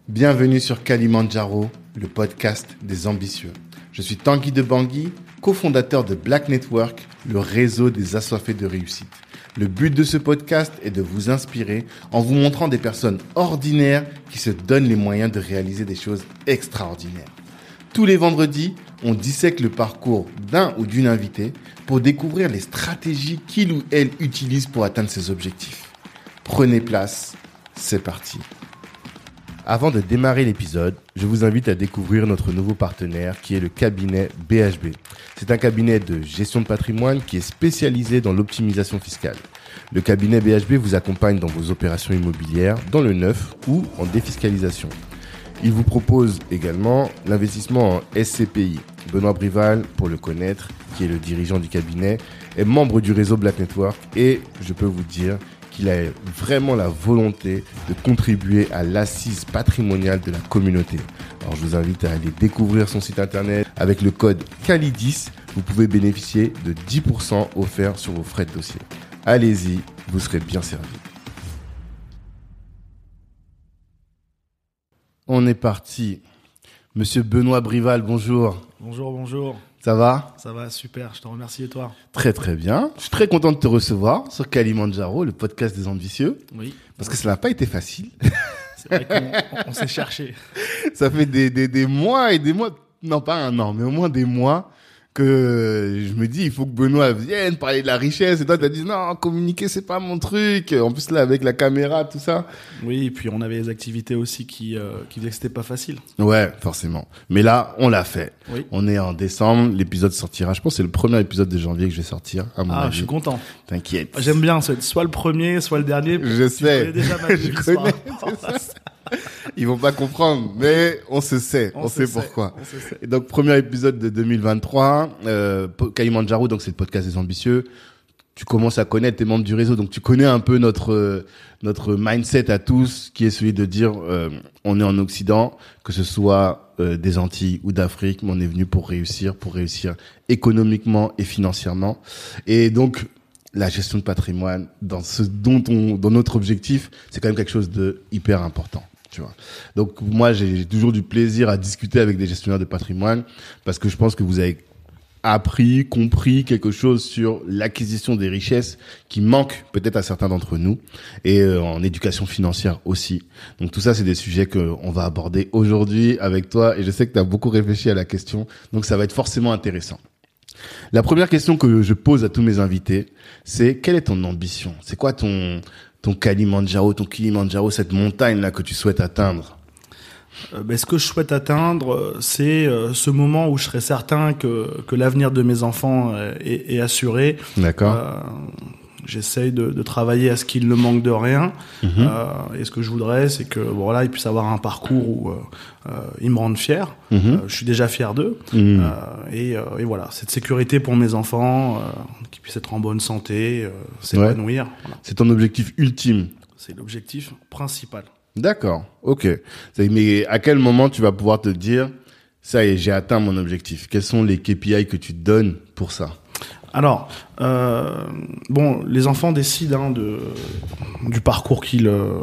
Bienvenue sur Kalimandjaro, le podcast des ambitieux. Je suis Tanguy de Bangui, cofondateur de Black Network, le réseau des assoiffés de réussite. Le but de ce podcast est de vous inspirer en vous montrant des personnes ordinaires qui se donnent les moyens de réaliser des choses extraordinaires. Tous les vendredis, on dissèque le parcours d'un ou d'une invitée pour découvrir les stratégies qu'il ou elle utilise pour atteindre ses objectifs. Prenez place, c'est parti. Avant de démarrer l'épisode, je vous invite à découvrir notre nouveau partenaire qui est le cabinet BHB. C'est un cabinet de gestion de patrimoine qui est spécialisé dans l'optimisation fiscale. Le cabinet BHB vous accompagne dans vos opérations immobilières, dans le neuf ou en défiscalisation. Il vous propose également l'investissement en SCPI. Benoît Brival, pour le connaître, qui est le dirigeant du cabinet, est membre du réseau Black Network et je peux vous dire qu'il a vraiment la volonté de contribuer à l'assise patrimoniale de la communauté. Alors je vous invite à aller découvrir son site internet. Avec le code CALI10, vous pouvez bénéficier de 10% offerts sur vos frais de dossier. Allez-y, vous serez bien servi. On est parti. Monsieur Benoît Brival, bonjour. Bonjour. Ça va ? Ça va, super, je te remercie et toi ? Très très bien. Je suis très content de te recevoir sur Kalimandjaro, le podcast des ambitieux. Oui. Parce que ça n'a pas été facile. C'est vrai qu'on s'est cherché. Ça fait des mois et des mois, non pas un an, mais au moins des mois que je me dis, il faut que Benoît vienne parler de la richesse. Et toi, t'as dit, non, communiquer, c'est pas mon truc. En plus, là, avec la caméra, tout ça. Oui, et puis on avait des activités aussi qui faisaient que c'était pas facile. Ouais, forcément. Mais là, on l'a fait. Oui. On est en décembre, l'épisode sortira. Je pense que c'est le premier épisode de janvier que je vais sortir, à mon avis. Je suis content. T'inquiète. J'aime bien, soit le premier, soit le dernier. Je sais. Tu connais déjà ma vie, Je connais, c'est ça. Ils vont pas comprendre, mais on se sait, on sait pourquoi. Et donc, premier épisode de 2023, Kalimandjaro, donc c'est le podcast des ambitieux. Tu commences à connaître tes membres du réseau, donc tu connais un peu notre mindset à tous, qui est celui de dire, on est en Occident, que ce soit des Antilles ou d'Afrique, mais on est venu pour réussir économiquement et financièrement. Et donc, la gestion de patrimoine, dans notre objectif, c'est quand même quelque chose de hyper important. Tu vois. Donc moi j'ai toujours du plaisir à discuter avec des gestionnaires de patrimoine parce que je pense que vous avez compris quelque chose sur l'acquisition des richesses qui manque peut-être à certains d'entre nous et en éducation financière aussi. Donc tout ça c'est des sujets qu'on va aborder aujourd'hui avec toi et je sais que tu as beaucoup réfléchi à la question, donc ça va être forcément intéressant. La première question que je pose à tous mes invités, c'est quelle est ton ambition ? C'est quoi ton Kalimandjaro, cette montagne-là que tu souhaites atteindre ? Ce que je souhaite atteindre, c'est ce moment où je serai certain que l'avenir de mes enfants est assuré. D'accord. J'essaye de travailler à ce qu'il ne manque de rien. Et ce que je voudrais, c'est que ils puissent avoir un parcours où ils me rendent fier. Je suis déjà fier d'eux. Et voilà, cette sécurité pour mes enfants, qu'ils puissent être en bonne santé, s'épanouir. Ouais. Voilà. C'est ton objectif ultime. C'est l'objectif principal. D'accord, ok. Mais à quel moment tu vas pouvoir te dire, ça y est, j'ai atteint mon objectif ? Quels sont les KPI que tu te donnes pour ça ? Alors, les enfants décident du parcours qui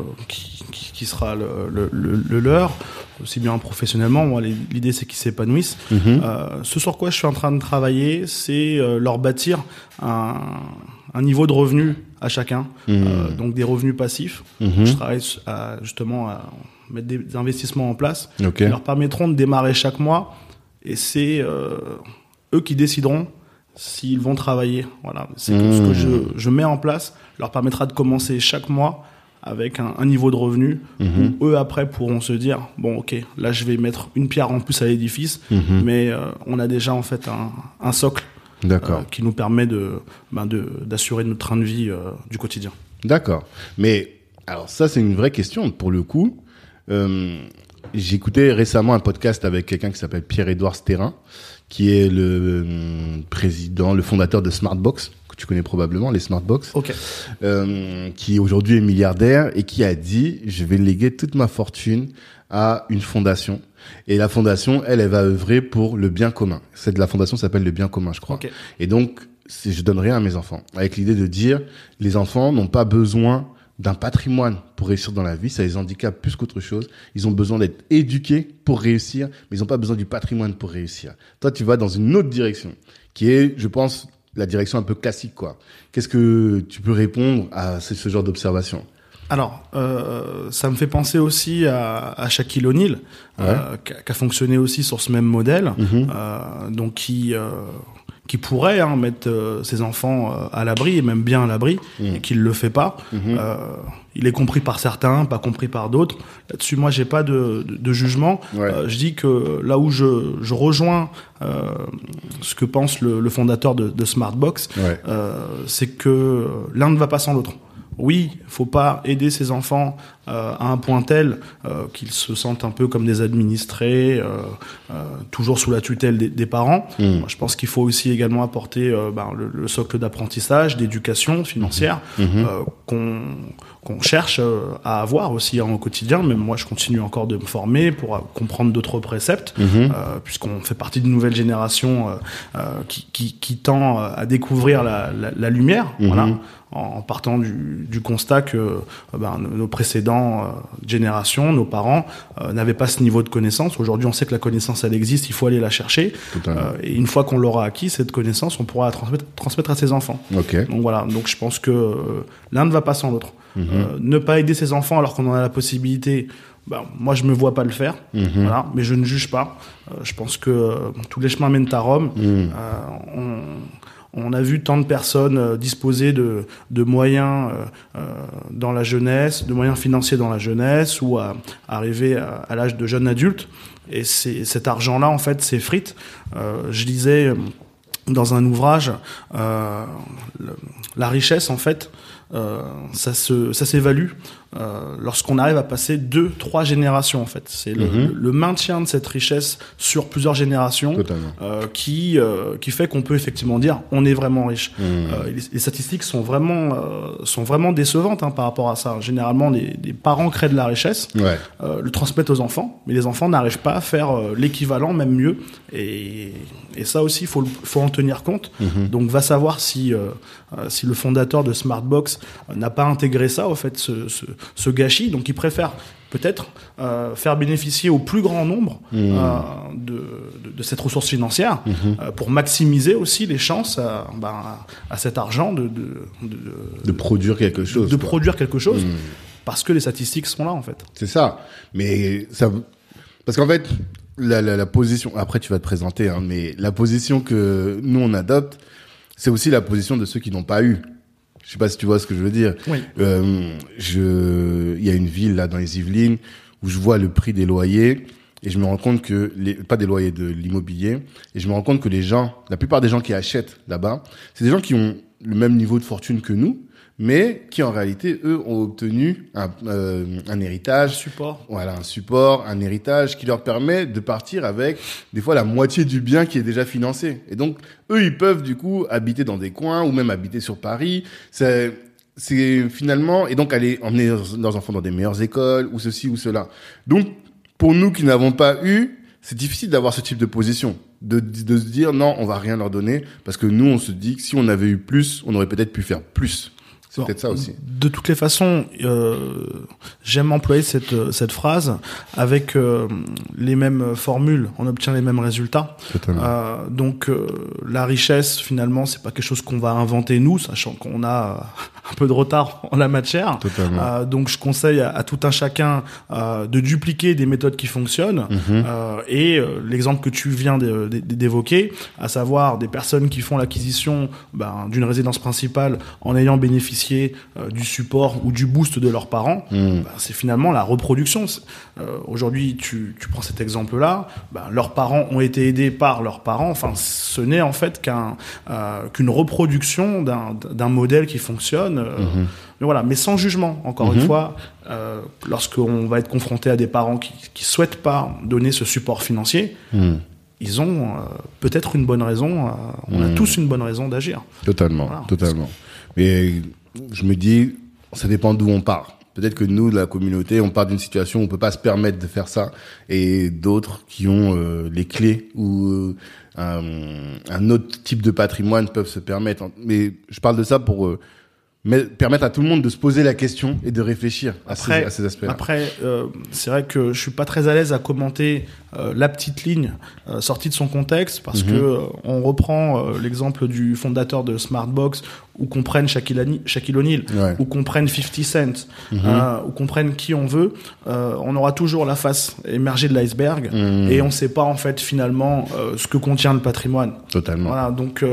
sera le leur, aussi bien professionnellement. Moi, l'idée c'est qu'ils s'épanouissent. Ce sur quoi je suis en train de travailler, c'est leur bâtir un niveau de revenu à chacun, donc des revenus passifs. Je travaille justement à mettre des investissements en place qui leur permettront de démarrer chaque mois, et c'est eux qui décideront s'ils vont travailler. Voilà, c'est que ce que je mets en place leur permettra de commencer chaque mois avec un niveau de revenu où eux après pourront se dire bon ok, là je vais mettre une pierre en plus à l'édifice, mais on a déjà en fait un socle qui nous permet d'assurer notre train de vie du quotidien. D'accord. Mais alors ça c'est une vraie question pour le coup. J'écoutais récemment un podcast avec quelqu'un qui s'appelle Pierre-Édouard Sterrin, qui est le fondateur de Smartbox, que tu connais probablement, les Smartbox, qui aujourd'hui est milliardaire et qui a dit « Je vais léguer toute ma fortune à une fondation ». Et la fondation, elle va œuvrer pour le bien commun. La fondation s'appelle le bien commun, je crois. Et donc, je donne rien à mes enfants, avec l'idée de dire les enfants n'ont pas besoin d'un patrimoine pour réussir dans la vie, ça les handicape plus qu'autre chose. Ils ont besoin d'être éduqués pour réussir, mais ils n'ont pas besoin du patrimoine pour réussir. Toi, tu vas dans une autre direction, qui est, je pense, la direction un peu classique, quoi. Qu'est-ce que tu peux répondre à ce genre d'observation? Alors, ça me fait penser aussi à Shaquille O'Neal, qui a fonctionné aussi sur ce même modèle, donc qui pourrait mettre ses enfants à l'abri, et même bien à l'abri, et qui ne le fait pas. Il est compris par certains, pas compris par d'autres. Là-dessus, moi, j'ai pas de jugement. Je dis que là où je rejoins ce que pense le fondateur de Smartbox, c'est que l'un ne va pas sans l'autre. Oui, faut pas aider ses enfants à un point tel qu'ils se sentent un peu comme des administrés, toujours sous la tutelle des parents. Moi, je pense qu'il faut aussi également apporter le socle d'apprentissage, d'éducation financière qu'on cherche à avoir aussi au quotidien. Même moi, je continue encore de me former pour comprendre d'autres préceptes, puisqu'on fait partie d'une nouvelle génération qui tend à découvrir la lumière. Voilà. En partant du constat que nos précédents générations, nos parents, n'avaient pas ce niveau de connaissance. Aujourd'hui, on sait que la connaissance, elle existe, il faut aller la chercher. Et une fois qu'on l'aura acquis, cette connaissance, on pourra la transmettre à ses enfants. Donc voilà, donc je pense que l'un ne va pas sans l'autre. Ne pas aider ses enfants alors qu'on en a la possibilité, moi je me vois pas le faire, voilà, mais je ne juge pas. Je pense que tous les chemins mènent à Rome. On a vu tant de personnes disposer de moyens dans la jeunesse, de moyens financiers dans la jeunesse, ou à arriver à l'âge de jeune adulte. Et cet argent-là, en fait, s'effrite. Je lisais dans un ouvrage, la richesse, en fait, ça s'évalue lorsqu'on arrive à passer 2-3 générations, en fait. C'est le maintien de cette richesse sur plusieurs générations qui fait qu'on peut effectivement dire on est vraiment riche. Les statistiques sont vraiment décevantes par rapport à ça. Généralement, les parents créent de la richesse, le transmettent aux enfants, mais les enfants n'arrivent pas à faire l'équivalent, même mieux. Et ça aussi, faut en tenir compte. Donc, va savoir si le fondateur de Smartbox n'a pas intégré ça, au fait, ce gâchis. Donc, il préfère peut-être faire bénéficier au plus grand nombre de cette ressource financière pour maximiser aussi les chances à cet argent de produire quelque chose. Produire quelque chose, parce que les statistiques sont là, en fait. C'est ça. Mais ça, parce qu'en fait, la position, après tu vas te présenter, mais la position que nous on adopte, c'est aussi la position de ceux qui n'ont pas eu. Je sais pas si tu vois ce que je veux dire. Oui. Il y a une ville là dans les Yvelines où je vois le prix des loyers et je me rends compte que pas des loyers, de l'immobilier, et je me rends compte que la plupart des gens qui achètent là-bas, c'est des gens qui ont le même niveau de fortune que nous, mais qui en réalité, eux, ont obtenu un héritage. Un support, un héritage qui leur permet de partir avec, des fois, la moitié du bien qui est déjà financé. Et donc, eux, ils peuvent, du coup, habiter dans des coins ou même habiter sur Paris. C'est finalement, et donc aller emmener leurs enfants dans des meilleures écoles ou ceci ou cela. Donc, pour nous qui n'avons pas eu, c'est difficile d'avoir ce type de position. De se dire, non, on va rien leur donner, parce que nous, on se dit que si on avait eu plus, on aurait peut-être pu faire plus. C'est peut-être ça aussi. De toutes les façons, j'aime employer cette phrase avec les mêmes formules. On obtient les mêmes résultats. Donc la richesse, finalement, c'est pas quelque chose qu'on va inventer nous, sachant qu'on a un peu de retard en la matière. Donc je conseille à tout un chacun de dupliquer des méthodes qui fonctionnent. Et l'exemple que tu viens d'évoquer, à savoir des personnes qui font l'acquisition d'une résidence principale en ayant bénéficié du support ou du boost de leurs parents, c'est finalement la reproduction. Aujourd'hui, tu prends cet exemple-là, leurs parents ont été aidés par leurs parents. Enfin, ce n'est en fait qu'une reproduction d'un modèle qui fonctionne. Mais voilà, mais sans jugement. Encore une fois, lorsqu'on va être confronté à des parents qui souhaitent pas donner ce support financier, ils ont peut-être une bonne raison. On a tous une bonne raison d'agir. Totalement. Mais je me dis, ça dépend d'où on part. Peut-être que nous, de la communauté, on part d'une situation où on peut pas se permettre de faire ça, et d'autres qui ont les clés ou un autre type de patrimoine peuvent se permettre. Mais je parle de ça pour permettre à tout le monde de se poser la question et de réfléchir à ces aspects-là. Après, c'est vrai que je suis pas très à l'aise à commenter la petite ligne sortie de son contexte, parce que on reprend l'exemple du fondateur de Smartbox, ou qu'on prenne Shaquille O'Neal, ou qu'on prenne 50 Cent, ou qu'on prenne qui on veut, on aura toujours la face émergée de l'iceberg, et on sait pas en fait finalement ce que contient le patrimoine. Totalement. Voilà, donc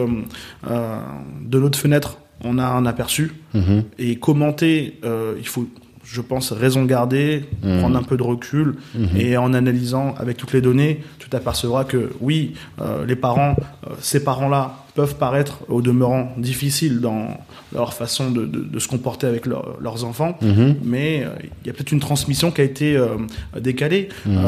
de notre fenêtre, on a un aperçu, et commenter, il faut, je pense, raison garder, prendre un peu de recul, et en analysant avec toutes les données, tu t'apercevras que oui, les parents, ces parents-là peuvent paraître au demeurant difficiles dans leur façon de se comporter avec leurs enfants, mais il y a peut-être une transmission qui a été décalée.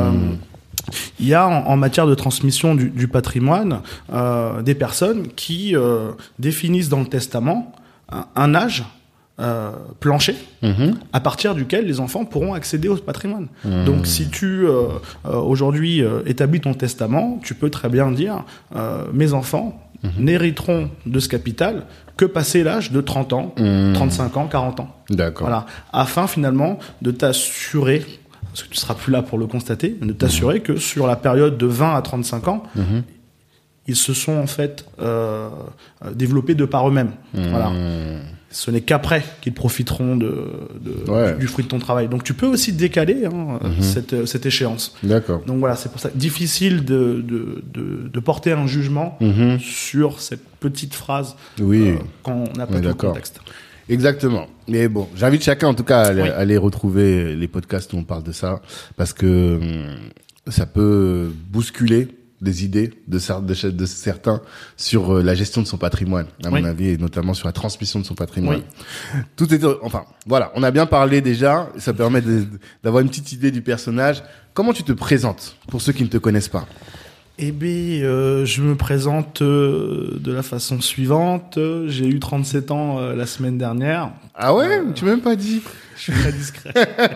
Il y a en matière de transmission du patrimoine des personnes qui définissent dans le testament un âge plancher à partir duquel les enfants pourront accéder au patrimoine. Donc si tu aujourd'hui établis ton testament, tu peux très bien dire mes enfants n'hériteront de ce capital que passé l'âge de 30 ans, 35 ans, 40 ans. D'accord. Voilà, afin finalement de t'assurer, parce que tu seras plus là pour le constater, de t'assurer que sur la période de 20 à 35 ans, ils se sont en fait développés de par eux-mêmes. Voilà. Ce n'est qu'après qu'ils profiteront du fruit de ton travail. Donc tu peux aussi décaler cette échéance. D'accord. Donc voilà, c'est pour ça difficile de porter un jugement sur cette petite phrase quand on n'a pas tout le contexte. Exactement. Mais bon, j'invite chacun en tout cas à aller retrouver les podcasts où on parle de ça, parce que ça peut bousculer des idées de certains sur la gestion de son patrimoine, à mon avis, et notamment sur la transmission de son patrimoine. Tout est, enfin, voilà, on a bien parlé déjà, ça permet d'avoir une petite idée du personnage. Comment tu te présentes pour ceux qui ne te connaissent pas? Eh bien, je me présente de la façon suivante. J'ai eu 37 ans la semaine dernière. Ah ouais? Tu m'as même pas dit. Je suis très discret.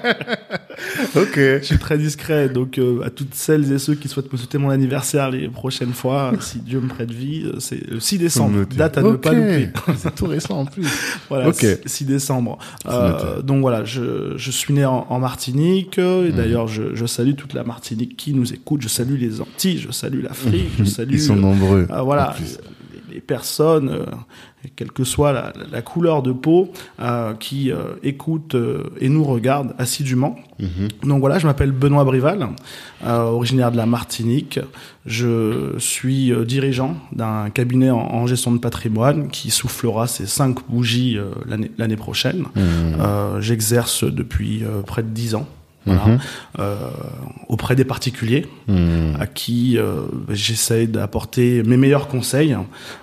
Ok. Je suis très discret. Donc, à toutes celles et ceux qui souhaitent me souhaiter mon anniversaire les prochaines fois, si Dieu me prête vie, c'est le 6 décembre. Date à ne pas louper. C'est tout récent en plus. Voilà, 6 décembre. Donc voilà, je suis né en Martinique. Et d'ailleurs, je salue toute la Martinique qui nous écoute. Je salue les Antilles, je salue l'Afrique, je salue... Ils sont nombreux. Voilà, les personnes... quelle que soit la couleur de peau, qui écoutent et nous regardent assidûment. Donc voilà, je m'appelle Benoît Brival, originaire de la Martinique. Je suis dirigeant d'un cabinet en gestion de patrimoine qui soufflera ses 5 bougies l'année prochaine. J'exerce depuis près de 10 ans. Voilà, auprès des particuliers à qui j'essaie d'apporter mes meilleurs conseils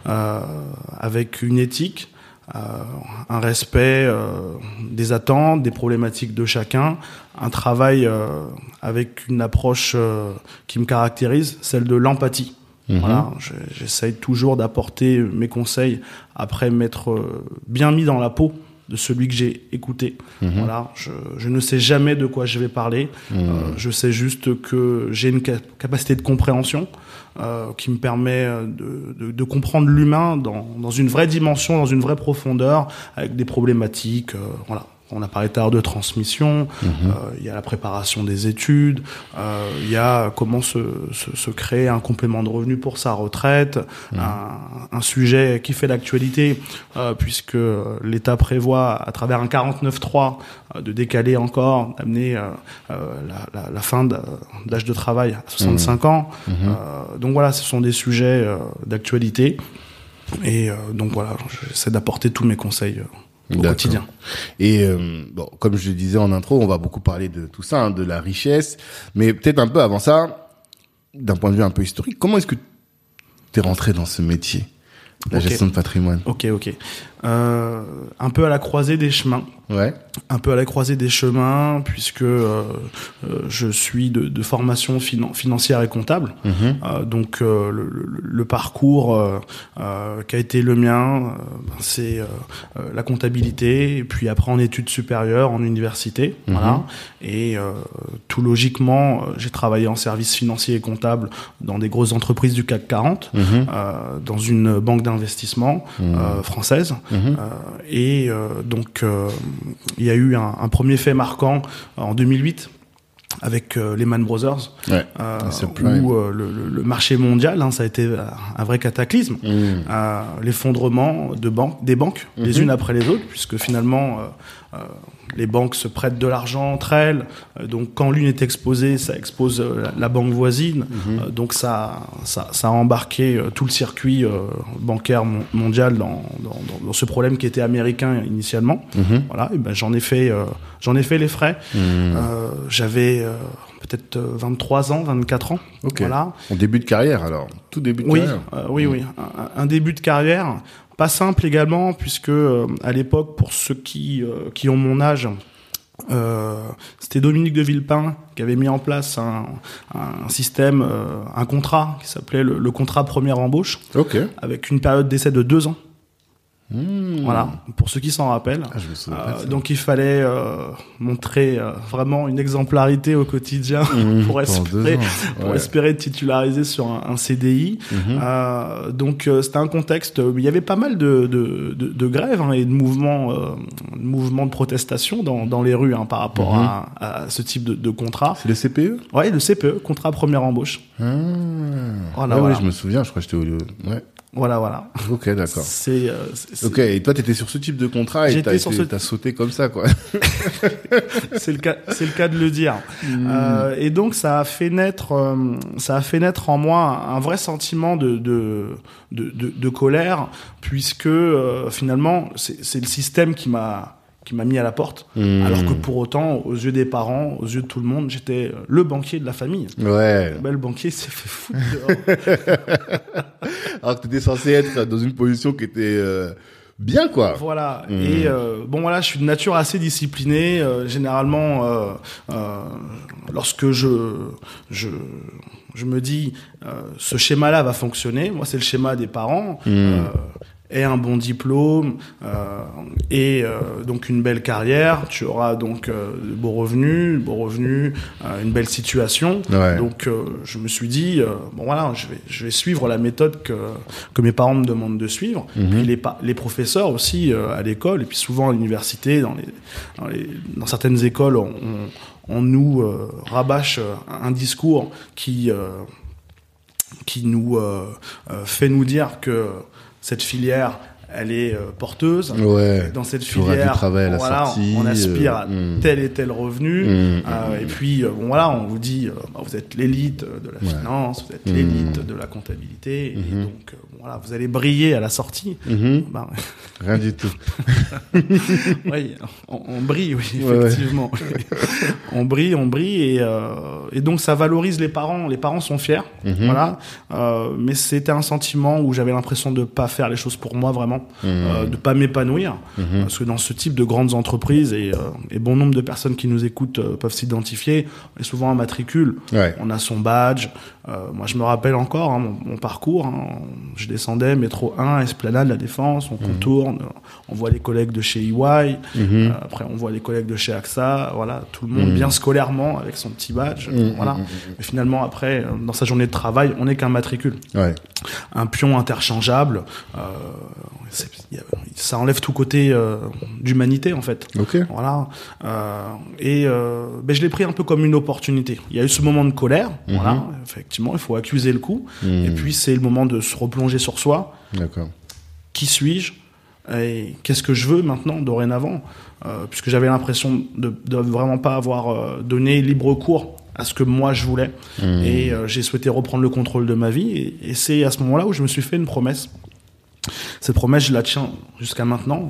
avec une éthique, un respect des attentes, des problématiques de chacun, un travail avec une approche qui me caractérise, celle de l'empathie. Voilà, j'essaie toujours d'apporter mes conseils après m'être bien mis dans la peau de celui que j'ai écouté. Voilà, je ne sais jamais de quoi je vais parler. Je sais juste que j'ai une capacité de compréhension qui me permet de comprendre l'humain dans une vraie dimension, dans une vraie profondeur, avec des problématiques. Voilà. On a parlé tout à l'heure de transmission, il y a la préparation des études, il y a comment se créer un complément de revenu pour sa retraite, un sujet qui fait l'actualité, puisque l'État prévoit à travers un 49.3 de décaler encore, d'amener la fin d'âge de travail à 65 ans. Donc voilà, ce sont des sujets d'actualité, et donc voilà, j'essaie d'apporter tous mes conseils au quotidien. Et bon, comme je le disais en intro, on va beaucoup parler de tout ça, de la richesse, mais peut-être un peu avant ça, d'un point de vue un peu historique, comment est-ce que tu es rentré dans ce métier, la gestion de patrimoine? Ok. Un peu à la croisée des chemins. Un peu à la croisée des chemins, puisque je suis de formation financière et comptable. Donc le parcours qui a été le mien, c'est la comptabilité, et puis après en études supérieures, en université. Voilà. Et tout logiquement, j'ai travaillé en service financier et comptable dans des grosses entreprises du CAC 40, dans une banque d'investissement française. Et donc, il y a eu un premier fait marquant en 2008 avec Lehman Brothers, où le marché mondial, ça a été un vrai cataclysme. L'effondrement des banques, les unes après les autres, puisque finalement les banques se prêtent de l'argent entre elles. Donc quand l'une est exposée, ça expose la banque voisine. Donc ça a embarqué tout le circuit bancaire mondial dans ce problème qui était américain initialement. Voilà, et ben j'en ai fait les frais. J'avais peut-être 23 ans, 24 ans. Okay. Voilà. En début de carrière alors, tout début de carrière. Oui, un début de carrière. Pas simple également, puisque à l'époque, pour ceux qui ont mon âge, c'était Dominique de Villepin qui avait mis en place un système, un contrat qui s'appelait le contrat première embauche, avec une période d'essai de 2 ans. Voilà, pour ceux qui s'en rappellent. Je me souviens pas de ça. Donc il fallait montrer vraiment une exemplarité au quotidien pour espérer être titularisé sur un CDI. Donc c'était un contexte où il y avait pas mal de grèves et de mouvements de protestation dans les rues par rapport à ce type de contrat. C'est le CPE ? Ouais, le CPE, contrat première embauche. Voilà. Oui, je me souviens, je crois que j'étais au... Ouais. Voilà. Ok, d'accord. C'est... Ok, et toi, t'étais sur ce type de contrat et t'as sauté comme ça, quoi. C'est le cas de le dire. Et donc, ça a fait naître en moi un vrai sentiment de colère, puisque finalement, c'est le système qui m'a mis à la porte, alors que pour autant, aux yeux des parents, aux yeux de tout le monde, j'étais le banquier de la famille. Ouais. Le banquier s'est fait foutre dehors. Alors que t'étais censé être dans une position qui était bien, quoi. Voilà. Et voilà, je suis de nature assez disciplinée. Généralement, lorsque je me dis ce schéma-là va fonctionner, moi c'est le schéma des parents. Et un bon diplôme et donc une belle carrière, tu auras donc de beaux revenus, une belle situation. Ouais. Donc je me suis dit je vais suivre la méthode que mes parents me demandent de suivre. Puis les professeurs aussi à l'école et puis souvent à l'université, dans certaines écoles on nous rabâche un discours qui nous fait nous dire que cette filière, elle est porteuse. Ouais. Dans cette filière, on aspire à tel et tel revenu. Et puis, on vous dit, vous êtes l'élite de la finance, vous êtes l'élite de la comptabilité. Et donc, vous allez briller à la sortie. Rien du tout. Oui, on brille, oui, effectivement. On brille, et donc ça valorise les parents. Les parents sont fiers, mais c'était un sentiment où j'avais l'impression de pas faire les choses pour moi vraiment. De pas m'épanouir parce que dans ce type de grandes entreprises et bon nombre de personnes qui nous écoutent peuvent s'identifier, on est souvent un matricule, on a son badge. Moi je me rappelle encore mon parcours, je descendais métro 1, Esplanade, La Défense, on contourne, on voit les collègues de chez EY, après on voit les collègues de chez AXA, tout le monde bien scolairement avec son petit badge, mais finalement après dans sa journée de travail on n'est qu'un matricule, un pion interchangeable. Ça enlève tout côté d'humanité en fait. Voilà. Je l'ai pris un peu comme une opportunité. Il y a eu ce moment de colère. Voilà. Effectivement, il faut accuser le coup. Et puis c'est le moment de se replonger sur soi. D'accord. Qui suis-je et qu'est-ce que je veux maintenant, dorénavant, puisque j'avais l'impression de vraiment pas avoir donné libre cours à ce que moi je voulais. Et j'ai souhaité reprendre le contrôle de ma vie. Et c'est à ce moment-là où je me suis fait une promesse. Cette promesse, je la tiens jusqu'à maintenant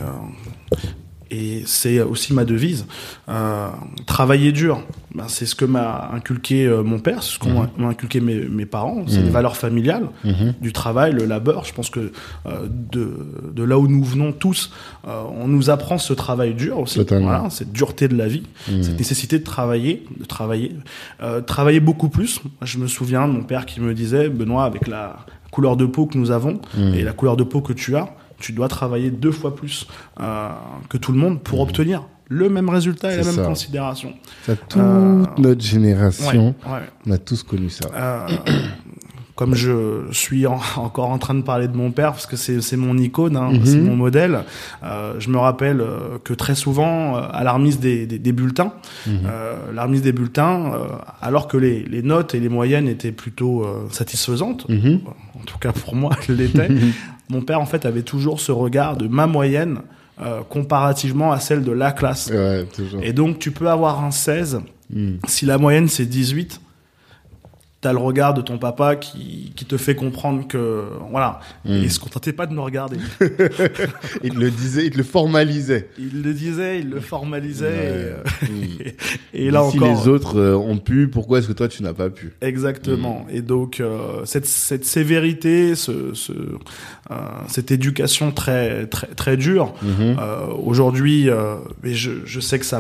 et c'est aussi ma devise. Travailler dur, c'est ce que m'a inculqué mon père, c'est ce qu'ont inculqué mes parents, c'est les valeurs familiales, du travail, le labeur. Je pense que de là où nous venons tous, on nous apprend ce travail dur aussi, cette dureté de la vie, cette nécessité de travailler beaucoup plus. Je me souviens de mon père qui me disait, Benoît, avec la couleur de peau que nous avons et la couleur de peau que tu as, tu dois travailler 2 fois plus que tout le monde pour obtenir le même résultat et la même considération. Toute notre génération, on a tous connu ça. comme je suis encore en train de parler de mon père, parce que c'est mon icône, hein, c'est mon modèle, je me rappelle que très souvent, à la remise des bulletins, alors que les notes et les moyennes étaient plutôt satisfaisantes, en tout cas pour moi, elles l'étaient, mon père, en fait, avait toujours ce regard de ma moyenne comparativement à celle de la classe. Ouais, toujours. Et donc, tu peux avoir un 16, si la moyenne c'est 18, t'as le regard de ton papa qui te fait comprendre que, voilà, il se contentait pas de me regarder. Il le disait, il te le formalisait. Il le disait, il le formalisait. Ouais. Et là si encore. Si les autres ont pu, pourquoi est-ce que toi tu n'as pas pu? Exactement. Et donc, cette sévérité, cette éducation très, très, très dure, aujourd'hui, mais je sais que ça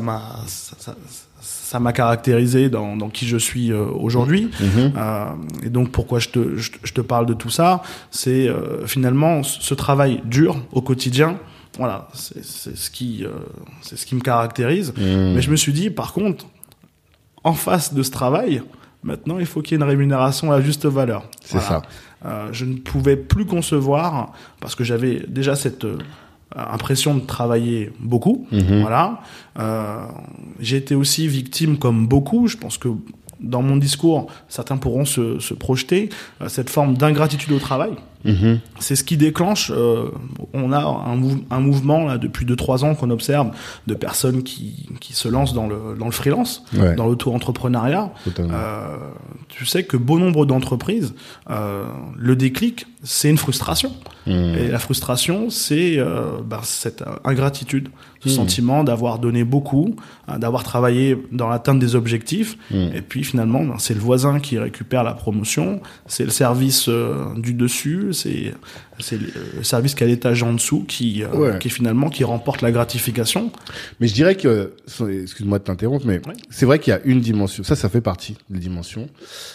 m'a caractérisé dans qui je suis aujourd'hui. Et donc pourquoi je te parle de tout ça, c'est finalement ce travail dur au quotidien. Voilà, c'est ce qui me caractérise. Mais je me suis dit, par contre, en face de ce travail, maintenant il faut qu'il y ait une rémunération à la juste valeur. C'est ça. Je ne pouvais plus concevoir, parce que j'avais déjà cette impression de travailler beaucoup, voilà. J'ai été aussi victime, comme beaucoup, je pense que dans mon discours, certains pourront se projeter, cette forme d'ingratitude au travail. C'est ce qui déclenche, on a un mouvement là, depuis 2-3 ans qu'on observe de personnes qui se lancent dans le freelance, dans l'auto-entrepreneuriat. Tu sais que bon nombre d'entreprises, le déclic, c'est une frustration. Et la frustration, c'est cette ingratitude, ce sentiment d'avoir donné beaucoup, d'avoir travaillé dans l'atteinte des objectifs, et puis finalement, c'est le voisin qui récupère la promotion, c'est le service du dessus, c'est le service qui a l'étage en dessous qui finalement qui remporte la gratification. Mais je dirais que, excuse-moi de t'interrompre, mais c'est vrai qu'il y a une dimension, ça fait partie des dimensions,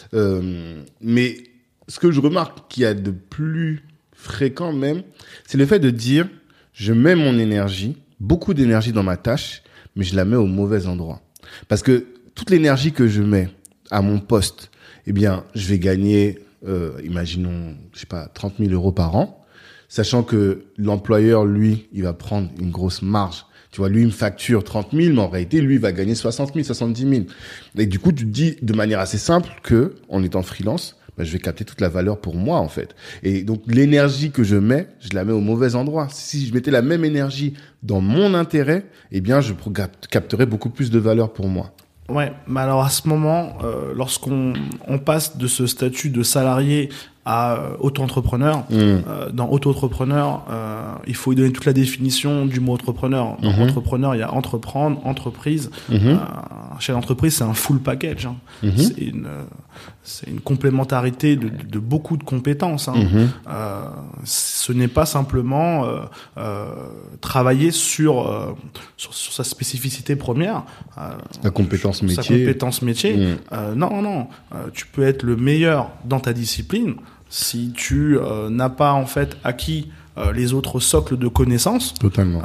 mais ce que je remarque qu'il y a de plus fréquent même, c'est le fait de dire je mets mon énergie, beaucoup d'énergie dans ma tâche, mais je la mets au mauvais endroit. Parce que toute l'énergie que je mets à mon poste, eh bien, je vais gagner, imaginons, je sais pas, 30 000 euros par an, sachant que l'employeur, lui, il va prendre une grosse marge. Tu vois, lui, il me facture 30 000, mais en réalité, lui, il va gagner 60 000, 70 000. Et du coup, tu te dis de manière assez simple que, en étant freelance, je vais capter toute la valeur pour moi, en fait. Et donc, l'énergie que je mets, je la mets au mauvais endroit. Si je mettais la même énergie dans mon intérêt, eh bien, je capterais beaucoup plus de valeur pour moi. Ouais, mais alors à ce moment, lorsqu'on passe de ce statut de salarié à auto-entrepreneur, dans auto-entrepreneur, il faut lui donner toute la définition du mot entrepreneur. Dans entrepreneur, il y a entreprendre, entreprise. Chez l'entreprise, c'est un full package. C'est une complémentarité de beaucoup de compétences. Ce n'est pas simplement travailler sur sa spécificité première. La compétence métier. Sa compétence métier. Non. Tu peux être le meilleur dans ta discipline si tu n'as pas en fait acquis les autres socles de connaissances. Totalement.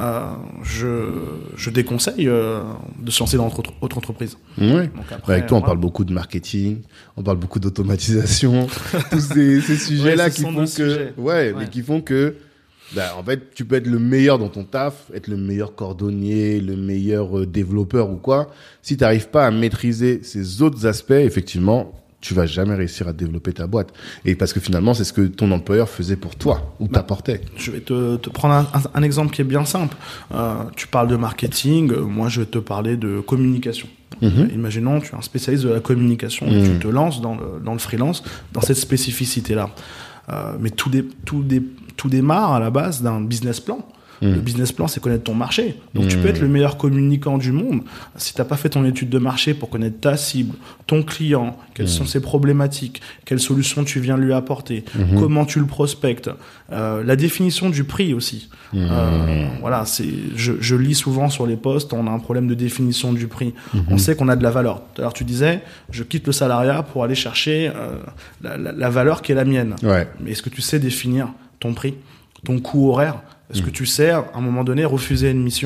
Je déconseille de se lancer dans autre entreprise. Oui. Donc après, avec toi, on parle beaucoup de marketing, on parle beaucoup d'automatisation, tous ces sujets-là qui font que, mais qui font que, en fait, tu peux être le meilleur dans ton taf, être le meilleur cordonnier, le meilleur développeur ou quoi. Si tu n'arrives pas à maîtriser ces autres aspects, effectivement, tu vas jamais réussir à développer ta boîte. Et parce que finalement, c'est ce que ton employeur faisait pour toi ou t'apportait. Je vais te prendre un exemple qui est bien simple. Tu parles de marketing, moi je vais te parler de communication. Imaginons, tu es un spécialiste de la communication et tu te lances dans le freelance, dans cette spécificité-là. Mais tout démarre à la base d'un business plan. Le business plan, c'est connaître ton marché. Donc, tu peux être le meilleur communicant du monde. Si t'as pas fait ton étude de marché pour connaître ta cible, ton client, quelles sont ses problématiques, quelles solutions tu viens lui apporter, comment tu le prospectes, la définition du prix aussi. Voilà, je lis souvent sur les posts, on a un problème de définition du prix. On sait qu'on a de la valeur. Tout à l'heure, tu disais, je quitte le salariat pour aller chercher la valeur qui est la mienne. Ouais. Mais est-ce que tu sais définir ton prix, ton coût horaire? Est-ce que tu sais, à un moment donné, refuser une mission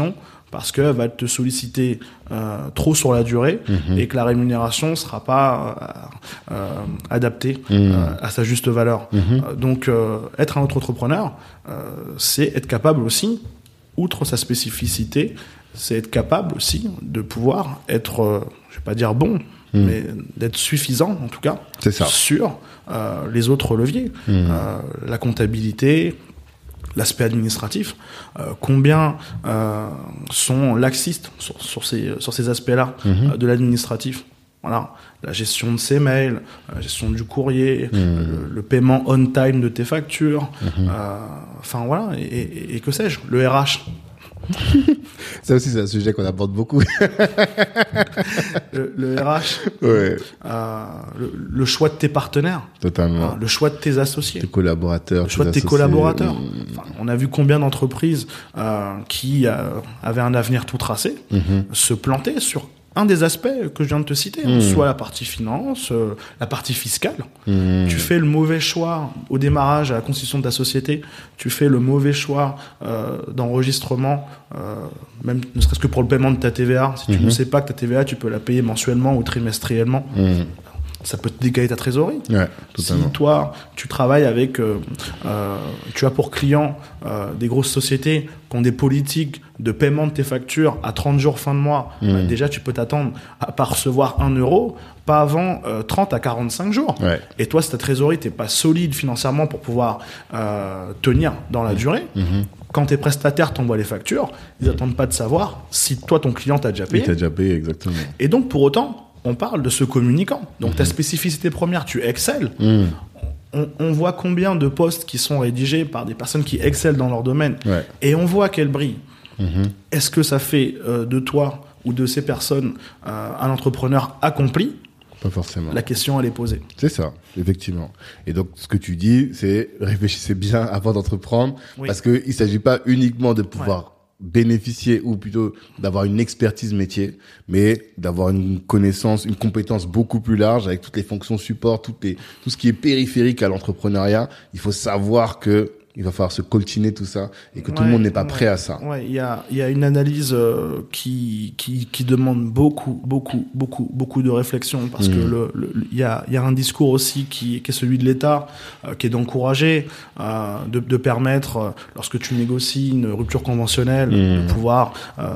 parce qu'elle va te solliciter trop sur la durée et que la rémunération sera pas adaptée à sa juste valeur. Donc être un auto-entrepreneur, c'est être capable aussi, outre sa spécificité, c'est être capable aussi de pouvoir être, je vais pas dire bon, mais d'être suffisant en tout cas sur les autres leviers, la comptabilité, l'aspect administratif, combien sont laxistes sur ces aspects-là de l'administratif. Voilà, la gestion de ses mails, la gestion du courrier, le paiement on time de tes factures, enfin voilà, et que sais-je, le RH. Ça aussi, c'est un sujet qu'on aborde beaucoup. le RH, ouais. Le choix de tes partenaires, totalement, le choix de tes associés, tes collaborateurs, le choix de tes collaborateurs. Enfin, on a vu combien d'entreprises qui avaient un avenir tout tracé se planter sur un des aspects que je viens de te citer, soit la partie finance, la partie fiscale. Tu fais le mauvais choix au démarrage, à la constitution de ta société, tu fais le mauvais choix d'enregistrement, même ne serait-ce que pour le paiement de ta TVA. Si tu ne sais pas que ta TVA, tu peux la payer mensuellement ou trimestriellement. Ça peut te décaler ta trésorerie. Ouais, totalement. Si toi, tu travailles avec, tu as pour client des grosses sociétés qui ont des politiques de paiement de tes factures à 30 jours fin de mois, déjà tu peux t'attendre à pas recevoir 1 euro, pas avant 30 à 45 jours. Ouais. Et toi, si ta trésorerie t'es pas solide financièrement pour pouvoir tenir dans la durée, quand tes prestataires t'envoient les factures, ils attendent pas de savoir si toi, ton client t'a déjà payé. Il t'a déjà payé, exactement. Et donc, pour autant, on parle de ce communicant. Donc, ta spécificité première, tu excelles. On voit combien de postes qui sont rédigés par des personnes qui excellent dans leur domaine. Ouais. Et on voit qu'elles brillent. Est-ce que ça fait de toi ou de ces personnes un entrepreneur accompli ? Pas forcément. La question, elle est posée. C'est ça, effectivement. Et donc, ce que tu dis, c'est réfléchissez bien avant d'entreprendre, parce qu'il ne s'agit pas uniquement de pouvoir bénéficier, ou plutôt d'avoir une expertise métier, mais d'avoir une connaissance, une compétence beaucoup plus large avec toutes les fonctions support, tout ce qui est périphérique à l'entrepreneuriat. Il faut savoir que il va falloir se coltiner tout ça et que tout le monde n'est pas prêt à ça. Ouais, il y a une analyse qui demande beaucoup de réflexion, parce que il y a un discours aussi qui est celui de l'État, qui est d'encourager, de permettre, lorsque tu négocies une rupture conventionnelle, de pouvoir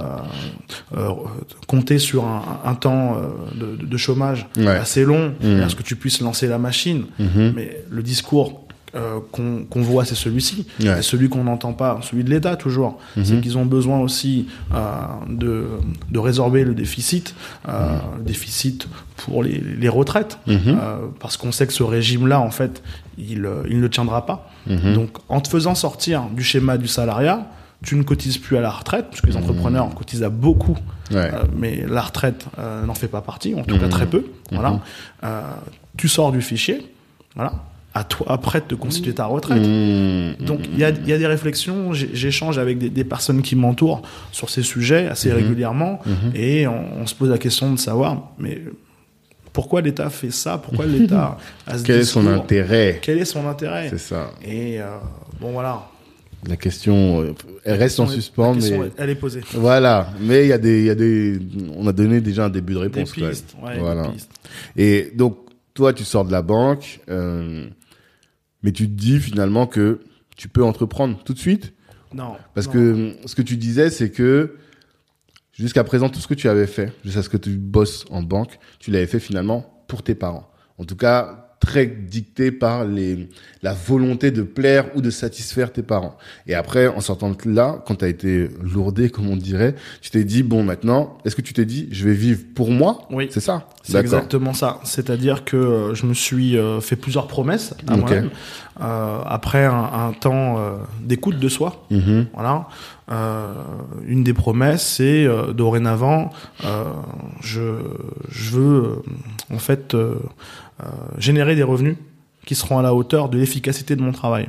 compter sur un temps de chômage assez long, à ce que tu puisses lancer la machine. Mais le discours qu'on voit, c'est celui-ci. Et celui qu'on n'entend pas, celui de l'État toujours, c'est qu'ils ont besoin aussi de résorber le déficit pour les retraites, parce qu'on sait que ce régime-là, en fait, il ne tiendra pas. Donc, en te faisant sortir du schéma du salariat, tu ne cotises plus à la retraite, parce que les entrepreneurs cotisent à beaucoup, mais la retraite n'en fait pas partie, en tout cas très peu. Voilà. Tu sors du fichier, voilà. À toi après de te constituer ta retraite. Donc il y a des réflexions, j'échange avec des personnes qui m'entourent sur ces sujets assez régulièrement, et on se pose la question de savoir, mais pourquoi l'État fait ça ? Pourquoi l'État a ce Quel discours ? est son intérêt ? Quel est son intérêt ? C'est ça. Et bon voilà. La question, elle reste en suspens, mais elle est posée. Voilà, mais il y a des, on a donné déjà un début de réponse. Des pistes, voilà. Des pistes. Et donc toi, tu sors de la banque. Mais tu te dis finalement que tu peux entreprendre tout de suite ? Non. Parce que ce que tu disais, c'est que jusqu'à présent, tout ce que tu avais fait, jusqu'à ce que tu bosses en banque, tu l'avais fait finalement pour tes parents. En tout cas, très dicté par la volonté de plaire ou de satisfaire tes parents. Et après, en sortant de là, quand tu as été lourdé, comme on dirait, tu t'es dit, bon, maintenant, est-ce que tu t'es dit, je vais vivre pour moi ? Oui. C'est ça ? C'est exactement ça. C'est-à-dire que je me suis fait plusieurs promesses à moi-même. Après un temps d'écoute de soi. Voilà. Une des promesses, c'est dorénavant, je veux en fait générer des revenus qui seront à la hauteur de l'efficacité de mon travail.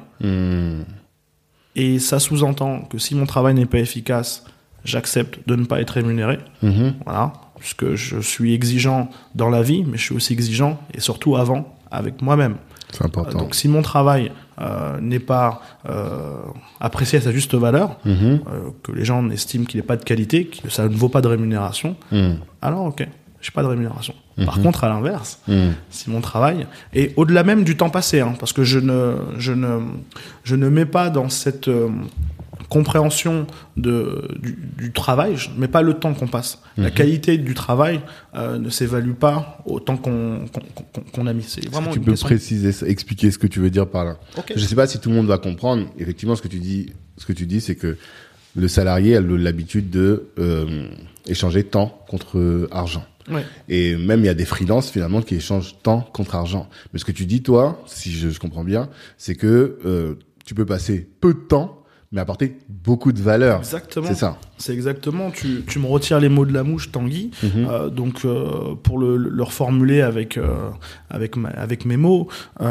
Et ça sous-entend que si mon travail n'est pas efficace, j'accepte de ne pas être rémunéré. Voilà. Puisque je suis exigeant dans la vie, mais je suis aussi exigeant, et surtout avant, avec moi-même. C'est important. Donc si mon travail n'est pas apprécié à sa juste valeur, que les gens estiment qu'il n'est pas de qualité, que ça ne vaut pas de rémunération, alors ok, j'ai pas de rémunération. Par contre, à l'inverse, si mon travail est au-delà même du temps passé, parce que je ne mets pas dans cette compréhension du travail, je ne mets pas le temps qu'on passe. La qualité du travail ne s'évalue pas au temps qu'on a mis. C'est vraiment tu peux préciser, expliquer ce que tu veux dire par là. Okay. Je ne sais pas si tout le monde va comprendre. Effectivement, ce que tu dis, c'est que le salarié a l'habitude de échanger temps contre argent. Ouais. Et même il y a des freelances finalement qui échangent temps contre argent. Mais ce que tu dis toi, si je comprends bien, c'est que tu peux passer peu de temps mais apporter beaucoup de valeur. Exactement. C'est ça. C'est exactement. Tu me retires les mots de la bouche, Tanguy. Donc pour le reformuler avec mes mots,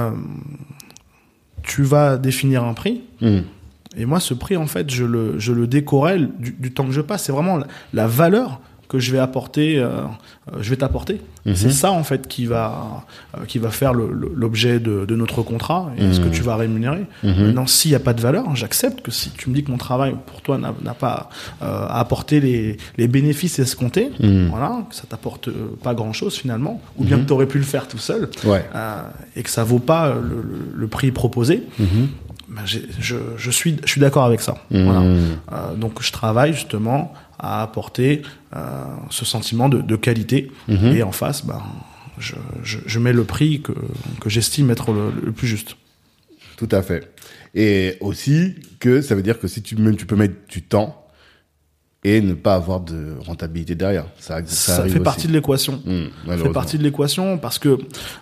tu vas définir un prix. Et moi, ce prix, en fait, je le décorrèle du temps que je passe. C'est vraiment la valeur que je vais apporter, je vais t'apporter. C'est ça, en fait, qui va faire l'objet de notre contrat et ce que tu vas rémunérer. Maintenant, s'il n'y a pas de valeur, j'accepte que si tu me dis que mon travail, pour toi, n'a pas apporté les bénéfices escomptés, voilà, que ça t'apporte pas grand-chose, finalement, ou bien que tu aurais pu le faire tout seul, et que ça vaut pas le prix proposé, ben je suis d'accord avec ça. Voilà. Donc, je travaille, justement, à apporter ce sentiment de qualité, et en face, ben, je mets le prix que j'estime être le plus juste. Tout à fait. Et aussi que ça veut dire que si tu peux mettre du temps et ne pas avoir de rentabilité derrière. Ça fait partie de l'équation. Ça fait partie de l'équation parce que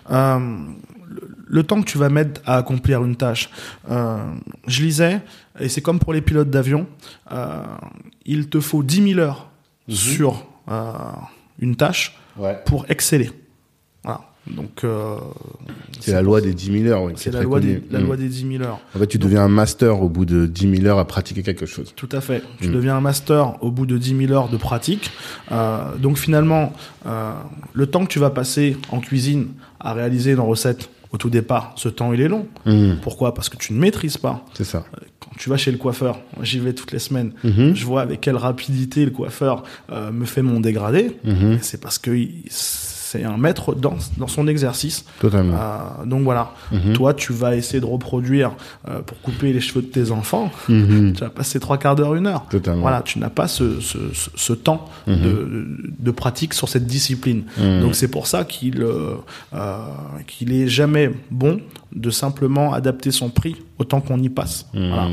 le temps que tu vas mettre à accomplir une tâche, je lisais, et c'est comme pour les pilotes d'avion, il te faut 10 000 heures sur une tâche pour exceller. Voilà. Donc, c'est la loi des 10 000 heures. Oui, c'est la loi des 10 000 heures. En fait, tu deviens un master au bout de 10 000 heures à pratiquer quelque chose. Tout à fait. Tu deviens un master au bout de 10 000 heures de pratique. Donc finalement, le temps que tu vas passer en cuisine à réaliser une recette, au tout départ, ce temps, il est long. Pourquoi ? Parce que tu ne maîtrises pas. C'est ça. Quand tu vas chez le coiffeur, j'y vais toutes les semaines, je vois avec quelle rapidité le coiffeur me fait mon dégradé. C'est parce que c'est un maître dans son exercice. Totalement. Donc voilà. Toi, tu vas essayer de reproduire pour couper les cheveux de tes enfants. Tu vas passer 3/4 d'heure, 1 heure. Totalement. Voilà, tu n'as pas ce temps de pratique sur cette discipline. Donc c'est pour ça qu'il est jamais bon de simplement adapter son prix au temps qu'on y passe. Voilà.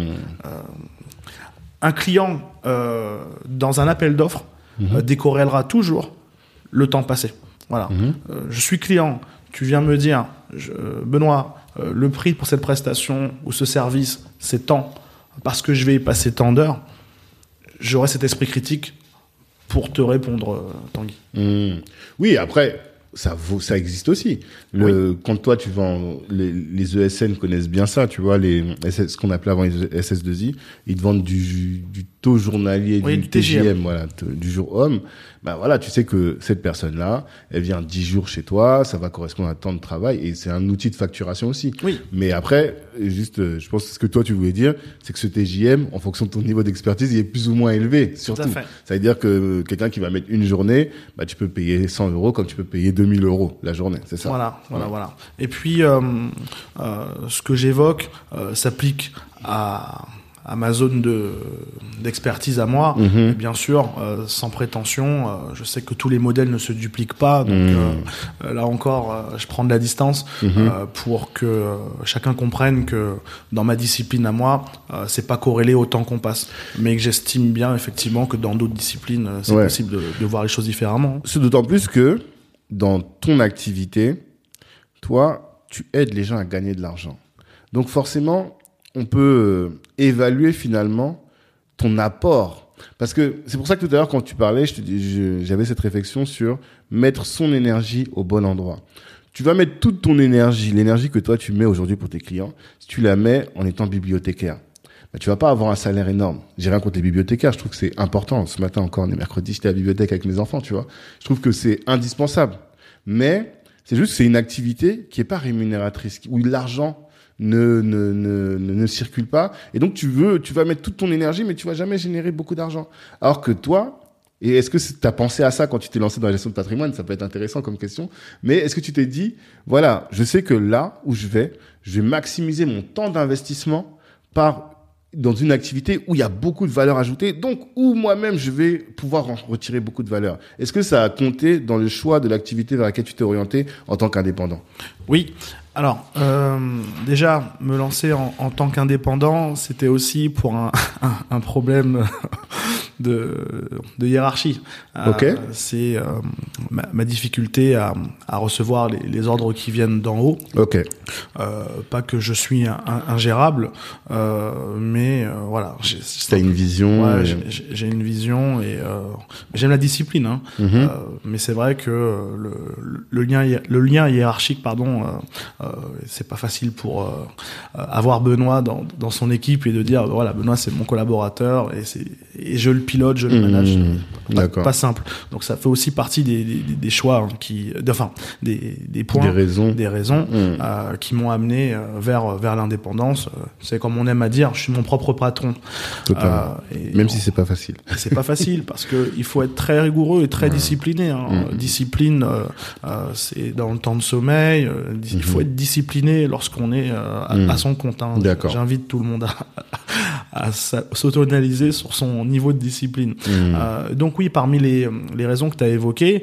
Un client dans un appel d'offres décorrélera toujours le temps passé. Voilà. Je suis client, tu viens me dire, Benoît, le prix pour cette prestation ou ce service, c'est tant, parce que je vais y passer tant d'heures, j'aurai cet esprit critique pour te répondre, Tanguy. Oui, après, ça existe aussi. Quand toi, tu vends, les ESN connaissent bien ça, tu vois, ce qu'on appelait avant les SS2I, ils te vendent du taux journalier, du TJM, voilà, du jour homme. Ben voilà, tu sais que cette personne-là, elle vient 10 jours chez toi, ça va correspondre à temps de travail et c'est un outil de facturation aussi. Oui. Mais après, juste, je pense que ce que toi tu voulais dire, c'est que ce TJM, en fonction de ton niveau d'expertise, il est plus ou moins élevé, surtout. Tout à fait. Ça veut dire que quelqu'un qui va mettre une journée, bah, tu peux payer 100 € comme tu peux payer 2000 € la journée, c'est ça. Voilà. Et puis, ce que j'évoque s'applique à ma zone d'expertise à moi. Et bien sûr, sans prétention, je sais que tous les modèles ne se dupliquent pas. Donc là encore, je prends de la distance pour que chacun comprenne que dans ma discipline à moi, c'est pas corrélé au temps qu'on passe. Mais que j'estime bien effectivement que dans d'autres disciplines, c'est possible de voir les choses différemment. C'est d'autant plus que dans ton activité, toi, tu aides les gens à gagner de l'argent. Donc forcément, on peut évaluer finalement ton apport. Parce que c'est pour ça que tout à l'heure, quand tu parlais, j'avais cette réflexion sur mettre son énergie au bon endroit. Tu vas mettre toute ton énergie, l'énergie que toi tu mets aujourd'hui pour tes clients, si tu la mets en étant bibliothécaire, bah, tu vas pas avoir un salaire énorme. J'ai rien contre les bibliothécaires, je trouve que c'est important. Ce matin encore, on est mercredi, j'étais à la bibliothèque avec mes enfants, tu vois. Je trouve que c'est indispensable. Mais C'est juste que c'est une activité qui est pas rémunératrice, où l'argent ne circule pas. Et donc, tu vas mettre toute ton énergie, mais tu vas jamais générer beaucoup d'argent. Alors que toi, et est-ce que tu as pensé à ça quand tu t'es lancé dans la gestion de patrimoine? Ça peut être intéressant comme question. Mais est-ce que tu t'es dit, voilà, je sais que là où je vais maximiser mon temps d'investissement dans une activité où il y a beaucoup de valeur ajoutée, donc où moi-même je vais pouvoir en retirer beaucoup de valeur. Est-ce que ça a compté dans le choix de l'activité vers laquelle tu t'es orienté en tant qu'indépendant? Oui. Alors, déjà, me lancer en tant qu'indépendant, c'était aussi pour un problème de hiérarchie. Okay. C'est ma difficulté à recevoir les ordres qui viennent d'en haut. Okay. Pas que je suis ingérable, mais voilà. T'as une vision. Ouais, j'ai une vision et j'aime la discipline. Hein. Mm-hmm. Mais c'est vrai que le lien hiérarchique, c'est pas facile pour avoir Benoît dans son équipe et de dire voilà, Benoît c'est mon collaborateur et je le pilote, je le manage. Pas simple. Donc ça fait aussi partie des choix des points, des raisons qui m'ont amené vers l'indépendance. C'est comme on aime à dire, je suis mon propre patron. Totalement. Même si c'est pas facile. C'est pas facile parce que il faut être très rigoureux et très discipliné. Hein. Discipline, c'est dans le temps de sommeil. Il faut être discipliné lorsqu'on est à son compte. Hein. J'invite tout le monde à s'auto-analyser sur son niveau de discipline. Donc oui, parmi les raisons que tu as évoquées,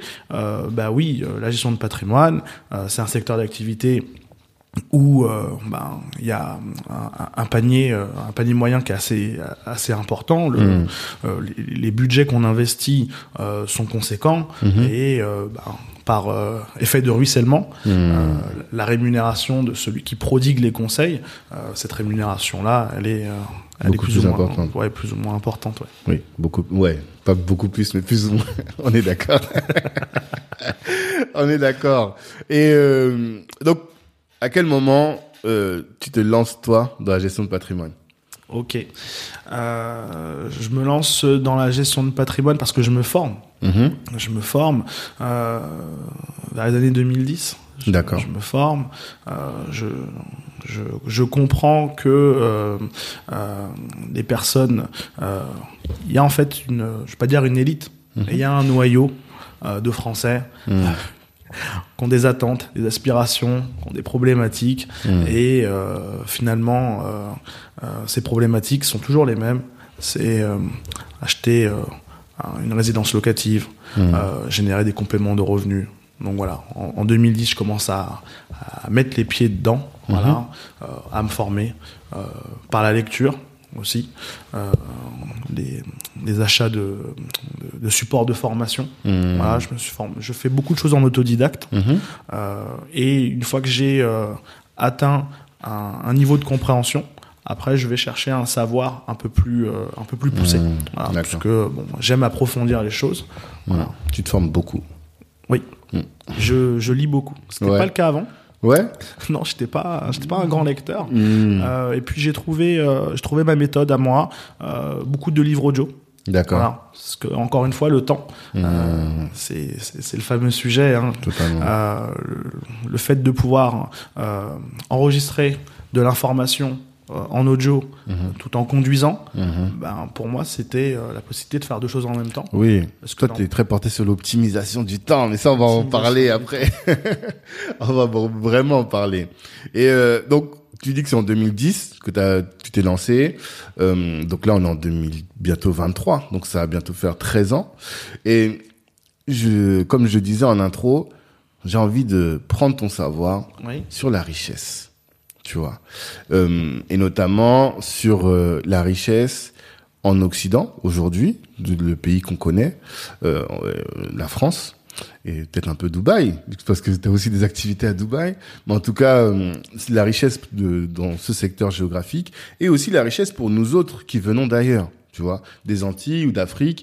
la gestion de patrimoine, c'est un secteur d'activité où il y a un panier moyen qui est assez important. Les budgets qu'on investit sont conséquents et par effet de ruissellement, la rémunération de celui qui prodigue les conseils, cette rémunération-là, elle est plus ou moins importante. Ouais, plus ou moins importante. Ouais. Oui, beaucoup. Ouais, pas beaucoup plus, mais plus ou moins. On est d'accord. On est d'accord. Et donc, à quel moment tu te lances toi dans la gestion de patrimoine? Ok. Je me lance dans la gestion de patrimoine parce que je me forme. Je me forme vers les années 2010. D'accord. Je me forme. Je comprends que les personnes, il y a en fait je vais pas dire une élite, mais il y a un noyau de Français qui ont des attentes, des aspirations, qui ont des problématiques, et finalement, ces problématiques sont toujours les mêmes. C'est acheter une résidence locative, générer des compléments de revenus. Donc voilà, en 2010, je commence à mettre les pieds dedans, à me former par la lecture aussi, des achats de supports de formation. Voilà, je me suis formé. Je fais beaucoup de choses en autodidacte. Et une fois que j'ai atteint un niveau de compréhension, après, je vais chercher un savoir un peu plus poussé. Voilà, parce que j'aime approfondir les choses. Voilà. Tu te formes beaucoup. Oui. Je lis beaucoup. C'était pas le cas avant. Ouais. Non, j'étais pas un grand lecteur. Et puis j'ai trouvé ma méthode à moi. Beaucoup de livres audio. D'accord. Voilà. Parce que encore une fois, le temps, c'est le fameux sujet. Hein. Totalement. Le fait de pouvoir enregistrer de l'information en audio tout en conduisant, pour moi c'était la possibilité de faire deux choses en même temps. Oui, parce que toi tu es très porté sur l'optimisation du temps, mais ça on va en parler après. On va vraiment en parler. Et donc tu dis que c'est en 2010 que tu t'es lancé, donc là on est en bientôt 23, donc ça va bientôt faire 13 ans. Et comme je disais en intro, j'ai envie de prendre ton savoir sur la richesse. Tu vois, et notamment sur la richesse en Occident aujourd'hui, le pays qu'on connaît, la France et peut-être un peu Dubaï, parce que tu as aussi des activités à Dubaï, mais en tout cas la richesse dans ce secteur géographique et aussi la richesse pour nous autres qui venons d'ailleurs, tu vois, des Antilles ou d'Afrique.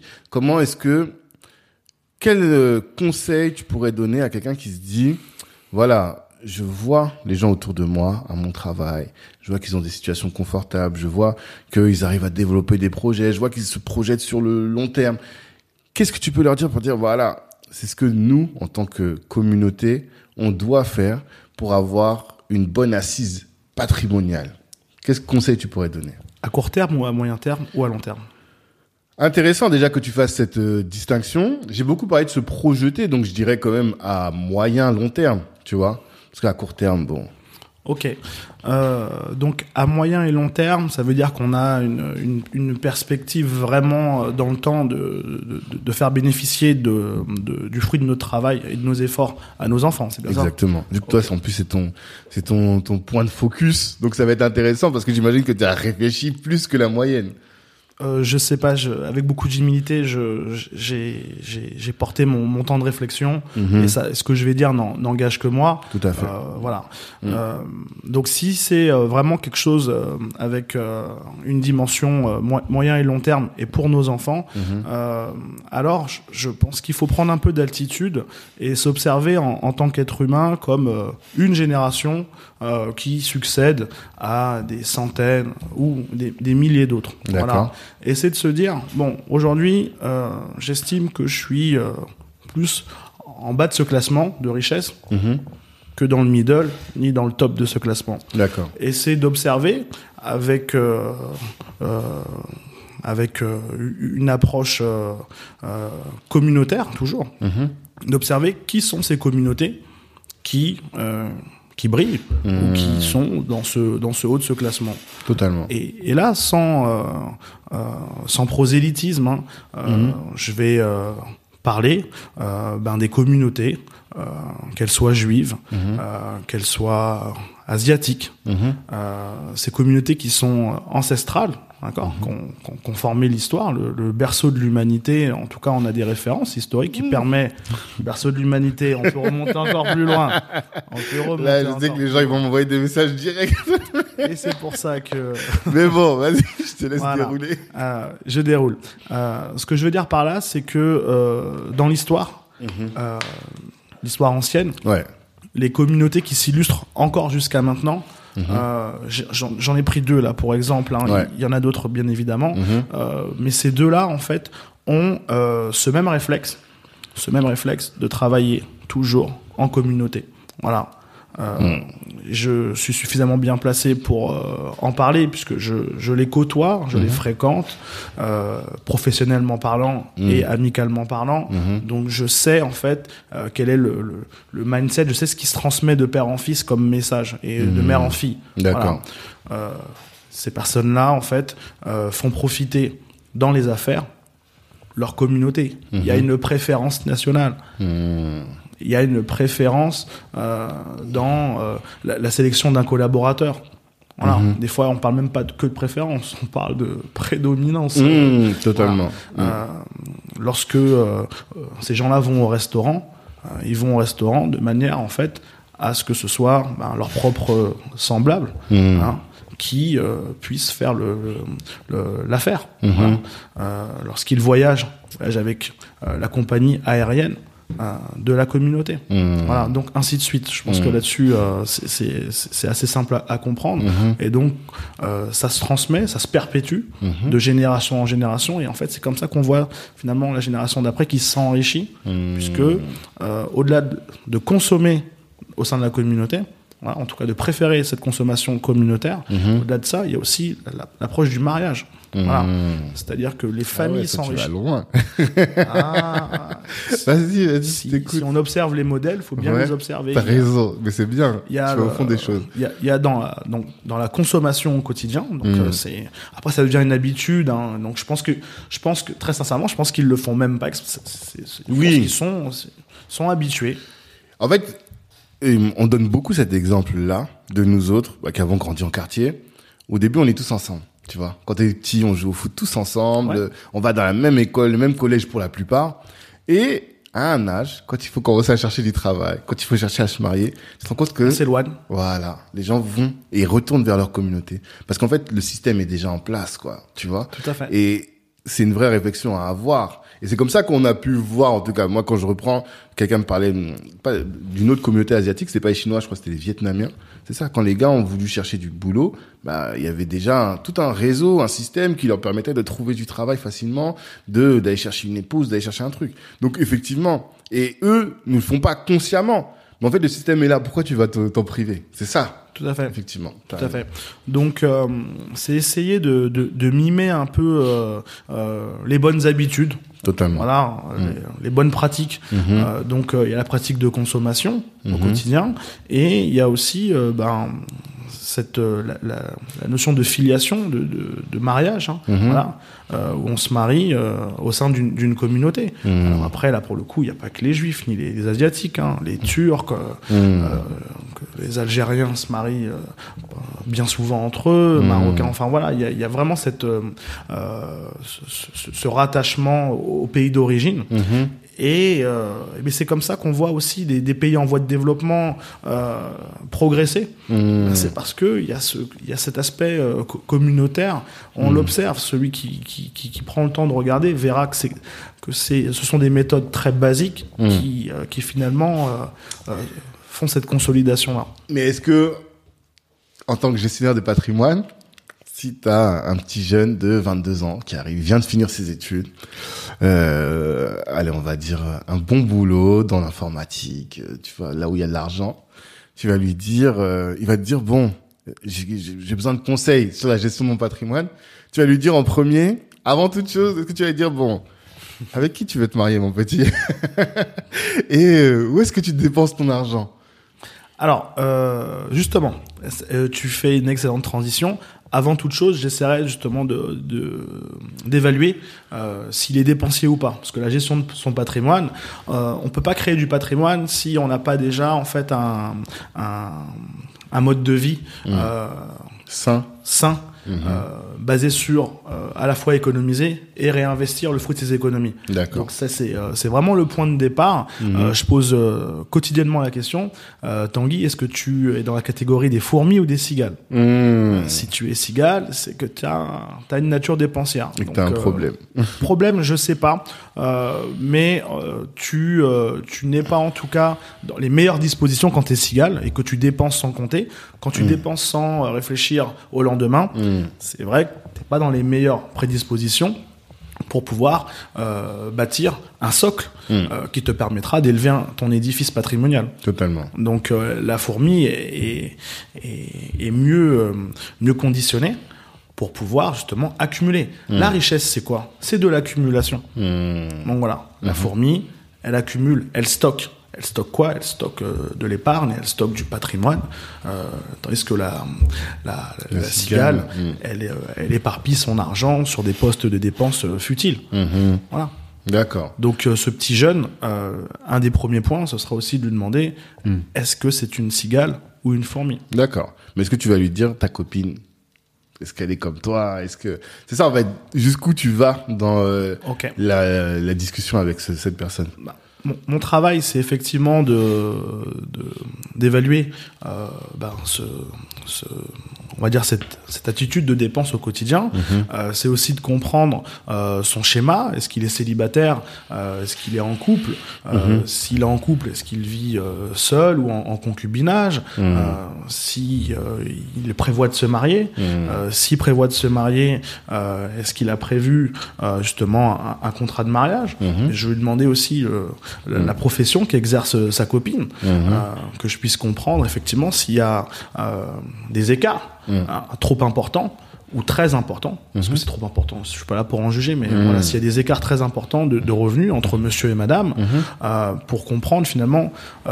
Quel conseil tu pourrais donner à quelqu'un qui se dit voilà, je vois les gens autour de moi, à mon travail, je vois qu'ils ont des situations confortables, je vois qu'ils arrivent à développer des projets, je vois qu'ils se projettent sur le long terme. Qu'est-ce que tu peux leur dire pour dire, voilà, c'est ce que nous, en tant que communauté, on doit faire pour avoir une bonne assise patrimoniale? Quels conseils tu pourrais donner? À court terme ou à moyen terme ou à long terme? Intéressant déjà que tu fasses cette distinction. J'ai beaucoup parlé de se projeter, donc je dirais quand même à moyen, long terme, tu vois. Parce qu'à court terme, bon. Ok. Donc à moyen et long terme, ça veut dire qu'on a une perspective vraiment dans le temps de faire bénéficier du fruit de notre travail et de nos efforts à nos enfants. C'est bien ça? Exactement. Du coup, toi, en plus, c'est ton point de focus. Donc ça va être intéressant parce que j'imagine que tu as réfléchi plus que la moyenne. Je sais pas, avec beaucoup d'humilité, j'ai porté mon temps de réflexion et ça, ce que je vais dire n'engage que moi. Tout à fait. Voilà. Donc si c'est vraiment quelque chose avec une dimension moyen et long terme et pour nos enfants, alors je pense qu'il faut prendre un peu d'altitude et s'observer en tant qu'être humain comme une génération qui succède à des centaines ou des milliers d'autres. D'accord. Voilà. Et c'est de se dire, bon, aujourd'hui, j'estime que je suis plus en bas de ce classement de richesse que dans le middle, ni dans le top de ce classement. D'accord. Et c'est d'observer avec une approche communautaire, toujours, d'observer qui sont ces communautés qui brillent ou qui sont dans ce haut de ce classement. Totalement. Et là, sans prosélytisme, je vais parler des communautés, qu'elles soient juives, qu'elles soient asiatiques, ces communautés qui sont ancestrales, d'accord, qu'on formé l'histoire, le berceau de l'humanité. En tout cas, on a des références historiques qui permettent le berceau de l'humanité. On peut remonter encore plus loin. Là, je sais que les gens ils vont m'envoyer des messages directs. Et c'est pour ça que. Mais bon, vas-y, je te laisse dérouler. Je déroule. Ce que je veux dire par là, c'est que dans l'histoire, l'histoire ancienne, les communautés qui s'illustrent encore jusqu'à maintenant. J'en ai pris deux là pour exemple, il y en a d'autres bien évidemment, mais ces deux-là en fait ont ce même réflexe de travailler toujours en communauté. Voilà. Je suis suffisamment bien placé pour en parler puisque je les côtoie, je les fréquente, professionnellement parlant et amicalement parlant. Donc je sais en fait quel est le mindset, je sais ce qui se transmet de père en fils comme message et de mère en fille. D'accord. Voilà. Ces personnes-là en fait font profiter dans les affaires leur communauté. Il y a une préférence nationale. Il y a une préférence dans la sélection d'un collaborateur. Voilà. Des fois, on parle même pas que de préférence, on parle de prédominance. Totalement. Voilà. Lorsque ces gens-là vont au restaurant, ils vont au restaurant de manière, en fait, à ce que ce soit leur propre semblable, qui puissent faire l'affaire. Voilà. Lorsqu'ils voyagent avec la compagnie aérienne, de la communauté. Voilà, donc ainsi de suite. Je pense que là-dessus, c'est assez simple à comprendre. Et donc, ça se transmet, ça se perpétue de génération en génération. Et en fait, c'est comme ça qu'on voit finalement la génération d'après qui s'enrichit, puisque au-delà de consommer au sein de la communauté, voilà, en tout cas de préférer cette consommation communautaire, au-delà de ça, il y a aussi l'approche du mariage. Voilà. C'est-à-dire que les familles s'enrichissent. Tu vas loin. Vas-y, si on observe les modèles, il faut bien les observer. T'as raison, mais c'est bien. Tu vas au fond des choses. Il y a dans la consommation au quotidien. Donc après ça devient une habitude. Donc je pense que très sincèrement, je pense qu'ils le font même pas. Ils sont habitués. En fait, on donne beaucoup cet exemple-là de nous autres qui avons grandi en quartier. Au début, on est tous ensemble. Tu vois, quand t'es petit, on joue au foot tous ensemble, on va dans la même école, le même collège pour la plupart. Et à un âge, quand il faut commencer à chercher du travail, quand il faut chercher à se marier, tu te rends compte que... C'est loin. Voilà. Les gens vont et retournent vers leur communauté. Parce qu'en fait, le système est déjà en place, quoi. Tu vois? Tout à fait. Et c'est une vraie réflexion à avoir. Et c'est comme ça qu'on a pu voir, en tout cas, moi, quand je reprends, quelqu'un me parlait d'une autre communauté asiatique, c'était pas les Chinois, je crois que c'était les Vietnamiens. C'est ça, quand les gars ont voulu chercher du boulot, il y avait déjà tout un réseau, un système qui leur permettait de trouver du travail facilement, d'aller chercher une épouse, d'aller chercher un truc. Donc, effectivement, et eux ne le font pas consciemment. Mais en fait, le système est là. Pourquoi tu vas t'en priver? C'est ça. Tout à fait. Effectivement. Tout à fait. Donc, c'est essayer de mimer un peu les bonnes habitudes. Totalement. Voilà, les bonnes pratiques. Donc, il y a la pratique de consommation au quotidien, et il y a aussi la notion de filiation, de mariage, voilà, où on se marie au sein d'une communauté. Alors après, là, pour le coup, il n'y a pas que les Juifs ni les Asiatiques, les Turcs, que les Algériens se marient bien souvent entre eux, Marocains. Enfin voilà, il y a vraiment ce rattachement au pays d'origine. Et c'est comme ça qu'on voit aussi des pays en voie de développement progresser. C'est parce que il y a cet aspect communautaire. On l'observe. Celui qui prend le temps de regarder verra que ce sont des méthodes très basiques qui finalement font cette consolidation-là. Mais est-ce que, en tant que gestionnaire de patrimoine, si tu as un petit jeune de 22 ans qui vient de finir ses études, allez, on va dire un bon boulot dans l'informatique, tu vois, là où il y a de l'argent, tu vas lui dire, il va te dire, bon, j'ai besoin de conseils sur la gestion de mon patrimoine. Tu vas lui dire en premier, avant toute chose, est-ce que tu vas lui dire, bon, avec qui tu veux te marier, mon petit? Et où est-ce que tu dépenses ton argent? Alors, justement, tu fais une excellente transition. Avant toute chose, j'essaierai justement d'évaluer s'il est dépensier ou pas. Parce que la gestion de son patrimoine, on peut pas créer du patrimoine si on n'a pas déjà en fait un mode de vie sain. Basé sur à la fois économiser et réinvestir le fruit de ses économies. D'accord. Donc ça c'est vraiment le point de départ. Je pose quotidiennement la question, Tanguy, est-ce que tu es dans la catégorie des fourmis ou des cigales? Si tu es cigale, c'est que tu as une nature dépensière. Et que tu as un problème. Problème, je sais pas, mais tu n'es pas en tout cas dans les meilleures dispositions quand tu es cigale et que tu dépenses sans compter. Quand tu dépenses sans réfléchir au lendemain, c'est vrai que t'es pas dans les meilleures prédispositions pour pouvoir bâtir un socle qui te permettra d'élever ton édifice patrimonial. Totalement. Donc la fourmi est mieux conditionnée pour pouvoir justement accumuler. La richesse, c'est quoi? C'est de l'accumulation. Donc voilà, la fourmi, elle accumule, elle stocke. Elle stocke quoi? Elle stocke de l'épargne, elle stocke du patrimoine, tandis que la cigale, elle éparpille son argent sur des postes de dépenses futiles. Voilà. D'accord. Donc ce petit jeune, un des premiers points, ce sera aussi de lui demander est-ce que c'est une cigale ou une fourmi? D'accord. Mais est-ce que tu vas lui dire ta copine? Est-ce qu'elle est comme toi? Est-ce que c'est ça en fait? Jusqu'où tu vas dans la discussion avec cette personne? Mon travail, c'est effectivement d'évaluer on va dire cette attitude de dépense au quotidien. C'est aussi de comprendre son schéma. Est-ce qu'il est célibataire? Est-ce qu'il est en couple? S'il est en couple, est-ce qu'il vit seul ou en concubinage? Si il prévoit de se marier? S'il prévoit de se marier, est-ce qu'il a prévu justement un contrat de mariage? Je vais lui demander aussi la profession qu'exerce sa copine, que je puisse comprendre effectivement s'il y a des écarts trop importants ou très importants, parce que c'est trop important, je suis pas là pour en juger, mais voilà, s'il y a des écarts très importants de revenus entre monsieur et madame, pour comprendre finalement,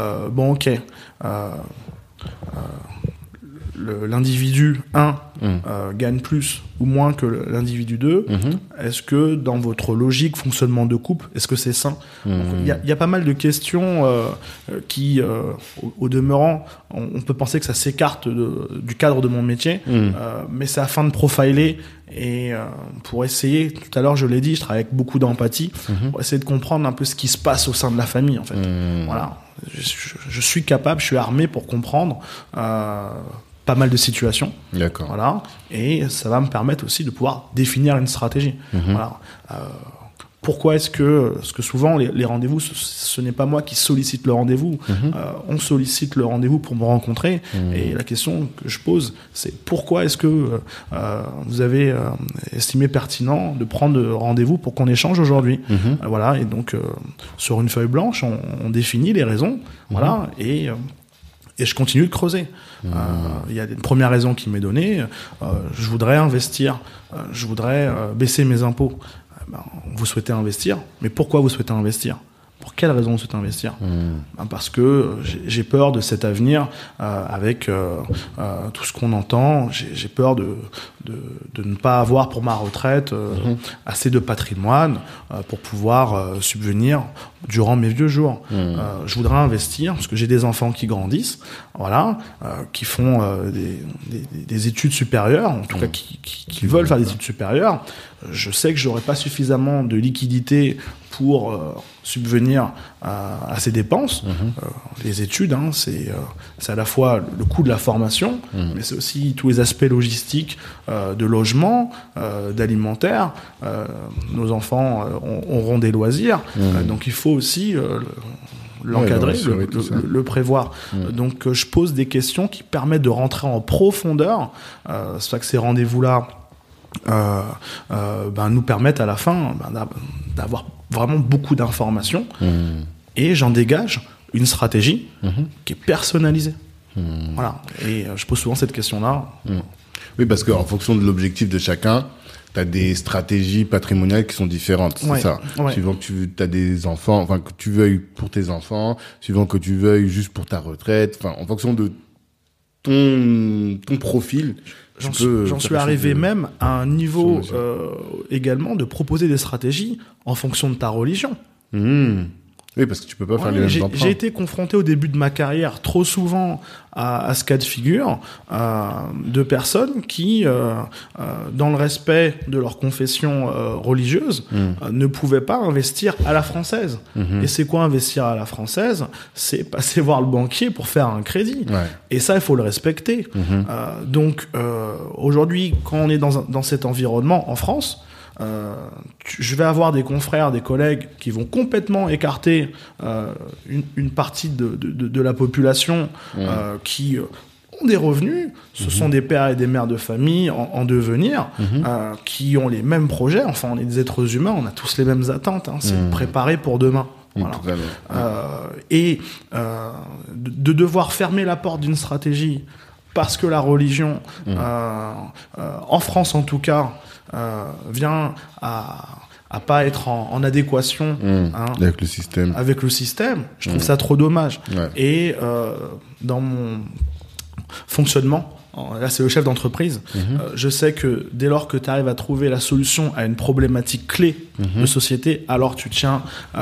l'individu 1 gagne plus ou moins que l'individu 2, est-ce que dans votre logique fonctionnement de couple, est-ce que c'est sain? Il y a pas mal de questions qui, au demeurant, on peut penser que ça s'écarte du cadre de mon métier, mais c'est afin de profiler et pour essayer, tout à l'heure je l'ai dit, je travaille avec beaucoup d'empathie, pour essayer de comprendre un peu ce qui se passe au sein de la famille en fait. Voilà, je suis capable, je suis armé pour comprendre pas mal de situations. D'accord. Voilà. Et ça va me permettre aussi de pouvoir définir une stratégie. Voilà. Pourquoi est-ce que, parce que souvent les rendez-vous, ce n'est pas moi qui sollicite le rendez-vous, on sollicite le rendez-vous pour me rencontrer, et la question que je pose, c'est pourquoi est-ce que vous avez estimé pertinent de prendre rendez-vous pour qu'on échange aujourd'hui. Voilà, et donc sur une feuille blanche, on définit les raisons, voilà, et je continue de creuser. Il y a une première raison qui m'est donnée, je voudrais investir, je voudrais baisser mes impôts. Vous souhaitez investir, mais pourquoi vous souhaitez investir ? Pour quelle raison vous souhaitez investir ? Parce que j'ai peur de cet avenir avec tout ce qu'on entend. J'ai peur de ne pas avoir pour ma retraite assez de patrimoine pour pouvoir subvenir durant mes vieux jours. Je voudrais investir parce que j'ai des enfants qui grandissent, voilà, qui font des études supérieures, en tout cas qui veulent faire des études supérieures. Je sais que j'aurai pas suffisamment de liquidité pour subvenir à ces dépenses. Les études, c'est à la fois le coût de la formation, mais c'est aussi tous les aspects logistiques de logement, d'alimentaire. Nos enfants auront des loisirs, donc il faut aussi l'encadrer, le prévoir. Donc je pose des questions qui permettent de rentrer en profondeur. C'est ça que ces rendez-vous-là nous permettent à la fin d'avoir vraiment beaucoup d'informations, et j'en dégage une stratégie qui est personnalisée. Voilà. Et je pose souvent cette question-là. Oui, parce qu'en fonction de l'objectif de chacun, tu as des stratégies patrimoniales qui sont différentes, c'est ça. Suivant que tu as des enfants, enfin que tu veuilles pour tes enfants, suivant que tu veuilles juste pour ta retraite, enfin en fonction de ton profil. J'en suis arrivé même à un niveau également de proposer des stratégies en fonction de ta religion. Oui, parce que tu peux pas faire les mêmes emprunts. J'ai été confronté au début de ma carrière trop souvent à ce cas de figure de personnes qui, dans le respect de leur confession religieuse, ne pouvaient pas investir à la française. Et c'est quoi investir à la française ? C'est passer voir le banquier pour faire un crédit. Et ça, il faut le respecter. Donc, aujourd'hui, quand on est dans cet environnement en France, je vais avoir des confrères, des collègues qui vont complètement écarter une partie de la population qui ont des revenus. Ce sont des pères et des mères de famille en devenir qui ont les mêmes projets. Enfin, on est des êtres humains, on a tous les mêmes attentes. C'est préparer pour demain. Voilà. De devoir fermer la porte d'une stratégie parce que la religion, en France en tout cas, vient à pas être en adéquation avec le système. Je trouve ça trop dommage. Et dans mon fonctionnement, là c'est le chef d'entreprise, je sais que dès lors que tu arrives à trouver la solution à une problématique clé de société, alors tu tiens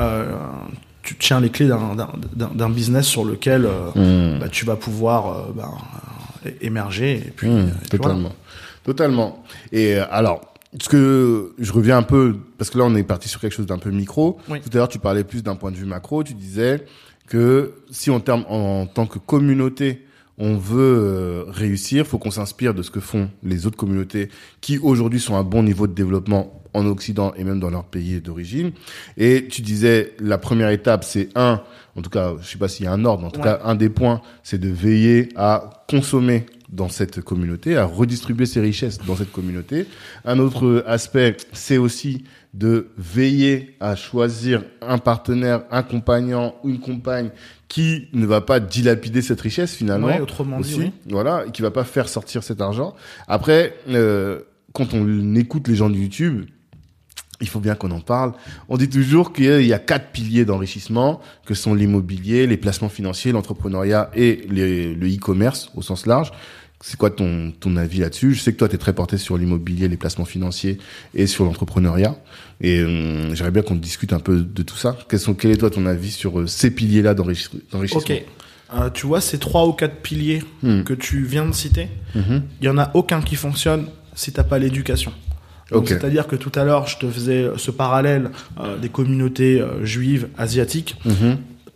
les clés d'un business sur lequel tu vas pouvoir émerger. Et puis, Totalement. Et alors, ce que je reviens un peu, parce que là on est parti sur quelque chose d'un peu micro. Tout à l'heure tu parlais plus d'un point de vue macro. Tu disais que si en tant que communauté on veut réussir, faut qu'on s'inspire de ce que font les autres communautés qui aujourd'hui sont à un bon niveau de développement en Occident et même dans leur pays d'origine. Et tu disais la première étape, c'est en tout cas, je sais pas s'il y a un ordre, en tout cas un des points, c'est de veiller à consommer dans cette communauté, à redistribuer ses richesses dans cette communauté. Un autre aspect, c'est aussi de veiller à choisir un partenaire, un compagnon ou une compagne qui ne va pas dilapider cette richesse finalement. Autrement aussi, dit, voilà, et qui va pas faire sortir cet argent. Après, quand on écoute les gens de YouTube, il faut bien qu'on en parle. On dit toujours qu'il y a 4 piliers d'enrichissement, que sont l'immobilier, les placements financiers, l'entrepreneuriat et le e-commerce au sens large. C'est quoi ton avis là-dessus ? Je sais que toi, tu es très porté sur l'immobilier, les placements financiers et sur l'entrepreneuriat. Et j'aimerais bien qu'on discute un peu de tout ça. Quel est toi ton avis sur ces piliers-là d'enrichissement ? Ok. Tu vois, ces 3 ou 4 piliers que tu viens de citer, il y en a aucun qui fonctionne si t'as pas l'éducation. Donc, c'est-à-dire que tout à l'heure, je te faisais ce parallèle des communautés juives, asiatiques.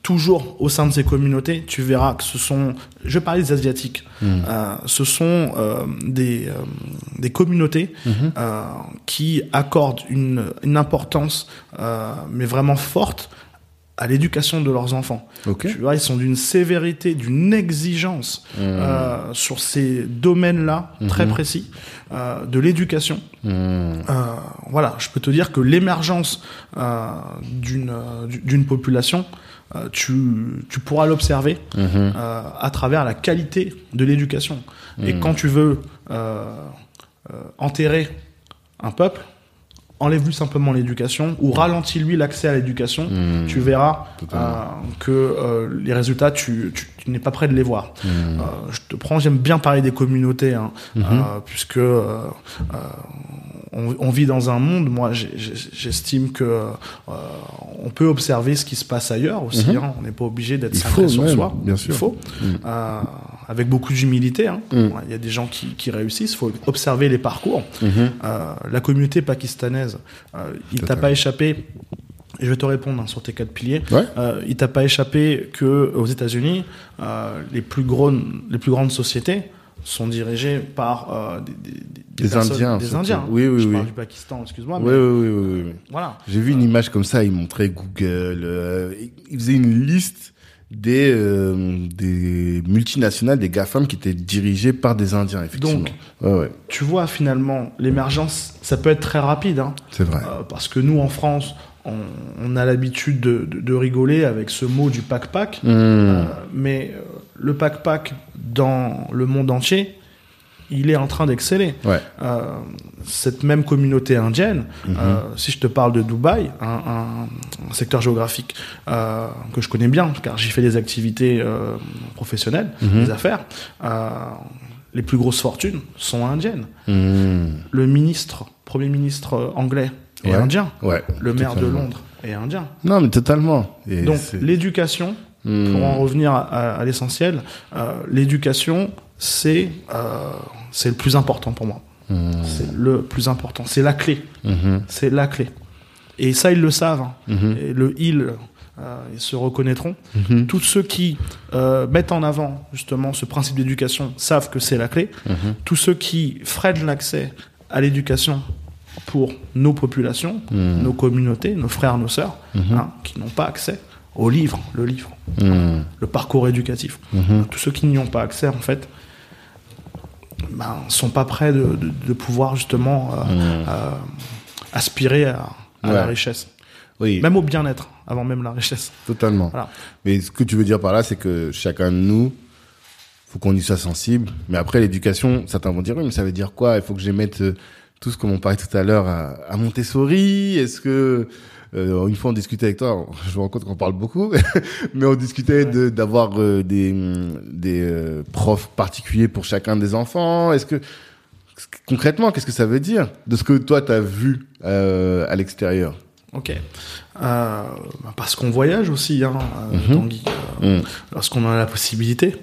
toujours au sein de ces communautés, tu verras que je vais parler des Asiatiques, ce sont des communautés qui accordent une importance, mais vraiment forte, à l'éducation de leurs enfants. Okay. Tu vois, ils sont d'une sévérité, d'une exigence sur ces domaines-là très précis de l'éducation. Voilà, je peux te dire que l'émergence d'une population, tu pourras l'observer à travers la qualité de l'éducation. Et quand tu veux enterrer un peuple, enlève-lui simplement l'éducation ou ralentis-lui l'accès à l'éducation, tu verras que les résultats, tu n'es pas prêt de les voir. J'aime bien parler des communautés, puisque on vit dans un monde, moi j'estime que on peut observer ce qui se passe ailleurs aussi, on n'est pas obligé d'être centré sur soi, bien sûr. Il faut. Avec beaucoup d'humilité. Il y a des gens qui réussissent. Il faut observer les parcours. La communauté pakistanaise, il t'a pas échappé. Et je vais te répondre sur tes 4 piliers. Il t'a pas échappé que aux États-Unis, les plus grandes sociétés sont dirigées par des Indiens. Des Indiens. Oui. Je parle du Pakistan, excuse-moi. Oui. Voilà. J'ai vu une image comme ça. Ils montraient Google. Ils faisaient une liste des multinationales, des GAFAM qui étaient dirigées par des Indiens, effectivement. Donc, tu vois, finalement, l'émergence, ça peut être très rapide. C'est vrai. Parce que nous, en France, on a l'habitude de rigoler avec ce mot du pack-pack. Mais le pack-pack, dans le monde entier, il est en train d'exceller. Cette même communauté indienne, si je te parle de Dubaï, un secteur géographique que je connais bien, car j'y fais des activités professionnelles, des affaires, les plus grosses fortunes sont indiennes. Le premier ministre anglais est indien. Le maire de Londres est indien. Non, mais totalement. Et donc, l'éducation, pour en revenir à l'essentiel, l'éducation, c'est le plus important pour moi. C'est le plus important. C'est la clé. C'est la clé. Et ça, ils le savent. Et ils se reconnaîtront. Tous ceux qui mettent en avant justement ce principe d'éducation savent que c'est la clé. Tous ceux qui freinent l'accès à l'éducation pour nos populations, nos communautés, nos frères, nos sœurs, qui n'ont pas accès au livre, le parcours éducatif. Tous ceux qui n'y ont pas accès, en fait, sont pas prêts de pouvoir justement aspirer à la richesse. Oui. Même au bien-être, avant même la richesse. Totalement. Voilà. Mais ce que tu veux dire par là, c'est que chacun de nous, faut qu'on y soit sensible. Mais après, l'éducation, certains vont dire, oui, mais ça veut dire quoi? Il faut que je mette tout ce qu'on en parlait tout à l'heure à Montessori. Est-ce que une fois on discutait avec toi, je me rends compte qu'on parle beaucoup, mais on discutait d'avoir des profs particuliers pour chacun des enfants. Est-ce que concrètement, qu'est-ce que ça veut dire de ce que toi t'as vu à l'extérieur? Ok. Parce qu'on voyage aussi, Tanguy, lorsqu'on en a la possibilité.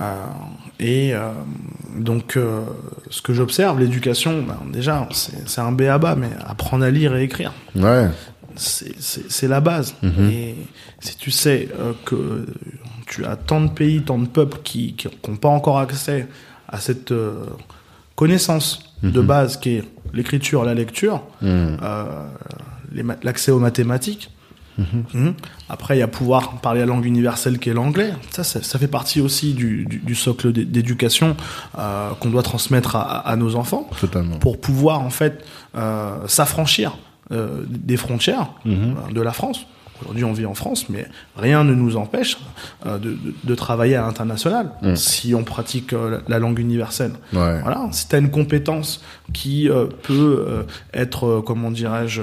Donc, ce que j'observe, l'éducation, déjà, c'est un b.a.-ba, mais apprendre à lire et écrire. C'est la base. Et si tu sais que tu as tant de pays, tant de peuples qui n'ont pas encore accès à cette connaissance de base qui est l'écriture, la lecture, l'accès aux mathématiques. Après, il y a pouvoir parler la langue universelle qui est l'anglais. Ça fait partie aussi du socle d'éducation qu'on doit transmettre à nos enfants. Totalement. Pour pouvoir en fait s'affranchir des frontières de la France. Aujourd'hui, on vit en France, mais rien ne nous empêche de travailler à l'international si on pratique la langue universelle. Voilà. Si tu as une compétence qui peut être, comment dirais-je,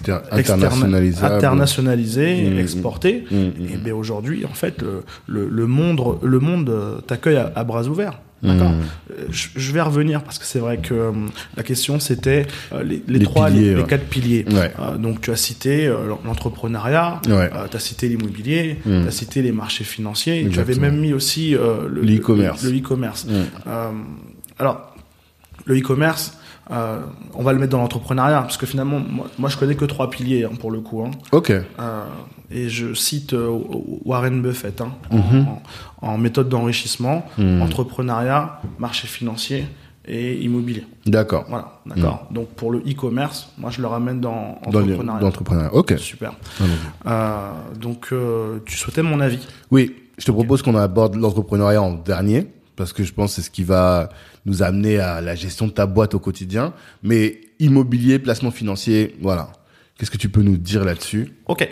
internationalisée, exportée, et bien aujourd'hui, en fait, le monde t'accueille à bras ouverts. D'accord. Je vais revenir parce que c'est vrai que la question c'était les 4 piliers. Donc tu as cité l'entrepreneuriat, tu as cité l'immobilier, tu as cité les marchés financiers, et tu avais même mis aussi le e-commerce. Alors le e-commerce, on va le mettre dans l'entrepreneuriat parce que finalement moi je connais que 3 piliers pour le coup. et je cite Warren Buffett en méthode d'enrichissement, entrepreneuriat, marché financier et immobilier. D'accord. Voilà, d'accord. Donc pour le e-commerce, moi je le ramène dans l'entrepreneuriat. Ok. Super. Donc tu souhaitais mon avis? Oui, je te propose qu'on aborde l'entrepreneuriat en dernier, parce que je pense que c'est ce qui va nous amener à la gestion de ta boîte au quotidien. Mais immobilier, placement financier, voilà. Qu'est-ce que tu peux nous dire là-dessus? Ok.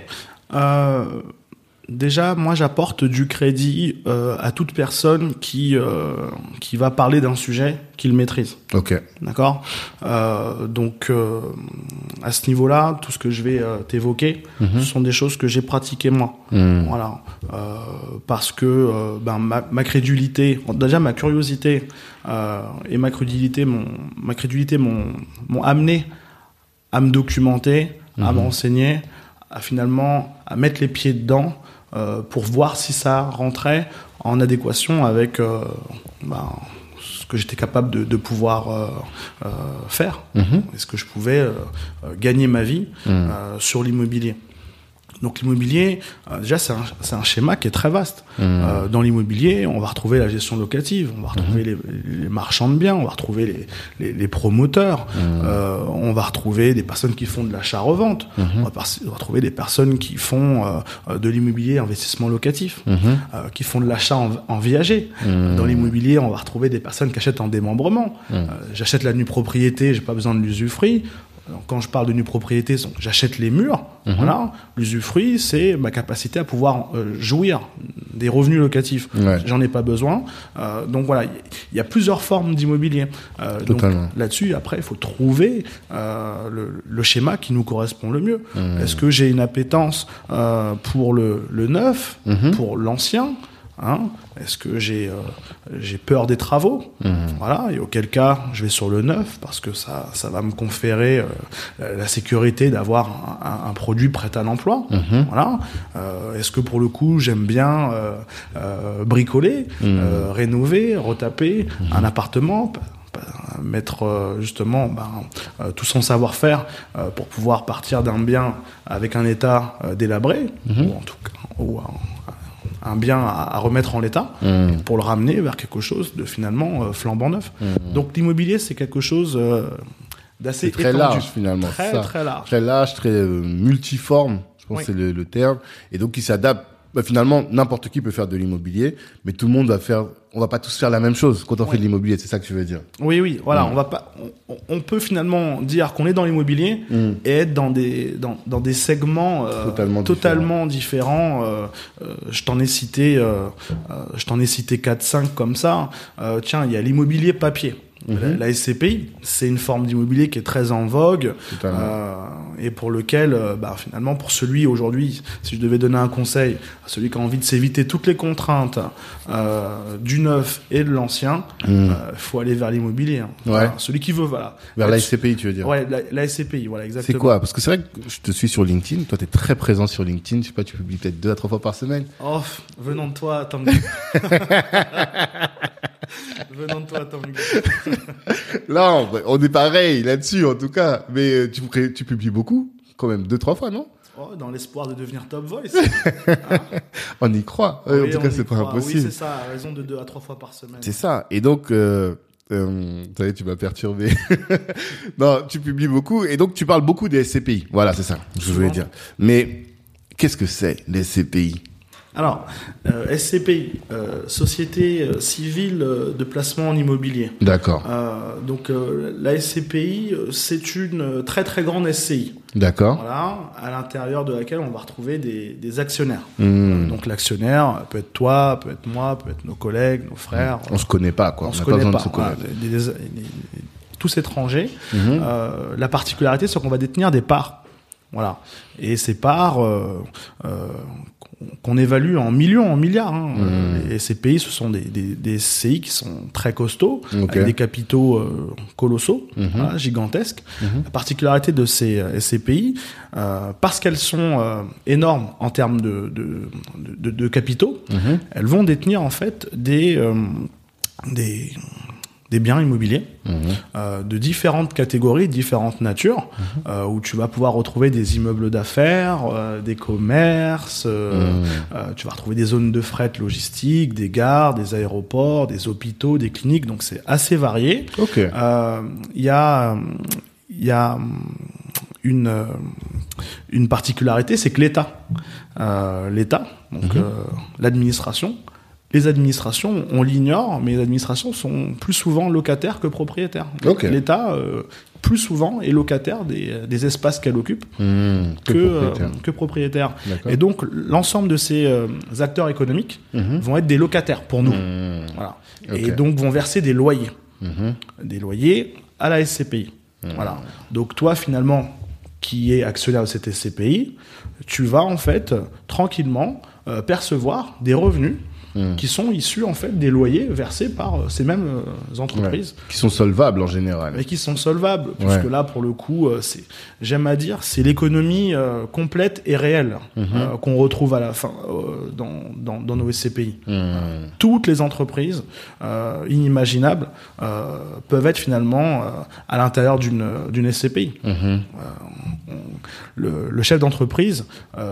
Déjà, moi, j'apporte du crédit à toute personne qui va parler d'un sujet qu'il maîtrise. Ok. D'accord. Donc, à ce niveau-là, tout ce que je vais t'évoquer, ce sont des choses que j'ai pratiquées moi. Voilà. Parce que ma crédulité, déjà ma curiosité et ma crédulité m'ont amené à me documenter, à me renseigner, à mettre les pieds dedans. Pour voir si ça rentrait en adéquation avec ce que j'étais capable de pouvoir faire, et ce que je pouvais gagner ma vie sur l'immobilier. Donc l'immobilier, déjà c'est un schéma qui est très vaste. Dans l'immobilier, on va retrouver la gestion locative, on va retrouver les marchands de biens, on va retrouver les promoteurs, on va retrouver des personnes qui font de l'achat-revente, on va retrouver des personnes qui font de l'immobilier investissement locatif, qui font de l'achat en viager. Dans l'immobilier, on va retrouver des personnes qui achètent en démembrement. J'achète la nue propriété, j'ai pas besoin de l'usufruit. Donc, quand je parle de nue propriété, j'achète les murs. Voilà. L'usufruit, c'est ma capacité à pouvoir jouir des revenus locatifs. Ouais. J'en ai pas besoin. Donc voilà, il y a plusieurs formes d'immobilier. Donc là-dessus, après, il faut trouver le schéma qui nous correspond le mieux. Est-ce que j'ai une appétence pour le neuf, pour l'ancien? Est-ce que j'ai peur des travaux? Voilà, et auquel cas je vais sur le neuf parce que ça va me conférer la sécurité d'avoir un produit prêt à l'emploi. Voilà. Est-ce que pour le coup j'aime bien bricoler, rénover, retaper un appartement, mettre justement tout son savoir-faire pour pouvoir partir d'un bien avec un état délabré, ou en tout cas un bien à remettre en l'état pour le ramener vers quelque chose de finalement flambant neuf. Donc l'immobilier, c'est quelque chose d'assez étendu. Très large finalement. Très large. Très large, très multiforme, je pense que c'est le terme. Et donc il s'adapte. Finalement, n'importe qui peut faire de l'immobilier, mais tout le monde on va pas tous faire la même chose quand on fait de l'immobilier, c'est ça que tu veux dire? Oui, voilà, on peut finalement dire qu'on est dans l'immobilier et être dans des segments totalement différents. Je t'en ai cité 4-5 comme ça. Tiens, il y a l'immobilier papier. La SCPI, c'est une forme d'immobilier qui est très en vogue et pour lequel, finalement, pour celui aujourd'hui, si je devais donner un conseil à celui qui a envie de s'éviter toutes les contraintes du neuf et de l'ancien, faut aller vers l'immobilier. Ouais. Voilà. Celui qui veut, voilà. Vers la SCPI, tu veux dire? Ouais, la SCPI, voilà, exactement. C'est quoi? Parce que c'est vrai que je te suis sur LinkedIn. Toi, t'es très présent sur LinkedIn. Je sais pas, tu publies peut-être 2 à 3 fois par semaine. Oh, venant de toi, Tanguy. Venant de toi, Tanguy. Là, on est pareil là-dessus, en tout cas. Mais tu publies beaucoup, quand même, 2-3 fois, non? Oh, dans l'espoir de devenir Top Voice. On y croit. Oui, en tout cas, c'est pas impossible. Oui, c'est ça, à raison de 2 à 3 fois par semaine. C'est ça. Et donc, tu m'as perturbé. Non, tu publies beaucoup. Et donc, tu parles beaucoup des SCPI. Voilà, c'est ça, je voulais dire. Mais, qu'est-ce que c'est, les SCPI? Alors, SCPI, Société Civile de Placement en Immobilier. D'accord. Donc, la SCPI, c'est une très très grande SCI. D'accord. Voilà, à l'intérieur de laquelle on va retrouver des actionnaires. Donc, l'actionnaire peut être toi, peut être moi, peut être nos collègues, nos frères. On se connaît pas, quoi. On se connaît pas. Voilà, tous étrangers. La particularité, c'est qu'on va détenir des parts. Voilà. Et ces parts qu'on évalue en millions, en milliards. Et ces pays, ce sont des SCI qui sont très costauds, avec des capitaux colossaux, voilà, gigantesques. La particularité de ces SCPI, parce qu'elles sont énormes en termes de capitaux, elles vont détenir en fait des des biens immobiliers de différentes catégories, différentes natures, où tu vas pouvoir retrouver des immeubles d'affaires, des commerces, tu vas retrouver des zones de fret logistique, des gares, des aéroports, des hôpitaux, des cliniques, donc c'est assez varié. Ok. Il y a une particularité, c'est que l'État, donc l'administration, les administrations, on l'ignore, mais les administrations sont plus souvent locataires que propriétaires. Okay. L'État, plus souvent, est locataire des espaces qu'elle occupe que propriétaire. Et donc, l'ensemble de ces acteurs économiques vont être des locataires pour nous. Voilà. Okay. Et donc, vont verser des loyers. Des loyers à la SCPI. Voilà. Donc, toi, finalement, qui est actionnaire de cette SCPI, tu vas, en fait, tranquillement percevoir des revenus qui sont issus en fait des loyers versés par ces mêmes entreprises. Qui sont solvables en général. Et qui sont solvables, puisque là, pour le coup, j'aime à dire, c'est l'économie complète et réelle qu'on retrouve à la fin dans nos SCPI. Toutes les entreprises inimaginables peuvent être finalement à l'intérieur d'une SCPI. Le chef d'entreprise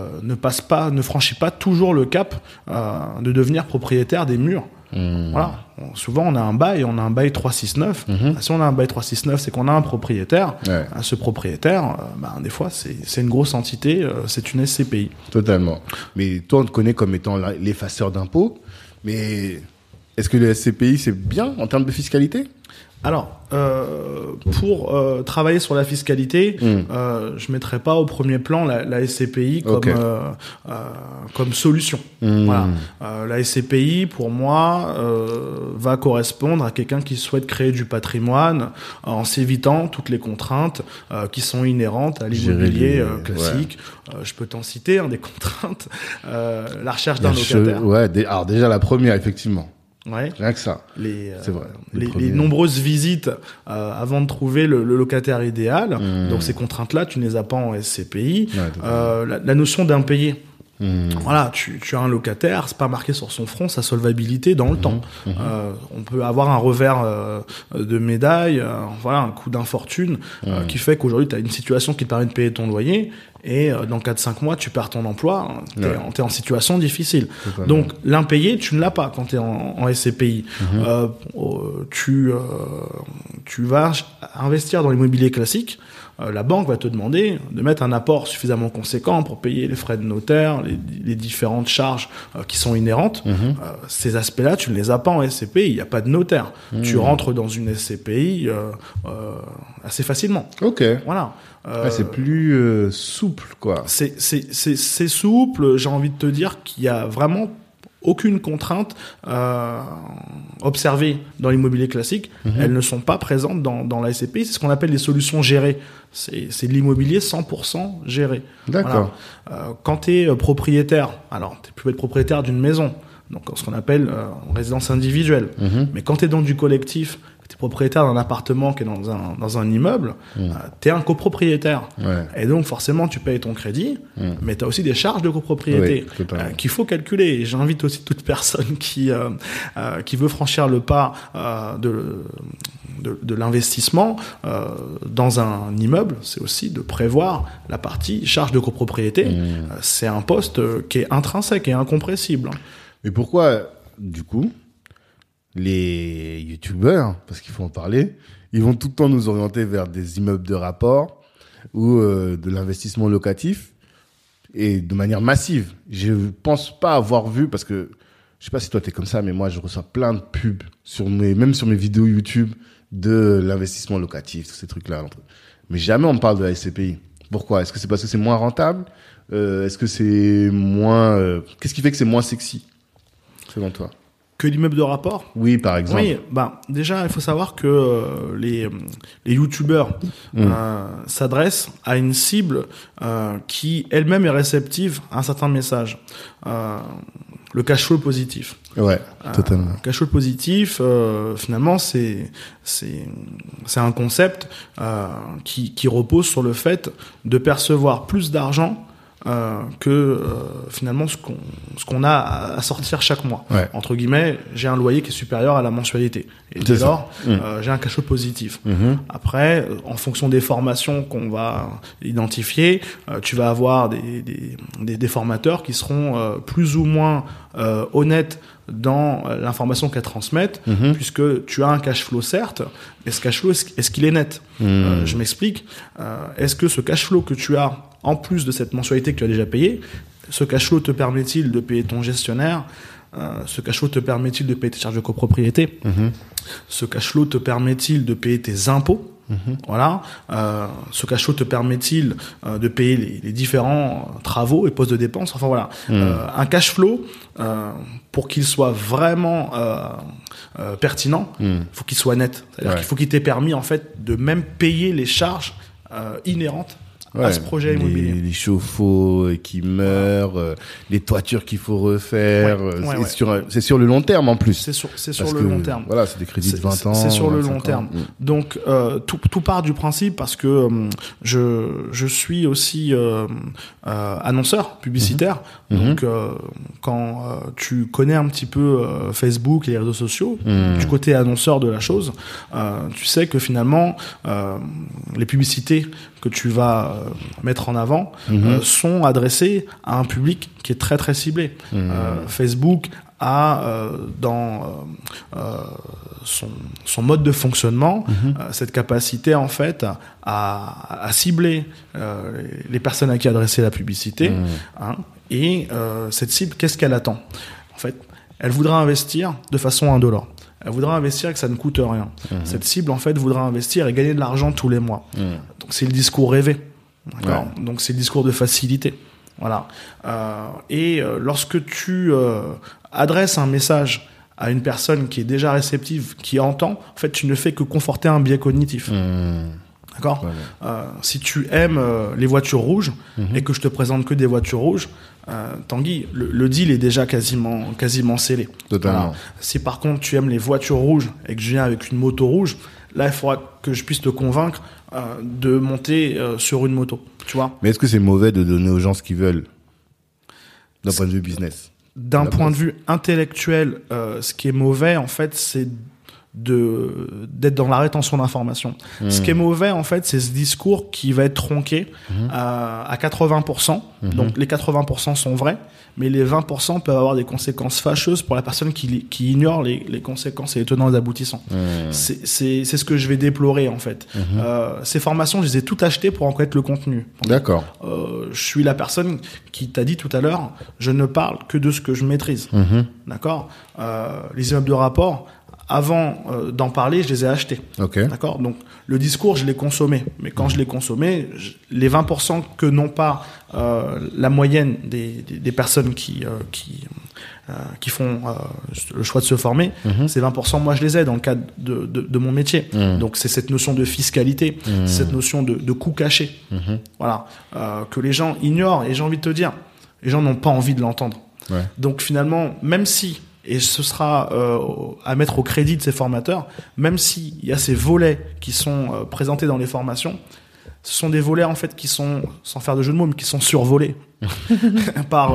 ne franchit pas toujours le cap de devenir propriétaire des murs. Voilà. Souvent, on a un bail 369. Si on a un bail 369, c'est qu'on a un propriétaire. Ce propriétaire, des fois, c'est une grosse entité, c'est une SCPI. Totalement. Mais toi, on te connaît comme étant l'effaceur d'impôts. Mais est-ce que le SCPI, c'est bien en termes de fiscalité ? Alors, pour travailler sur la fiscalité, je mettrais pas au premier plan la SCPI comme solution. Voilà. La SCPI, pour moi, va correspondre à quelqu'un qui souhaite créer du patrimoine en s'évitant toutes les contraintes qui sont inhérentes à l'immobilier classique. Je peux t'en citer des contraintes. La recherche d'un locataire. Alors déjà la première, effectivement. Ouais. Rien que ça. C'est vrai. Les nombreuses visites avant de trouver le locataire idéal. Donc ces contraintes-là, tu ne les as pas en SCPI. La notion d'impayé. Voilà, tu as un locataire, c'est pas marqué sur son front sa solvabilité dans le temps. On peut avoir un revers de médaille, un coup d'infortune qui fait qu'aujourd'hui tu as une situation qui te permet de payer ton loyer. Et dans 4-5 mois, tu perds ton emploi, t'es en situation difficile. Donc, l'impayé, tu ne l'as pas quand t'es en SCPI. Tu vas investir dans l'immobilier classique. La banque va te demander de mettre un apport suffisamment conséquent pour payer les frais de notaire, les différentes charges qui sont inhérentes. Ces aspects-là, tu ne les as pas en SCPI. Il n'y a pas de notaire. Tu rentres dans une SCPI assez facilement. Ok. Voilà. C'est plus souple, quoi. C'est souple. J'ai envie de te dire qu'il y a vraiment aucune contrainte observée dans l'immobilier classique. Elles ne sont pas présentes dans la SCPI. C'est ce qu'on appelle les solutions gérées. C'est de l'immobilier 100% géré. D'accord. Voilà. Quand tu es propriétaire, alors tu peux être propriétaire d'une maison, donc ce qu'on appelle résidence individuelle. Mais quand tu es dans du collectif, tu es propriétaire d'un appartement qui est dans un immeuble, tu es un copropriétaire. Et donc forcément tu payes ton crédit, mais tu as aussi des charges de copropriété qu'il faut calculer. Et j'invite aussi toute personne qui veut franchir le pas de l'investissement dans un immeuble, c'est aussi de prévoir la partie charge de copropriété. C'est un poste qui est intrinsèque et incompressible. Mais pourquoi, du coup, les youtubeurs, parce qu'il faut en parler, ils vont tout le temps nous orienter vers des immeubles de rapport ou de l'investissement locatif et de manière massive. Je pense pas avoir vu, parce que je sais pas si toi t'es comme ça, mais moi je reçois plein de pubs même sur mes vidéos YouTube de l'investissement locatif, tous ces trucs-là. Mais jamais on me parle de la SCPI. Pourquoi ? Est-ce que c'est parce que c'est moins rentable ? Est-ce que c'est moins... Qu'est-ce qui fait que c'est moins sexy, selon toi ? Que l'immeuble de rapport ? Oui, par exemple. Oui, déjà, il faut savoir que les youtubeurs s'adressent à une cible qui elle-même est réceptive à un certain message. Le cash flow positif. Ouais, totalement. Cash flow positif, finalement, c'est un concept qui repose sur le fait de percevoir plus d'argent que finalement ce qu'on a à sortir chaque mois. Ouais. Entre guillemets, j'ai un loyer qui est supérieur à la mensualité. Et dès lors, j'ai un cash flow positif. Après, en fonction des formations qu'on va identifier, tu vas avoir des formateurs qui seront plus ou moins honnêtes dans l'information qu'elles transmettent, puisque tu as un cash flow certes, mais ce cash flow, est-ce qu'il est net? Je m'explique. Est-ce que ce cash flow que tu as, en plus de cette mensualité que tu as déjà payée, ce cash flow te permet-il de payer ton gestionnaire? Ce cash flow te permet-il de payer tes charges de copropriété? Ce cash flow te permet-il de payer tes impôts? Voilà. Ce cash flow te permet-il de payer les différents travaux et postes de dépenses? Enfin voilà. Un cash flow, pour qu'il soit vraiment pertinent, faut qu'il soit net. C'est-à-dire qu'il faut qu'il t'ait permis en fait de même payer les charges inhérentes à ce projet immobilier. Les chauffe-eau qui meurent, les toitures qu'il faut refaire. C'est sur le long terme en plus. C'est sur le long terme. Voilà, c'est des crédits de 20 ans. C'est sur le long terme. Donc tout part du principe parce que je suis aussi annonceur publicitaire. Donc quand tu connais un petit peu Facebook et les réseaux sociaux, du côté annonceur de la chose, tu sais que finalement les publicités que tu vas mettre en avant sont adressées à un public qui est très très ciblé. Facebook a dans son mode de fonctionnement cette capacité en fait à cibler les personnes à qui adresser la publicité, et cette cible, qu'est-ce qu'elle attend? En fait, elle voudra investir de façon indolore. Elle voudra investir et que ça ne coûte rien. Cette cible, en fait, voudra investir et gagner de l'argent tous les mois. Donc, c'est le discours rêvé. D'accord. Donc, c'est le discours de facilité. Voilà. Lorsque tu adresses un message à une personne qui est déjà réceptive, qui entend, en fait, tu ne fais que conforter un biais cognitif. D'accord. Si tu aimes les voitures rouges et que je te présente que des voitures rouges, Tanguy, le deal est déjà quasiment scellé. Totalement. Voilà. Si par contre tu aimes les voitures rouges et que je viens avec une moto rouge, là il faudra que je puisse te convaincre de monter sur une moto. Tu vois. Mais est-ce que c'est mauvais de donner aux gens ce qu'ils veulent d'un point de vue business? D'un point de vue intellectuel, ce qui est mauvais en fait, c'est d'être dans la rétention d'informations. Ce qui est mauvais en fait, c'est ce discours qui va être tronqué à 80%. Donc les 80% sont vrais, mais les 20% peuvent avoir des conséquences fâcheuses pour la personne qui ignore les conséquences et les tenants et les aboutissants. C'est ce que je vais déplorer en fait. Ces formations, je les ai toutes achetées pour en connaître le contenu. D'accord. Je suis la personne qui t'a dit tout à l'heure, je ne parle que de ce que je maîtrise. D'accord. Les immeubles de rapport, avant d'en parler, je les ai achetés. Okay. D'accord. Donc le discours, je l'ai consommé. Mais quand je l'ai consommé, les 20% que n'ont pas la moyenne des personnes qui font le choix de se former, ces 20%, moi je les ai dans le cadre de mon métier. Donc c'est cette notion de fiscalité, cette notion de coût caché, voilà, que les gens ignorent. Et j'ai envie de te dire, les gens n'ont pas envie de l'entendre. Ouais. Donc finalement, même si, et ce sera à mettre au crédit de ces formateurs, même s'il y a ces volets qui sont présentés dans les formations, ce sont des volets en fait qui sont, sans faire de jeu de mots, mais qui sont survolés par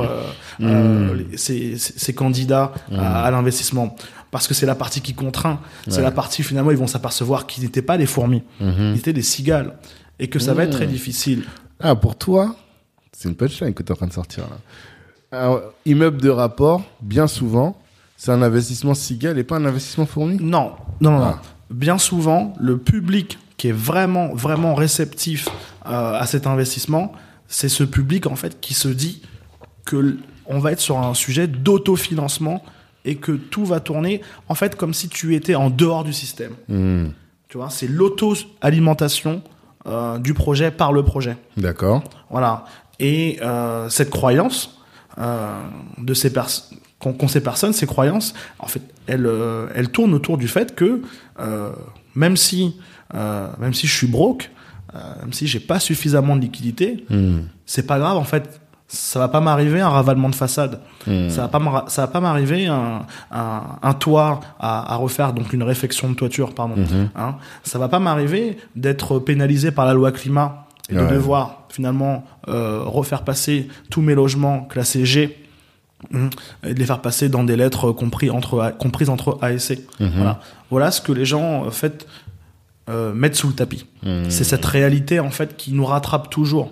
ces candidats à l'investissement. Parce que c'est la partie qui contraint. C'est la partie, finalement, ils vont s'apercevoir qu'ils n'étaient pas des fourmis. Ils étaient des cigales. Et que ça va être très difficile. Ah, pour toi, c'est une punchline que tu es en train de sortir là. Alors, immeuble de rapport, bien souvent, c'est un investissement cigale et pas un investissement fourmi? Non. Bien souvent, le public qui est vraiment, vraiment réceptif à cet investissement, c'est ce public, en fait, qui se dit que on va être sur un sujet d'autofinancement et que tout va tourner, en fait, comme si tu étais en dehors du système. Tu vois, c'est l'auto-alimentation du projet par le projet. D'accord. Voilà. Et cette croyance de ces personnes, qu'ont ces personnes, ces croyances, en fait, elles tournent autour du fait que même si je suis broke, même si j'ai pas suffisamment de liquidité, c'est pas grave en fait. Ça va pas m'arriver un ravalement de façade. Ça va pas m'arriver un toit à refaire, donc une réfection de toiture, pardon. Ça va pas m'arriver d'être pénalisé par la loi climat et de devoir finalement refaire passer tous mes logements classés G et de les faire passer dans des lettres comprises entre A et C. Voilà ce que les gens en fait mettent sous le tapis. C'est cette réalité en fait qui nous rattrape toujours.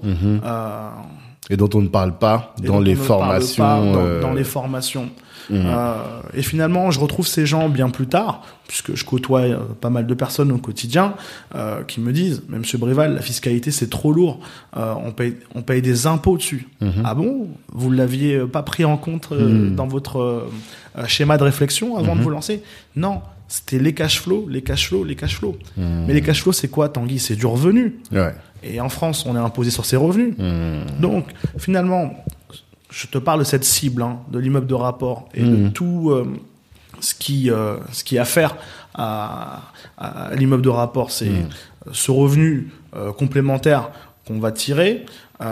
Et dont on ne parle pas dans les formations. Dans les formations. Et finalement, je retrouve ces gens bien plus tard, puisque je côtoie pas mal de personnes au quotidien qui me disent, mais Monsieur Brival, la fiscalité c'est trop lourd, on paye des impôts dessus. Ah bon? Vous l'aviez pas pris en compte dans votre schéma de réflexion avant de vous lancer? Non, c'était les cash flows. Mais les cash flows, c'est quoi, Tanguy? C'est du revenu. Ouais. Et en France, on est imposé sur ses revenus. Donc, finalement, je te parle de cette cible, de l'immeuble de rapport et de tout ce qui a à faire à l'immeuble de rapport. C'est ce revenu complémentaire qu'on va tirer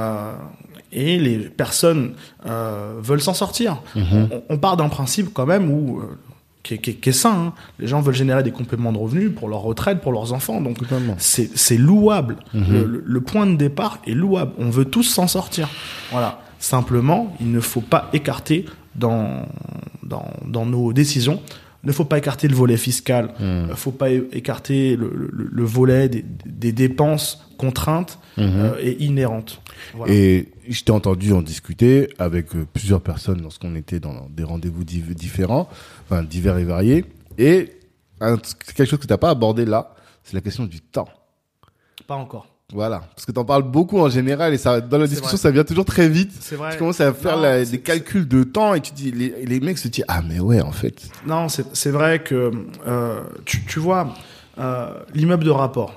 et les personnes veulent s'en sortir. On part d'un principe quand même où... qui est sain. Les gens veulent générer des compléments de revenus pour leur retraite, pour leurs enfants. Donc, c'est louable. Le point de départ est louable. On veut tous s'en sortir. Voilà. Simplement, il ne faut pas écarter dans nos décisions. Il ne faut pas écarter le volet fiscal. Il ne faut pas écarter le volet des dépenses contraintes et inhérentes. Voilà. Et je t'ai entendu en discuter avec plusieurs personnes lorsqu'on était dans des rendez-vous divers et variés. Et quelque chose que tu n'as pas abordé là, c'est la question du temps. Pas encore. Voilà, parce que t'en parles beaucoup en général et ça, dans la discussion, ça vient toujours très vite. C'est vrai. Tu commences à faire des calculs de temps et tu dis, les mecs se disent, ah mais ouais, en fait. Non, c'est vrai que tu vois, l'immeuble de rapport.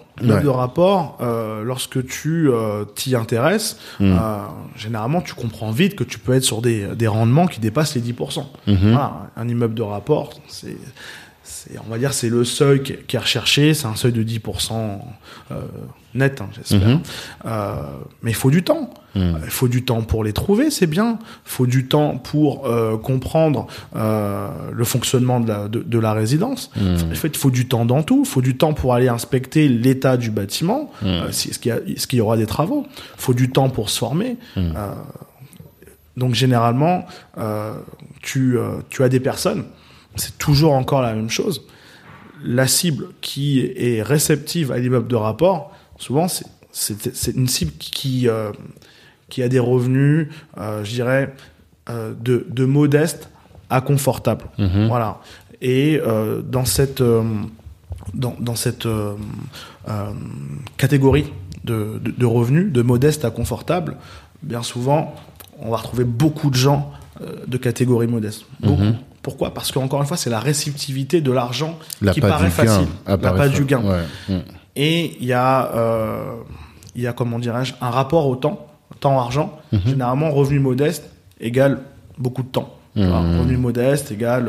Lorsque tu t'y intéresses, généralement, tu comprends vite que tu peux être sur des rendements qui dépassent les 10%. Voilà, un immeuble de rapport, on va dire, c'est le seuil qui est recherché, c'est un seuil de 10% net, j'espère. Mais il faut du temps. Il faut du temps pour les trouver, c'est bien. Il faut du temps pour comprendre le fonctionnement de la résidence. En fait, il faut du temps dans tout. Il faut du temps pour aller inspecter l'état du bâtiment, est-ce qu'il y aura des travaux. Il faut du temps pour se former. Donc, généralement, tu as des personnes, c'est toujours encore la même chose. La cible qui est réceptive à l'immeuble de rapport, souvent, c'est une cible qui a des revenus, je dirais, de modeste à confortable. Voilà. Et dans cette catégorie de revenus, de modeste à confortable, bien souvent, on va retrouver beaucoup de gens de catégorie modeste. Beaucoup. Pourquoi ? Parce qu'encore une fois, c'est la réceptivité de l'argent qui paraît facile. La pas du gain. Ouais. Et il y a, comment dirais-je, un rapport au temps-argent. Généralement, revenu modeste égale beaucoup de temps. Revenu modeste égale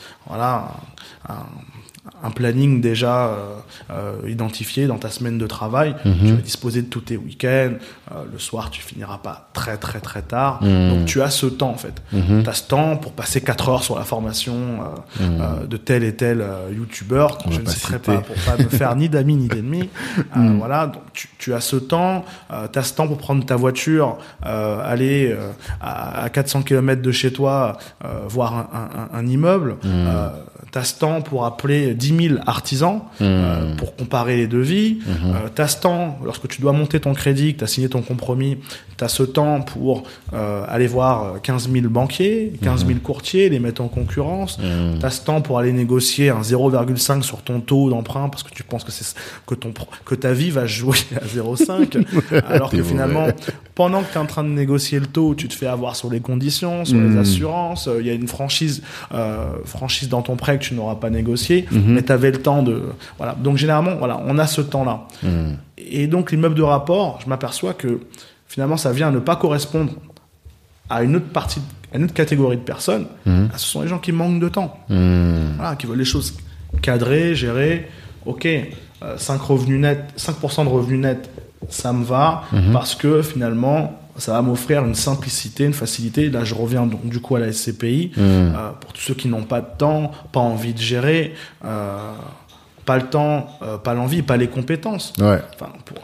un planning déjà identifié dans ta semaine de travail. Tu vas disposer de tous tes week-ends. Le soir, tu finiras pas très très très tard. Donc tu as ce temps en fait. Tu as ce temps pour passer 4 heures sur la formation de tel et tel youtubeur. Je ne citerai pas pour pas me faire ni d'amis ni d'ennemis. Voilà, donc tu as ce temps. Tu as ce temps pour prendre ta voiture, aller à 400 km de chez toi, voir un immeuble. Tu as ce temps pour appeler 10 000 artisans pour comparer les devis. Tu as ce temps, lorsque tu dois monter ton crédit, que tu as signé ton compromis, tu as ce temps pour aller voir 15 000 banquiers, 15 000 courtiers, les mettre en concurrence. Tu as ce temps pour aller négocier un 0,5 sur ton taux d'emprunt parce que tu penses que ta vie va se jouer à 0,5. Alors que finalement, pendant que tu es en train de négocier le taux, tu te fais avoir sur les conditions, sur les assurances. Il y a une franchise dans ton prêt que tu n'auras pas négocié, mais tu avais le temps de... Voilà. Donc généralement, voilà, on a ce temps-là. Et donc l'immeuble de rapport, je m'aperçois que finalement, ça vient à ne pas correspondre à une autre catégorie de personnes. Ce sont les gens qui manquent de temps, voilà, qui veulent les choses cadrées, gérées. Ok, 5% de revenus nets, ça me va, parce que finalement... ça va m'offrir une simplicité, une facilité. Là, je reviens donc du coup à la SCPI. Pour tous ceux qui n'ont pas de temps, pas envie de gérer, pas le temps, pas l'envie, pas les compétences. Ouais. Enfin,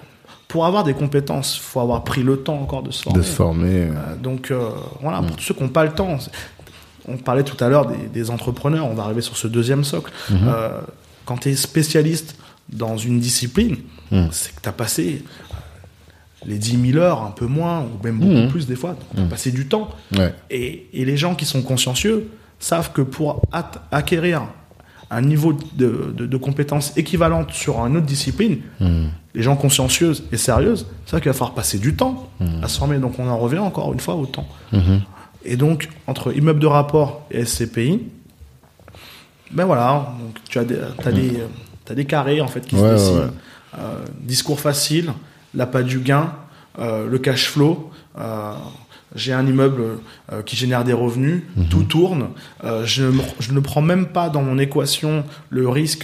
pour avoir des compétences, il faut avoir pris le temps encore de se former. Donc, voilà, pour tous ceux qui n'ont pas le temps, on parlait tout à l'heure des entrepreneurs, on va arriver sur ce deuxième socle. Quand tu es spécialiste dans une discipline, c'est que tu as passé les 10 000 heures, un peu moins, ou même beaucoup plus des fois, tu as passé du temps. Ouais. Et les gens qui sont consciencieux savent que pour acquérir un niveau de compétences équivalente sur une autre discipline, les gens consciencieuses et sérieuses, c'est vrai qu'il va falloir passer du temps à se former. Donc on en revient encore une fois au temps. Et donc, entre immeuble de rapport et SCPI, ben voilà, donc tu as des carrés en fait qui se dessinent. Discours facile, l'appât du gain, le cash flow. J'ai un immeuble qui génère des revenus, tout tourne. Je ne prends même pas dans mon équation le risque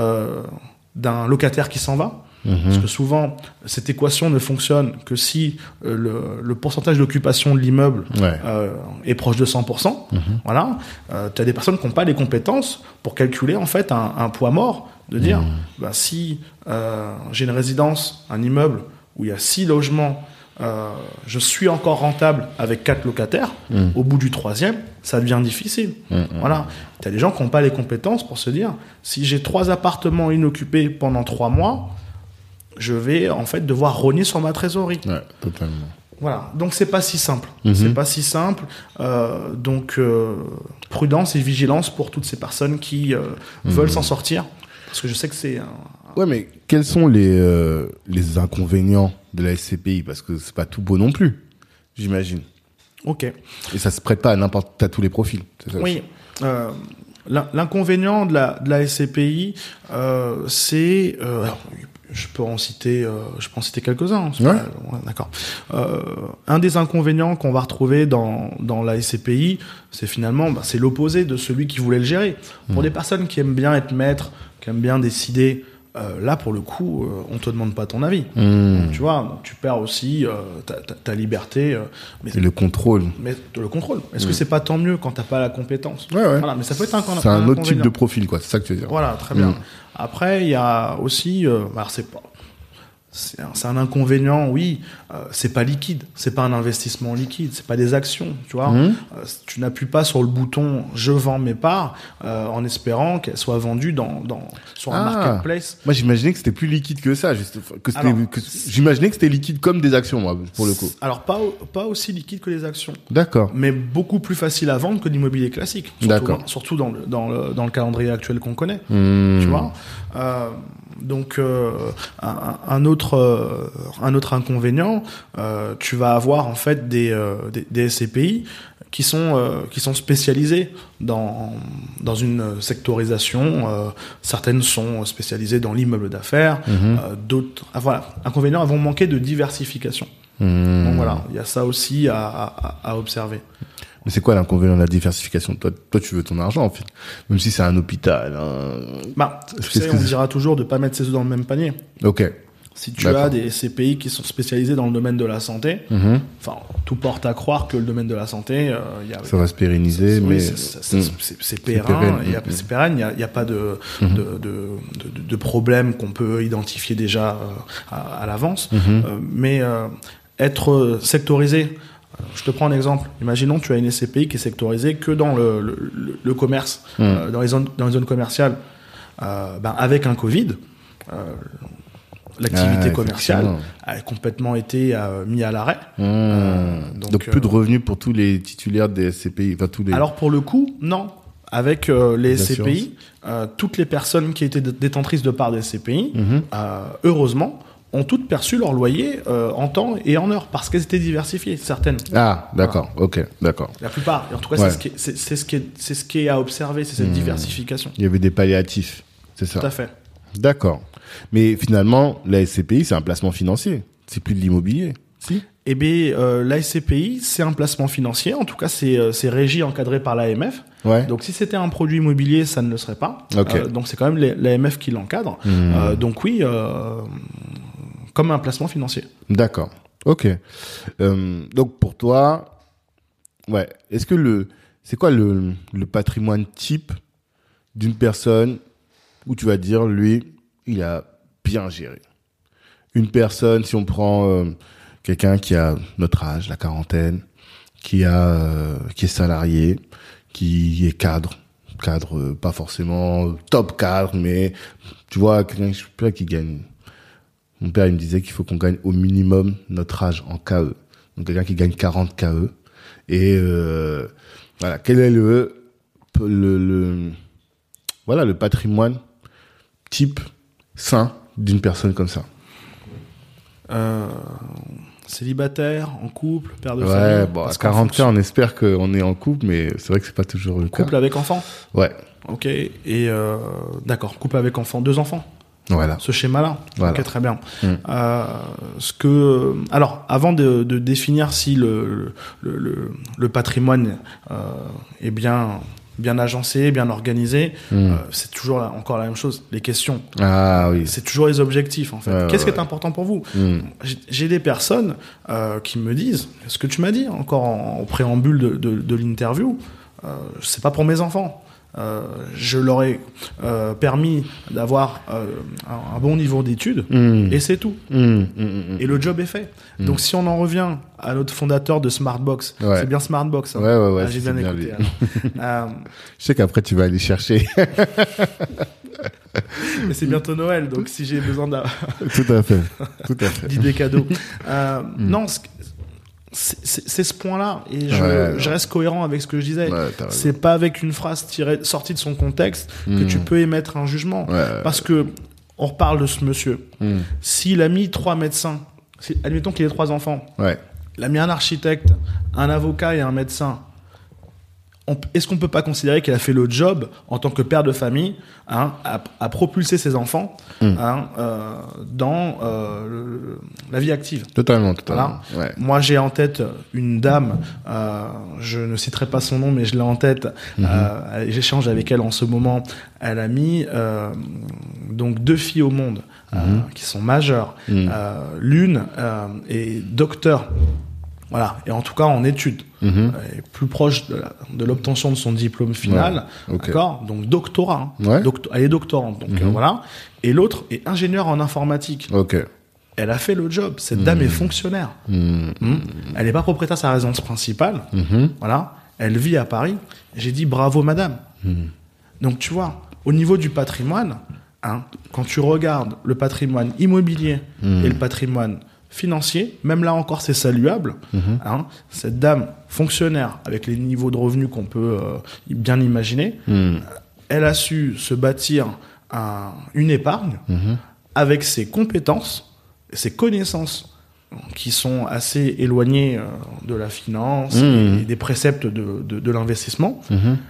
d'un locataire qui s'en va. Parce que souvent, cette équation ne fonctionne que si le pourcentage d'occupation de l'immeuble est proche de 100%. Voilà. Tu as des personnes qui n'ont pas les compétences pour calculer en fait un poids mort, de dire si j'ai une résidence, un immeuble où il y a 6 logements, je suis encore rentable avec 4 locataires, au bout du 3e, ça devient difficile. Voilà. Tu as des gens qui n'ont pas les compétences pour se dire, si j'ai 3 appartements inoccupés pendant 3 mois, je vais en fait devoir rogner sur ma trésorerie. Ouais, totalement. Voilà. Donc c'est pas si simple. C'est pas si simple. Donc prudence et vigilance pour toutes ces personnes qui veulent s'en sortir, parce que je sais que c'est Ouais, mais quels sont les inconvénients de la SCPI? Parce que c'est pas tout beau non plus, j'imagine. Ok. Et ça se prête pas à tous les profils. C'est ça Oui. L'inconvénient de la SCPI, c'est alors, je peux en citer quelques-uns. Ouais. D'accord. Un des inconvénients qu'on va retrouver dans la SCPI, c'est finalement, c'est l'opposé de celui qui voulait le gérer. Pour des personnes qui aiment bien être maîtres, qui aiment bien décider, là, pour le coup, on te demande pas ton avis. Tu vois, tu perds aussi ta liberté. Et le contrôle. Mais le contrôle. Est-ce que c'est pas tant mieux quand t'as pas la compétence? Ouais. Voilà, mais ça peut être c'est un autre type de profil, quoi. C'est ça que tu veux dire. Voilà, très bien. Après, il y a aussi, alors c'est un inconvénient, oui, c'est pas liquide, c'est pas un investissement liquide, c'est pas des actions, tu vois. Tu n'appuies pas sur le bouton je vends mes parts en espérant qu'elles soient vendues sur un marketplace. Moi, j'imaginais que c'était plus liquide que ça. J'imaginais que c'était liquide comme des actions, moi, pour le coup. Alors pas aussi liquide que les actions. D'accord. Mais beaucoup plus facile à vendre que l'immobilier classique. Surtout dans le calendrier actuel qu'on connaît. Tu vois. Donc un autre inconvénient, tu vas avoir en fait des SCPI qui sont spécialisées dans une sectorisation. Certaines sont spécialisées dans l'immeuble d'affaires, d'autres. Voilà, inconvénients, elles vont manquer de diversification. Donc voilà, il y a ça aussi à observer. Mais c'est quoi l'inconvénient de la diversification? Toi, tu veux ton argent, en fait. Même si c'est un hôpital. Tu sais, on dira toujours de pas mettre ses œufs dans le même panier. Ok. Si tu as des CPI qui sont spécialisés dans le domaine de la santé, tout porte à croire que le domaine de la santé, ça va se pérenniser, mais c'est pérenne. C'est pérenne. Il n'y a pas de problème qu'on peut identifier déjà à l'avance. Mais être sectorisé. Je te prends un exemple. Imaginons que tu as une SCPI qui est sectorisée que dans le commerce, dans les zones commerciales. Avec un Covid, l'activité commerciale a complètement été mise à l'arrêt. Donc plus de revenus pour tous les titulaires des SCPI. Alors pour le coup, non. Avec les SCPI, toutes les personnes qui étaient détentrices de parts des SCPI, heureusement, ont toutes perçu leur loyer en temps et en heure parce qu'elles étaient diversifiées, certaines. Ah, d'accord, ok, d'accord. La plupart, en tout cas, c'est ce qui est à observer, c'est cette diversification. Il y avait des palliatifs, c'est ça? Tout à fait. D'accord. Mais finalement, la SCPI, c'est un placement financier, c'est plus de l'immobilier, si? Eh bien, la SCPI, c'est un placement financier, en tout cas, c'est régi, encadré par l'AMF. Ouais. Donc si c'était un produit immobilier, ça ne le serait pas. Okay. Donc c'est quand même l'AMF qui l'encadre. Donc oui, comme un placement financier. D'accord. Ok. Donc pour toi, est-ce que c'est quoi le patrimoine type d'une personne où tu vas dire lui, il a bien géré. une personne, si on prend quelqu'un qui a notre âge, la quarantaine, qui est salarié, qui est cadre pas forcément top cadre, mais tu vois, quelqu'un, je sais pas, qui gagne. Mon père, il me disait qu'il faut qu'on gagne au minimum notre âge en KE. Donc quelqu'un qui gagne 40 KE. Et voilà, quel est le patrimoine type sain d'une personne comme ça? Célibataire, en couple, père de Ouais, famille. bon, à 40K, on espère qu'on est en couple, mais c'est vrai que c'est pas toujours le cas. Couple avec enfant. Ouais. Ok. Et d'accord, couple avec enfant, 2 enfants. Voilà. Ce schéma-là. Voilà. Ok, très bien. Alors, avant de définir si le patrimoine est bien agencé, bien organisé, c'est toujours encore la même chose. Les questions. Ah oui. C'est toujours les objectifs, en fait. Ouais, Qu'est-ce ouais. qui est important pour vous? J'ai des personnes qui me disent, ce que tu m'as dit encore au préambule de l'interview, c'est pas pour mes enfants. Je leur ai permis d'avoir un bon niveau d'études et c'est tout. Et le job est fait. Donc si on en revient à notre fondateur de Smartbox, Ouais. c'est bien Smartbox. Hein. Ouais, J'ai c'est bien bien écouté. lui. Alors. Je sais qu'après, tu vas aller chercher. Mais c'est bientôt Noël, donc si j'ai besoin Tout à fait. Tout à fait. d'idées cadeaux. Non, c'est ce point-là, et je reste cohérent avec ce que je disais. Ouais, t'as raison. C'est pas avec une phrase sortie de son contexte que tu peux émettre un jugement. Parce que on reparle de ce monsieur. S'il a mis 3 médecins, admettons qu'il ait 3 enfants, Ouais. il a mis un architecte, un avocat et un médecin. Est-ce qu'on peut pas considérer qu'il a fait le job en tant que père de famille, hein, à propulser ses enfants hein, dans la vie active? Totalement. Voilà. Ouais. Moi, j'ai en tête une dame, je ne citerai pas son nom, mais je l'ai en tête. J'échange avec elle en ce moment. Elle a mis donc 2 filles au monde qui sont majeures. L'une est docteur. Voilà, et en tout cas en études, est plus proche de l'obtention de son diplôme final, Ouais, okay. D'accord, donc doctorat, hein. Ouais. Elle est doctorante, donc voilà. Et l'autre est ingénieure en informatique. Ok. Elle a fait le job. Cette dame est fonctionnaire. Elle n'est pas propriétaire de sa résidence principale. Voilà, elle vit à Paris. J'ai dit bravo madame. Donc tu vois, au niveau du patrimoine, hein, quand tu regardes le patrimoine immobilier et le patrimoine financier, même là encore c'est saluable. Hein, cette dame fonctionnaire avec les niveaux de revenus qu'on peut bien imaginer, elle a su se bâtir une épargne avec ses compétences, ses connaissances qui sont assez éloignées de la finance et des préceptes de l'investissement.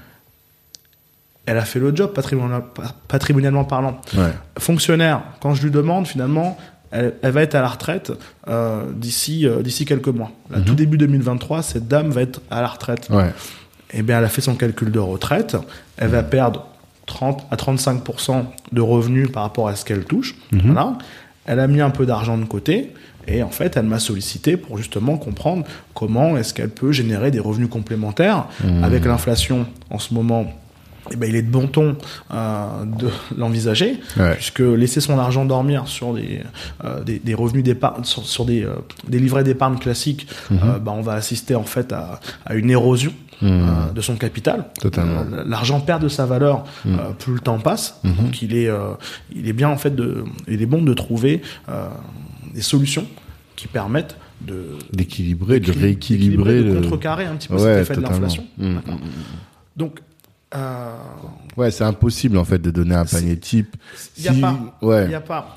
Elle a fait le job patrimonialement parlant. Ouais. Fonctionnaire, quand je lui demande finalement, elle va être à la retraite d'ici quelques mois. Là, tout début 2023, cette dame va être à la retraite. Ouais. Eh bien, elle a fait son calcul de retraite. Elle va perdre 30 à 35% de revenus par rapport à ce qu'elle touche. Voilà. Elle a mis un peu d'argent de côté. Et en fait, elle m'a sollicité pour justement comprendre comment est-ce qu'elle peut générer des revenus complémentaires. Avec l'inflation en ce moment, eh ben, il est de bon ton de l'envisager, puisque laisser son argent dormir sur des revenus d'épargne, sur des livrets d'épargne classiques, on va assister en fait à une érosion de son capital. Totalement. L'argent perd de sa valeur plus le temps passe. Donc il est bien en fait il est bon de trouver des solutions qui permettent d'équilibrer, de rééquilibrer, de contrecarrer un petit peu cet effet de l'inflation. Donc ouais, c'est impossible en fait de donner un panier type. Il y a pas.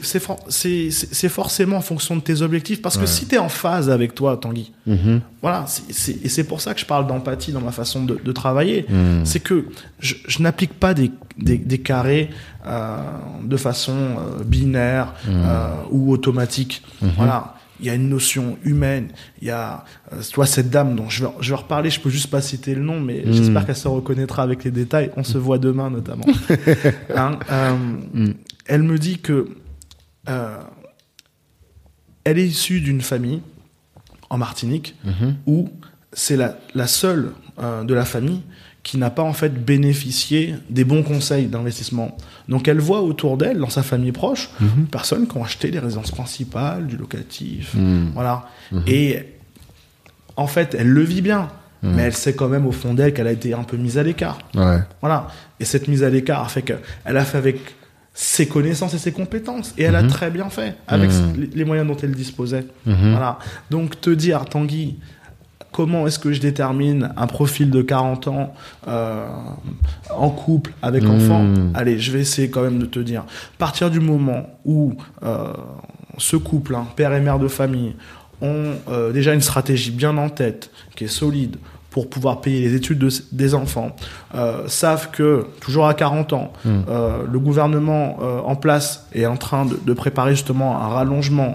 C'est forcément en fonction de tes objectifs, parce que si tu es en phase avec toi, Tanguy, voilà, et c'est pour ça que je parle d'empathie dans ma façon de travailler. C'est que je n'applique pas des carrés de façon binaire ou automatique. Voilà. Il y a une notion humaine, il y a toi cette dame dont je vais reparler, je peux juste pas citer le nom, mais j'espère qu'elle se reconnaîtra avec les détails. On se voit demain notamment. Elle me dit que elle est issue d'une famille en Martinique où c'est la seule de la famille qui n'a pas en fait bénéficié des bons conseils d'investissement. Donc elle voit autour d'elle, dans sa famille proche, personnes qui ont acheté des résidences principales, du locatif, voilà. Et en fait, elle le vit bien, mais elle sait quand même au fond d'elle qu'elle a été un peu mise à l'écart. Ouais. Voilà. Et cette mise à l'écart a fait qu'elle a fait avec ses connaissances et ses compétences, et elle a très bien fait avec les moyens dont elle disposait. Voilà. Donc te dire, Tanguy, comment est-ce que je détermine un profil de 40 ans en couple, avec enfant? Allez, je vais essayer quand même de te dire. À partir du moment où ce couple, père et mère de famille, ont déjà une stratégie bien en tête, qui est solide, pour pouvoir payer les études des enfants, savent que, toujours à 40 ans, le gouvernement en place est en train de préparer justement un rallongement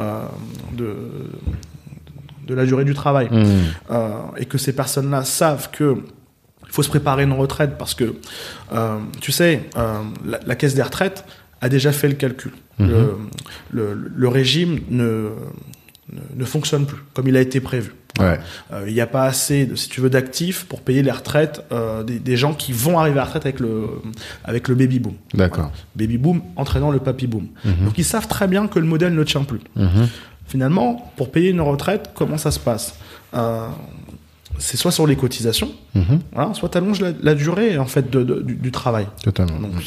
de la durée du travail, et que ces personnes-là savent que il faut se préparer une retraite parce que, tu sais, la caisse des retraites a déjà fait le calcul. Le régime ne fonctionne plus comme il a été prévu. Ouais. Il n'y a pas assez, si tu veux, d'actifs pour payer les retraites des gens qui vont arriver à la retraite avec le baby boom. D'accord. Voilà. Baby boom entraînant le papy boom. Donc ils savent très bien que le modèle ne tient plus. Finalement, pour payer une retraite, comment ça se passe? C'est soit sur les cotisations, voilà, soit tu allonges la durée en fait du travail. Totalement. Donc,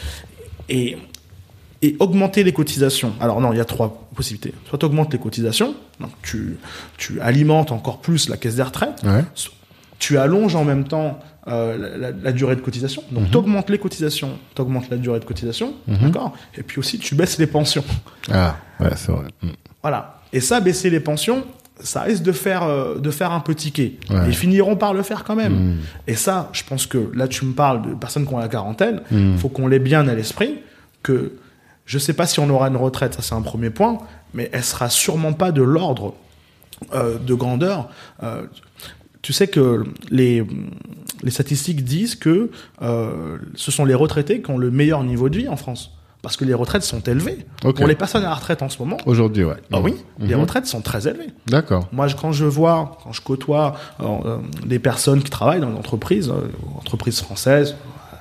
et augmenter les cotisations. Alors non, il y a 3 possibilités. Soit tu augmentes les cotisations, donc tu alimentes encore plus la caisse des retraites, tu allonges en même temps la durée de cotisation, donc tu augmentes les cotisations, tu augmentes la durée de cotisation, d'accord, et puis aussi tu baisses les pensions. Ah, ouais, c'est vrai. Voilà. Et ça, baisser les pensions, ça risque de faire un peu tiquer. Ouais. Ils finiront par le faire quand même. Et ça, je pense que là, tu me parles de personnes qui ont la quarantaine, faut qu'on l'ait bien à l'esprit, que je sais pas si on aura une retraite, ça c'est un premier point, mais elle sera sûrement pas de l'ordre de grandeur. Tu sais que les statistiques disent que ce sont les retraités qui ont le meilleur niveau de vie en France. Parce que les retraites sont élevées. Okay. Pour les personnes à la retraite en ce moment. Aujourd'hui, ouais. Ah oui, les retraites sont très élevées. D'accord. Moi, quand je côtoie des personnes qui travaillent dans l'entreprise, entreprises françaises,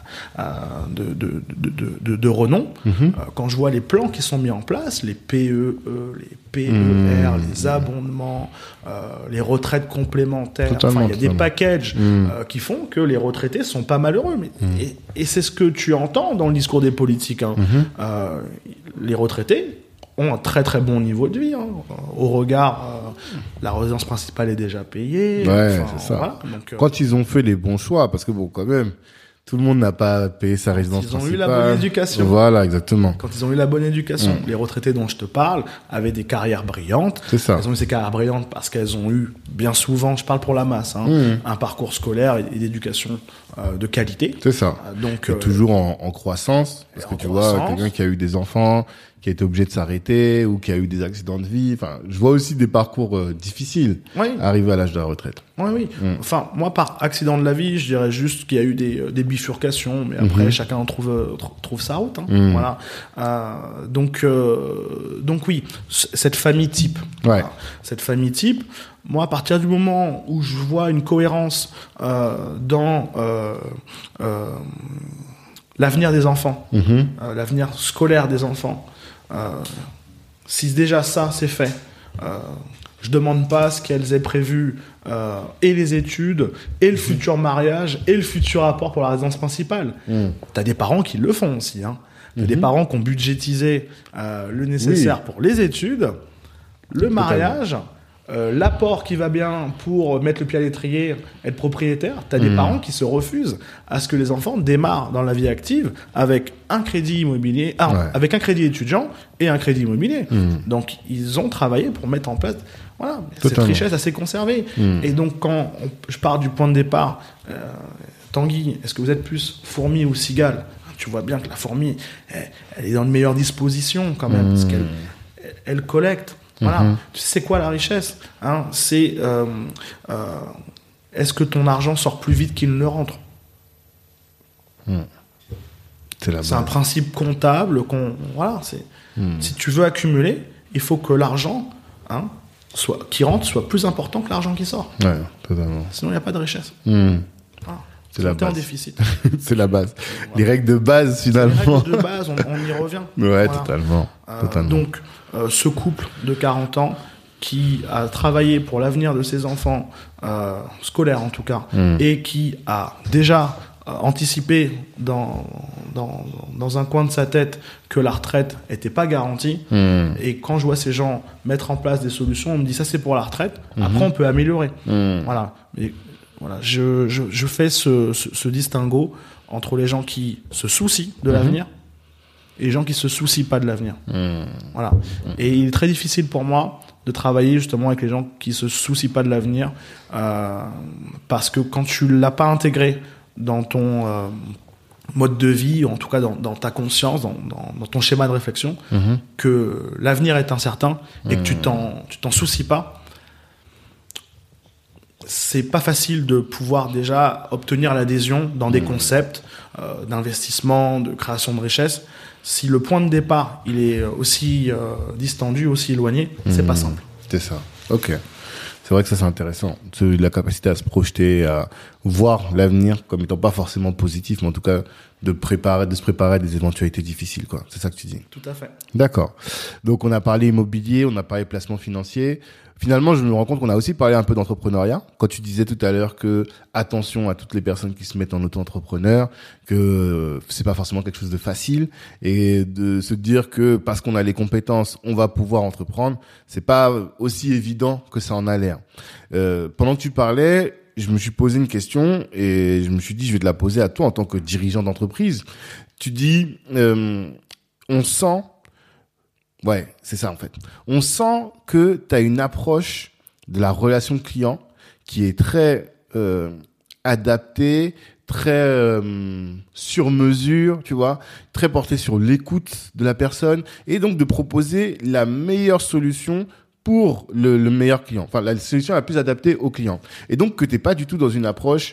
de renom, quand je vois les plans qui sont mis en place, les PEE, les PER, les abondements, les retraites complémentaires, il y a des packages qui font que les retraités sont pas malheureux. Et c'est ce que tu entends dans le discours des politiques. Les retraités ont un très très bon niveau de vie. Au regard, la résidence principale est déjà payée. Ouais, c'est ça. Voilà. Donc, quand ils ont fait les bons choix, parce que bon, quand même, tout le monde n'a pas payé sa résidence principale. Ils ont eu la bonne éducation. Voilà, exactement. Quand ils ont eu la bonne éducation, les retraités dont je te parle avaient des carrières brillantes. C'est ça. Elles ont eu ces carrières brillantes parce qu'elles ont eu, bien souvent, je parle pour la masse, un parcours scolaire et d'éducation de qualité. C'est ça. Donc, et toujours en croissance, parce que tu vois, quelqu'un qui a eu des enfants, qui a été obligé de s'arrêter ou qui a eu des accidents de vie. Enfin, je vois aussi des parcours difficiles arriver à l'âge de la retraite. Oui. Enfin, moi, par accident de la vie, je dirais juste qu'il y a eu des bifurcations, mais après, chacun trouve sa route. Voilà. Donc oui, cette famille type. Ouais. Cette famille type. Moi, à partir du moment où je vois une cohérence dans l'avenir des enfants, l'avenir scolaire des enfants, si déjà ça c'est fait, je demande pas ce qu'elles aient prévu et les études et le futur mariage et le futur apport pour la résidence principale. T'as des parents qui le font aussi. T'as des parents qui ont budgétisé le nécessaire pour les études, le mariage. L'apport qui va bien pour mettre le pied à l'étrier, être propriétaire. T'as des parents qui se refusent à ce que les enfants démarrent dans la vie active avec un crédit immobilier, avec un crédit étudiant et un crédit immobilier. Donc ils ont travaillé pour mettre en place cette richesse assez conservée. Et donc quand je pars du point de départ, Tanguy, est-ce que vous êtes plus fourmi ou cigale? Tu vois bien que la fourmi, elle est dans de meilleures dispositions quand même, parce qu'elle collecte. Voilà. Tu sais c'est quoi la richesse, c'est est-ce que ton argent sort plus vite qu'il ne rentre? C'est un principe comptable si tu veux accumuler, il faut que l'argent qui rentre soit plus important que l'argent qui sort. Ouais, totalement. Sinon il n'y a pas de richesse. Voilà. C'est la base. En déficit. C'est la base. Voilà. Les règles de base, finalement. Les règles de base, on y revient. Ouais, voilà. Totalement. Donc, ce couple de 40 ans qui a travaillé pour l'avenir de ses enfants, scolaires en tout cas, et qui a déjà anticipé dans un coin de sa tête que la retraite était pas garantie. Et quand je vois ces gens mettre en place des solutions, on me dit ça c'est pour la retraite. Après on peut améliorer. Voilà. Et voilà, je fais ce distinguo entre les gens qui se soucient de l'avenir et les gens qui se soucient pas de l'avenir. Voilà. Et il est très difficile pour moi de travailler justement avec les gens qui se soucient pas de l'avenir, parce que quand tu l'as pas intégré dans ton mode de vie, en tout cas dans ta conscience, dans ton schéma de réflexion, que l'avenir est incertain et que tu t'en soucies pas, c'est pas facile de pouvoir déjà obtenir l'adhésion dans des concepts d'investissement, de création de richesse. Si le point de départ il est aussi distendu, aussi éloigné, c'est pas simple. C'est ça. Ok. C'est vrai que ça c'est intéressant. La capacité à se projeter, à voir l'avenir comme étant pas forcément positif, mais en tout cas de se préparer à des éventualités difficiles, quoi. C'est ça que tu dis. Tout à fait. D'accord. Donc on a parlé immobilier, on a parlé placement financier. Finalement, je me rends compte qu'on a aussi parlé un peu d'entrepreneuriat. Quand tu disais tout à l'heure que attention à toutes les personnes qui se mettent en auto-entrepreneur, que c'est pas forcément quelque chose de facile, et de se dire que parce qu'on a les compétences, on va pouvoir entreprendre, c'est pas aussi évident que ça en a l'air. Pendant que tu parlais, je me suis posé une question et je me suis dit je vais te la poser à toi en tant que dirigeant d'entreprise. Tu dis on sent. Ouais, c'est ça en fait. On sent que tu as une approche de la relation client qui est très adaptée, très sur mesure, tu vois, très portée sur l'écoute de la personne et donc de proposer la meilleure solution pour le meilleur client. Enfin, la solution la plus adaptée au client. Et donc que t'es pas du tout dans une approche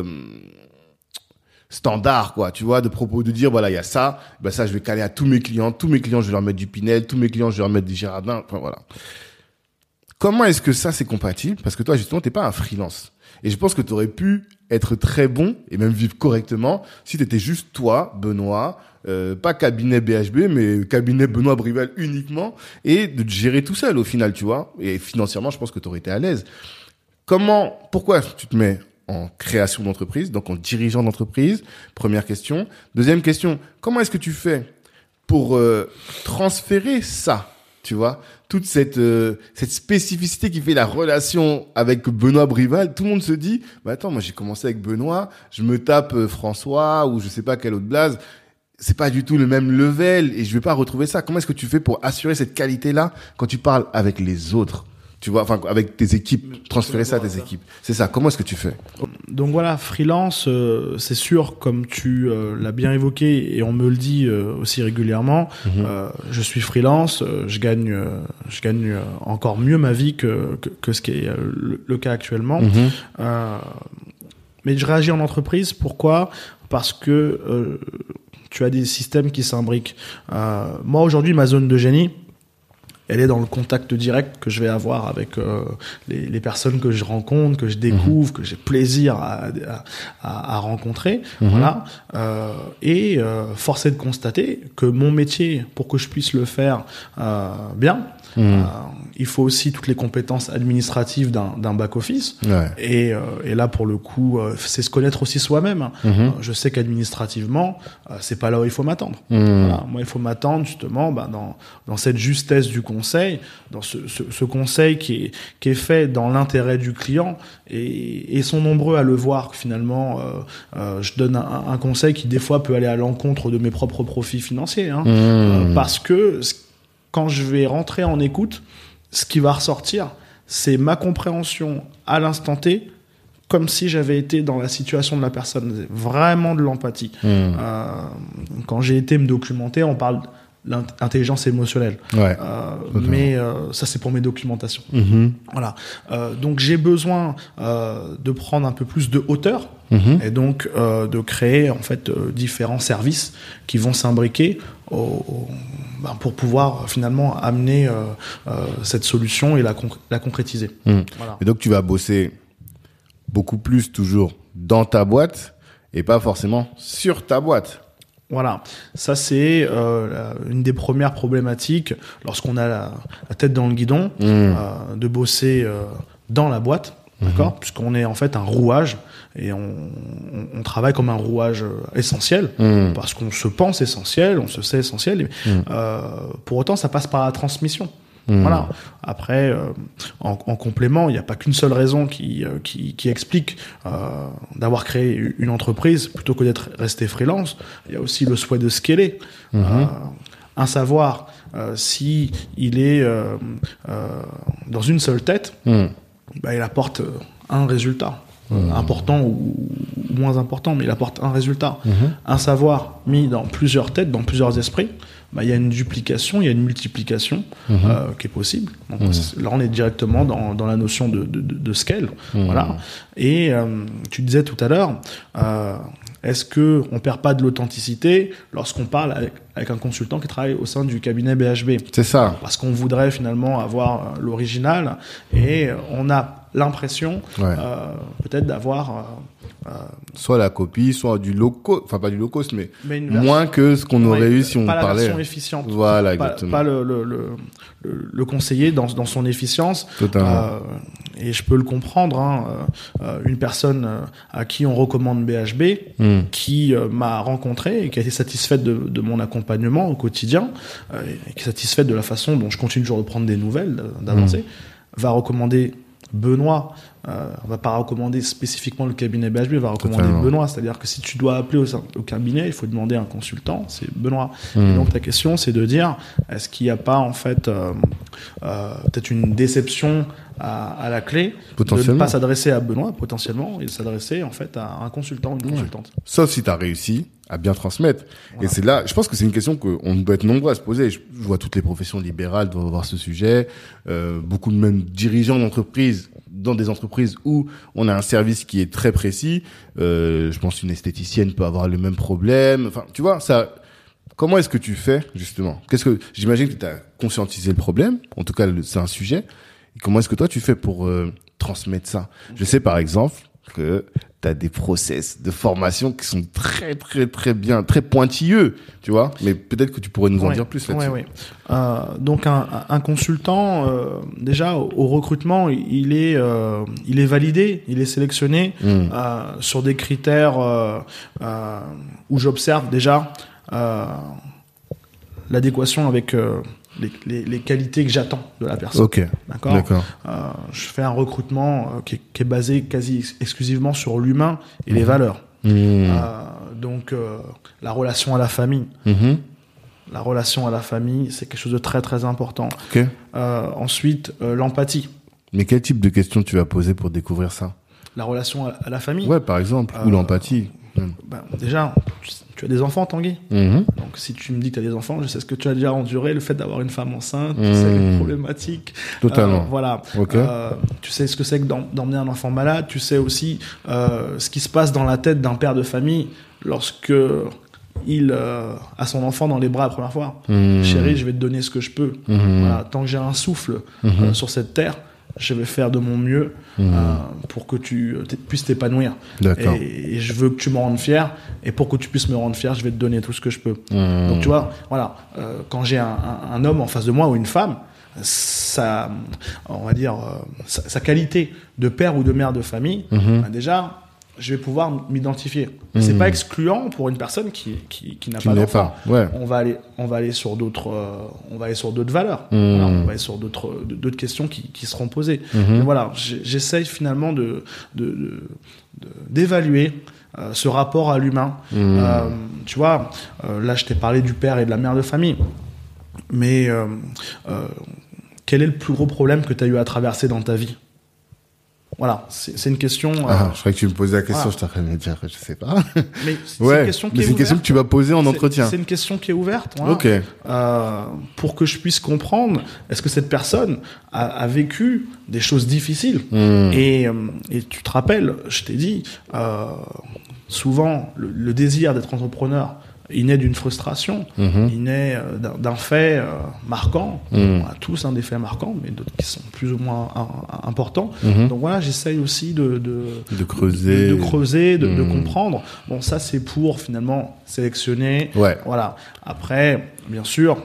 standard, quoi, tu vois, de dire voilà, il y a ça, ben ça je vais caler à tous mes clients je vais leur mettre du Pinel, tous mes clients je vais leur mettre du Girardin, enfin voilà. Comment est-ce que ça c'est compatible? Parce que toi justement t'es pas un freelance. Et je pense que tu aurais pu être très bon et même vivre correctement si t'étais juste toi, Benoît, pas cabinet BHB, mais cabinet Benoît Brival uniquement, et de te gérer tout seul au final, tu vois. Et financièrement, je pense que tu aurais été à l'aise. Pourquoi tu te mets en création d'entreprise, donc en dirigeant d'entreprise? Première question. Deuxième question, comment est-ce que tu fais pour transférer ça, tu vois, toute cette spécificité qui fait la relation avec Benoît Brival? Tout le monde se dit, bah attends, moi j'ai commencé avec Benoît, je me tape François ou je sais pas quel autre blaze. C'est pas du tout le même level et je vais pas retrouver ça. Comment est-ce que tu fais pour assurer cette qualité-là quand tu parles avec les autres? Tu vois, enfin, avec tes équipes, transférer ça à tes équipes. C'est ça. Comment est-ce que tu fais? Donc voilà, freelance, c'est sûr, comme tu l'as bien évoqué et on me le dit aussi régulièrement, je suis freelance, je gagne encore mieux ma vie que ce qui est le cas actuellement. Mais je réagis en entreprise. Pourquoi? Parce que tu as des systèmes qui s'imbriquent. Moi, aujourd'hui, ma zone de génie, elle est dans le contact direct que je vais avoir avec les personnes que je rencontre, que je découvre, que j'ai plaisir à rencontrer. Voilà. Et force est de constater que mon métier, pour que je puisse le faire bien, il faut aussi toutes les compétences administratives d'un back-office. Ouais. Et là, pour le coup, c'est se connaître aussi soi-même. Je sais qu'administrativement, c'est pas là où il faut m'attendre. Voilà. Moi, il faut m'attendre justement dans cette justesse du conseil, dans ce conseil qui est fait dans l'intérêt du client, et sont nombreux à le voir. Finalement, je donne un conseil qui des fois peut aller à l'encontre de mes propres profits financiers, parce que quand je vais rentrer en écoute, ce qui va ressortir, c'est ma compréhension à l'instant T, comme si j'avais été dans la situation de la personne. C'est vraiment de l'empathie. Quand j'ai été me documenter, on parle l'intelligence émotionnelle. Ouais, mais ça, c'est pour mes documentations. Voilà. Donc, j'ai besoin de prendre un peu plus de hauteur et donc de créer en fait différents services qui vont s'imbriquer pour pouvoir finalement amener cette solution et la concrétiser. Voilà. Et donc, tu vas bosser beaucoup plus toujours dans ta boîte et pas forcément sur ta boîte. Voilà, ça c'est une des premières problématiques lorsqu'on a la tête dans le guidon, de bosser dans la boîte, d'accord, puisqu'on est en fait un rouage et on travaille comme un rouage essentiel, parce qu'on se pense essentiel, on se sait essentiel, pour autant ça passe par la transmission. Voilà. Après, en complément, il n'y a pas qu'une seule raison qui explique d'avoir créé une entreprise plutôt que d'être resté freelance. Il y a aussi le souhait de scaler. Un savoir, si il est dans une seule tête, il apporte un résultat. Important ou moins important, mais il apporte un résultat. Un savoir mis dans plusieurs têtes, dans plusieurs esprits, il y a une duplication, il y a une multiplication qui est possible. Donc, là, on est directement dans la notion de scale. Voilà. Et tu disais tout à l'heure, est-ce que on perd pas de l'authenticité lorsqu'on parle avec un consultant qui travaille au sein du cabinet BHB? C'est ça. Parce qu'on voudrait finalement avoir l'original et on a l'impression peut-être d'avoir soit la copie, soit du low cost, enfin pas du low cost, mais moins que ce qu'on aurait eu si on parlait. Pas la version efficiente. Voilà, exactement. Pas le conseiller dans son efficience. Totalement. Et je peux le comprendre. Une personne à qui on recommande BHB, qui m'a rencontré et qui a été satisfaite de mon accompagnement au quotidien, et qui est satisfaite de la façon dont je continue toujours de prendre des nouvelles, d'avancer, va recommander Benoît. On va pas recommander spécifiquement le cabinet BHB, on va recommander Totalement. Benoît. C'est-à-dire que si tu dois appeler au cabinet, il faut demander un consultant, c'est Benoît. Et donc ta question, c'est de dire, est-ce qu'il n'y a pas en fait peut-être une déception à la clé de ne pas s'adresser à Benoît potentiellement et de s'adresser en fait à un consultant, une consultante. Sauf si tu as réussi à bien transmettre. Voilà. Et c'est là, je pense que c'est une question qu'on doit être nombreux à se poser. Je vois toutes les professions libérales doivent avoir ce sujet. Beaucoup de même dirigeants d'entreprises, dans des entreprises où on a un service qui est très précis. Je pense qu'une esthéticienne peut avoir le même problème. Enfin, tu vois, ça. Comment est-ce que tu fais justement? J'imagine que tu as conscientisé le problème. En tout cas, c'est un sujet. Et comment est-ce que toi tu fais pour transmettre ça? Je sais par exemple que tu as des process de formation qui sont très très très bien, très pointilleux, tu vois, mais peut-être que tu pourrais nous en dire plus là-dessus. Oui. Donc un consultant, déjà au recrutement, il est validé, il est sélectionné sur des critères où j'observe déjà l'adéquation avec les qualités que j'attends de la personne. Ok. D'accord. Je fais un recrutement qui est basé quasi exclusivement sur l'humain et les valeurs. Donc la relation à la famille. La relation à la famille, c'est quelque chose de très très important. Okay. Ensuite, l'empathie. Mais quel type de questions tu vas poser pour découvrir ça? La relation à la famille. Ouais, par exemple, ou l'empathie. Déjà, tu as des enfants, Tanguy. Donc, si tu me dis que tu as des enfants, je sais ce que tu as déjà enduré, le fait d'avoir une femme enceinte, tu sais les problématiques. Totalement. Voilà. Okay. Tu sais ce que c'est que d'emmener un enfant malade. Tu sais aussi ce qui se passe dans la tête d'un père de famille lorsque il a son enfant dans les bras la première fois. Chérie, je vais te donner ce que je peux. Voilà. Tant que j'ai un souffle sur cette terre, je vais faire de mon mieux pour que tu puisses t'épanouir. Et je veux que tu me rendes fier. Et pour que tu puisses me rendre fier, je vais te donner tout ce que je peux. Donc tu vois, voilà, quand j'ai un homme en face de moi ou une femme, on va dire, sa qualité de père ou de mère de famille, déjà, je vais pouvoir m'identifier. C'est pas excluant pour une personne qui n'a pas d'enfant. Ouais. On va aller sur d'autres valeurs. Voilà, on va aller sur d'autres questions qui seront posées. Mais voilà, j'essaye finalement d'évaluer ce rapport à l'humain. Tu vois, là je t'ai parlé du père et de la mère de famille. Mais quel est le plus gros problème que tu as eu à traverser dans ta vie? Voilà, c'est une question. Je croyais que tu me posais la question, je t'aurais de dire, je sais pas. Mais c'est une question qui est ouverte. Question que tu vas poser en entretien. C'est une question qui est ouverte. Voilà. Ok. Pour que je puisse comprendre, est-ce que cette personne a vécu des choses difficiles et tu te rappelles, je t'ai dit, souvent le désir d'être entrepreneur il naît d'une frustration, il naît d'un fait marquant. On a tous des faits marquants, mais d'autres qui sont plus ou moins importants. Donc voilà, j'essaye aussi de creuser, de comprendre. Bon, ça c'est pour finalement sélectionner. Ouais. Voilà. Après, bien sûr,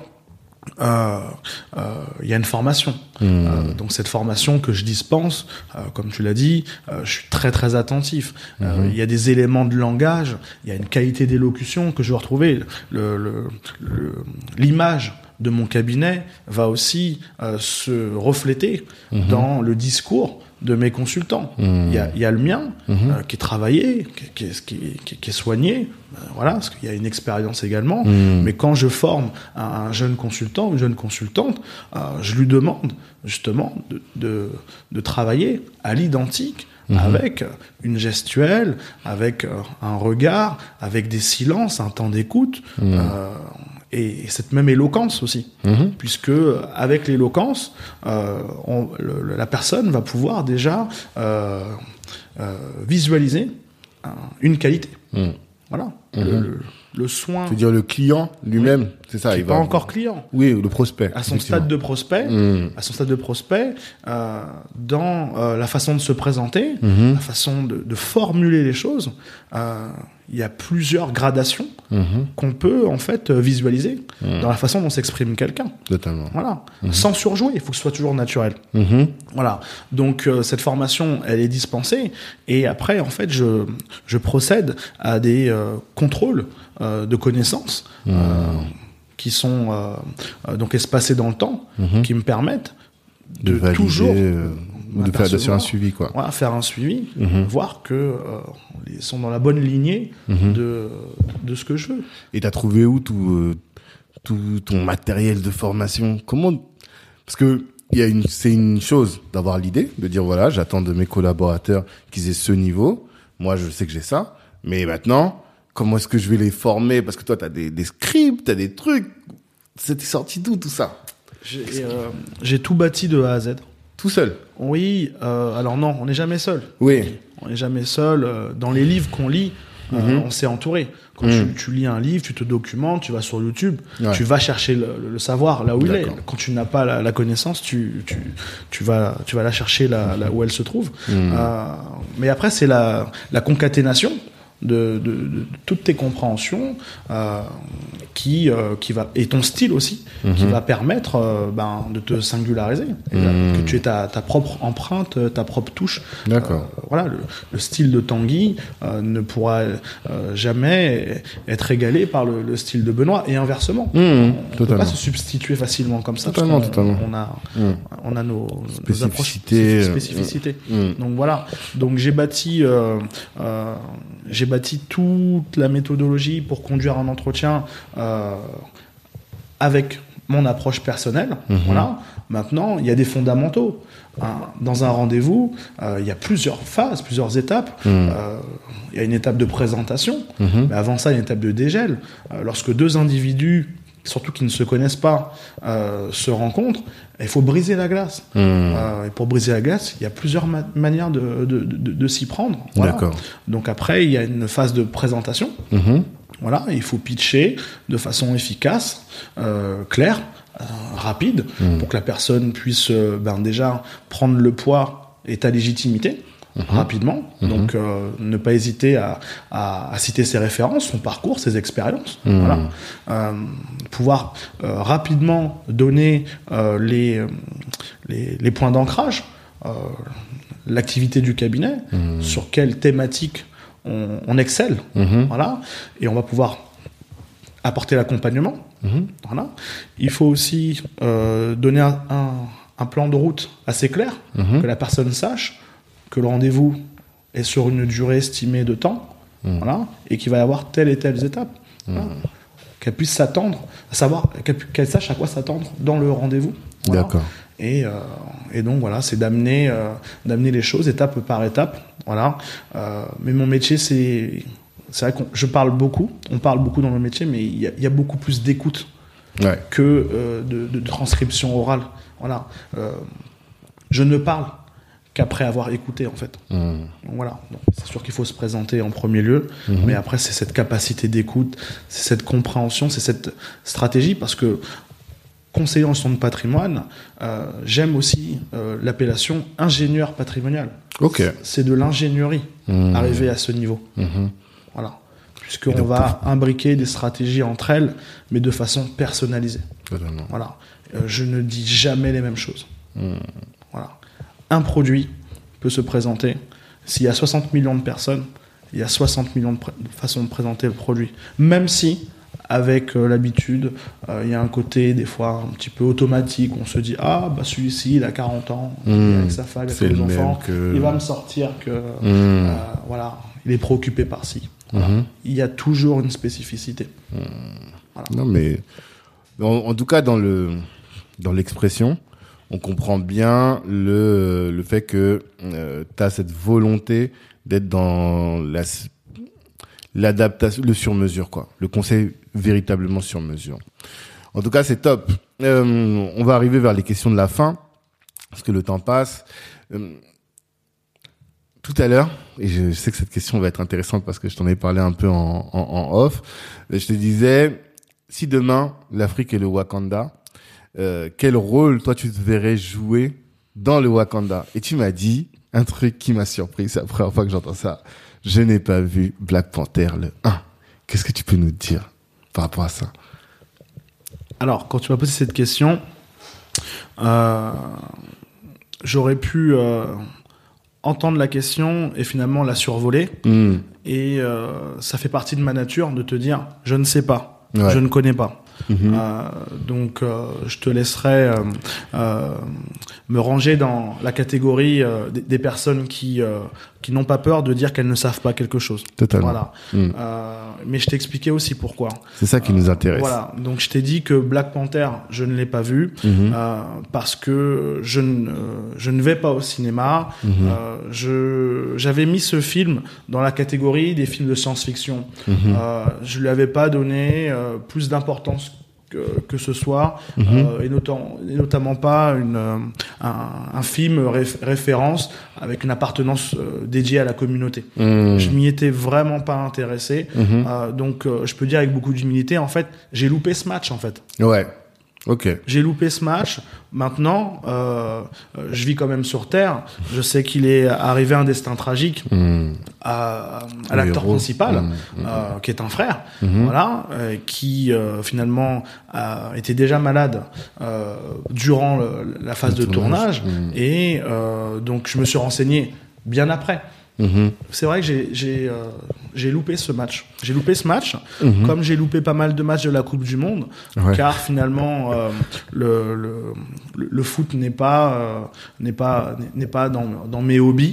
il y a une formation. Donc cette formation que je dispense, comme tu l'as dit, je suis très très attentif. Il y a des éléments de langage, il y a une qualité d'élocution que je veux retrouver. L'image de mon cabinet va aussi se refléter dans le discours de mes consultants. Il y a le mien qui est travaillé, qui est soigné, voilà, parce qu'il y a une expérience également. Mais quand je forme un jeune consultant, une jeune consultante, je lui demande justement de travailler à l'identique, avec une gestuelle, avec un regard, avec des silences, un temps d'écoute, et cette même éloquence aussi, puisque avec l'éloquence, la personne va pouvoir déjà visualiser une qualité. Voilà. Le soin. Tu veux dire le client lui-même, c'est ça. Il n'est pas encore client. Oui, le prospect. À son stade de prospect, dans la façon de se présenter, la façon de formuler les choses, il y a plusieurs gradations qu'on peut en fait visualiser dans la façon dont s'exprime quelqu'un. Totalement. Voilà. Sans surjouer, il faut que ce soit toujours naturel. Voilà. Donc cette formation, elle est dispensée, et après en fait je procède à des contrôles de connaissances qui sont donc espacés dans le temps, qui me permettent de valider, toujours de faire un suivi, quoi. Voilà, faire un suivi, voir que ils sont dans la bonne lignée de ce que je veux. Et t'as trouvé où tout ton matériel de formation? Comment? Parce que c'est une chose d'avoir l'idée, de dire voilà, j'attends de mes collaborateurs qu'ils aient ce niveau. Moi, je sais que j'ai ça. Mais maintenant, comment est-ce que je vais les former? Parce que toi, t'as des scripts, t'as des trucs. C'était sorti d'où, tout ça? J'ai tout bâti de A à Z. Tout seul? Oui. Alors non, on n'est jamais seul. Oui. On n'est jamais seul. Dans les livres qu'on lit, on s'est entouré. Quand tu lis un livre, tu te documentes, tu vas sur YouTube, tu vas chercher le savoir là où il est. Quand tu n'as pas la connaissance, tu vas la chercher là où elle se trouve. Mais après, c'est la concaténation de toutes tes compréhensions qui va, et ton style aussi, qui va permettre de te singulariser, que tu aies ta propre empreinte, ta propre touche. D'accord. Voilà, le style de Tanguy ne pourra jamais être égalé par le style de Benoît, et inversement. On peut pas se substituer facilement comme ça. Totalement. On a nos spécificités. Spécificités. Donc voilà. Donc j'ai bâti toute la méthodologie pour conduire un entretien avec mon approche personnelle. Voilà. Maintenant, il y a des fondamentaux. Dans un rendez-vous, il y a plusieurs phases, plusieurs étapes. Il y a une étape de présentation, mais avant ça, il y a une étape de dégel. Lorsque deux individus, surtout qui ne se connaissent pas, se rencontrent, il faut briser la glace. Et pour briser la glace, il y a plusieurs manières de s'y prendre. Voilà. D'accord. Donc après, il y a une phase de présentation. Voilà, il faut pitcher de façon efficace, claire, rapide, pour que la personne puisse déjà prendre le poids et ta légitimité. Rapidement, donc ne pas hésiter à citer ses références, son parcours, ses expériences, voilà. Pouvoir rapidement donner les points d'ancrage, l'activité du cabinet, sur quelle thématique on excelle, voilà, et on va pouvoir apporter l'accompagnement, voilà. Il faut aussi donner un plan de route assez clair, que la personne sache que le rendez-vous est sur une durée estimée de temps, voilà, et qu'il va y avoir telle et telle étape, voilà, qu'elle puisse s'attendre, à savoir qu'elle sache à quoi s'attendre dans le rendez-vous. Voilà. D'accord. Et donc voilà, c'est d'amener les choses étape par étape, voilà. Mais mon métier, c'est vrai on parle beaucoup dans mon métier, mais il y a beaucoup plus d'écoute que de transcription orale. Voilà. Je ne parle qu'après avoir écouté, en fait. Donc, voilà. Donc, c'est sûr qu'il faut se présenter en premier lieu, mais après, c'est cette capacité d'écoute, c'est cette compréhension, c'est cette stratégie, parce que conseiller en gestion de patrimoine, j'aime aussi l'appellation ingénieur patrimonial. Ok. C'est de l'ingénierie, arriver à ce niveau. Voilà. Puisqu'on va imbriquer des stratégies entre elles, mais de façon personnalisée. Totalement. Voilà. Je ne dis jamais les mêmes choses. Voilà. Un produit peut se présenter. S'il y a 60 millions de personnes, il y a 60 millions de façons de présenter le produit. Même si, avec l'habitude, il y a un côté, des fois, un petit peu automatique. On se dit, celui-ci, il a 40 ans, il est avec sa femme, avec les enfants, il va me sortir que... voilà, il est préoccupé par ci. Voilà. Il y a toujours une spécificité. Voilà. Non, mais... En tout cas, dans l'expression, on comprend bien le fait que tu as cette volonté d'être dans l'adaptation, le sur-mesure, quoi. Le conseil véritablement sur-mesure. En tout cas, c'est top. On va arriver vers les questions de la fin, parce que le temps passe. Tout à l'heure, et je sais que cette question va être intéressante parce que je t'en ai parlé un peu en off, je te disais, si demain, l'Afrique est le Wakanda, quel rôle, toi, tu te verrais jouer dans le Wakanda? Et tu m'as dit un truc qui m'a surpris, c'est la première fois que j'entends ça. Je n'ai pas vu Black Panther le 1. Qu'est-ce que tu peux nous dire par rapport à ça? Alors, quand tu m'as posé cette question, j'aurais pu entendre la question et finalement la survoler. Et ça fait partie de ma nature de te dire, je ne sais pas, je ne connais pas. Donc je te laisserai me ranger dans la catégorie des personnes qui n'ont pas peur de dire qu'elles ne savent pas quelque chose. Totalement. Voilà. Mais je t'expliquais aussi pourquoi. C'est ça qui nous intéresse. Voilà. Donc je t'ai dit que Black Panther, je ne l'ai pas vu parce que je ne vais pas au cinéma. J'avais mis ce film dans la catégorie des films de science-fiction. Je lui avais pas donné plus d'importance que ce soit, et notamment pas un film référence avec une appartenance dédiée à la communauté. Je m'y étais vraiment pas intéressé. Donc je peux dire avec beaucoup d'humilité, en fait, j'ai loupé ce match, en fait. Ouais. Ok. J'ai loupé ce match. Maintenant, je vis quand même sur Terre. Je sais qu'il est arrivé un destin tragique à l'acteur principal, qui est un frère, voilà, qui finalement était déjà malade durant la phase de tournage, et donc je me suis renseigné bien après. C'est vrai que j'ai loupé ce match. J'ai loupé ce match, comme j'ai loupé pas mal de matchs de la Coupe du Monde, car finalement le foot n'est pas dans mes hobbies.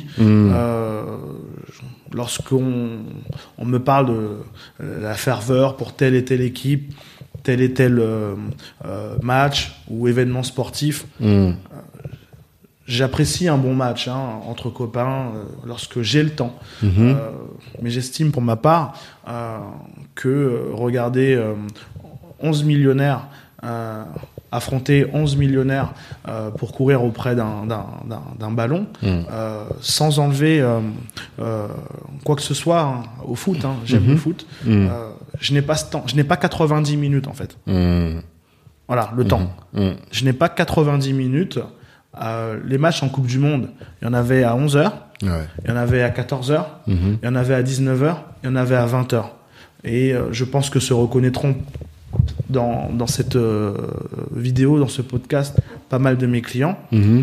Lorsqu'on me parle de la ferveur pour telle et telle équipe, tel et tel match ou événement sportif, j'apprécie un bon match entre copains lorsque j'ai le temps. Mais j'estime pour ma part que regarder 11 millionnaires affronter 11 millionnaires pour courir auprès d'un ballon, sans enlever quoi que ce soit au foot. J'aime le foot. Je n'ai pas ce temps. Je n'ai pas 90 minutes en fait. Voilà, le temps. Je n'ai pas 90 minutes. Les matchs en Coupe du Monde, il y en avait à 11h, il y en avait à 14h, il y en avait à 19h, il y en avait à 20h. Et je pense que se reconnaîtront dans cette vidéo, dans ce podcast, pas mal de mes clients.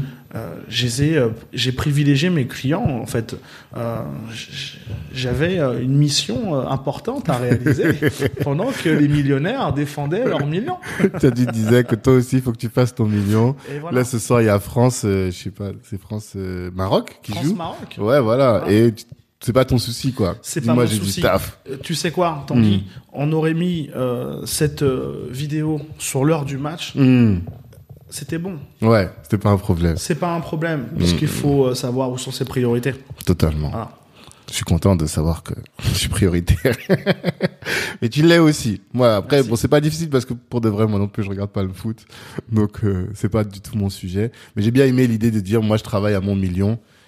J'ai privilégié mes clients, en fait. J'avais une mission importante à réaliser pendant que les millionnaires défendaient leurs millions. Tu disais que toi aussi, il faut que tu fasses ton million. Voilà. Là, ce soir, il y a France, je sais pas, c'est France-Maroc qui joue. France-Maroc. Ouais, voilà. Et c'est pas ton souci, quoi. C'est pas mon souci. Du taf. Tu sais quoi, Tanguy, on aurait mis cette vidéo sur l'heure du match. C'était bon. Ouais, c'était pas un problème. C'est pas un problème, parce qu'il faut savoir où sont ses priorités. Totalement. Voilà. Je suis content de savoir que je suis prioritaire. Mais tu l'es aussi. Moi, après, bon, c'est pas difficile parce que pour de vrai, moi non plus, je regarde pas le foot. Donc, c'est pas du tout mon sujet. Mais j'ai bien aimé l'idée de dire, moi, je travaille à mon million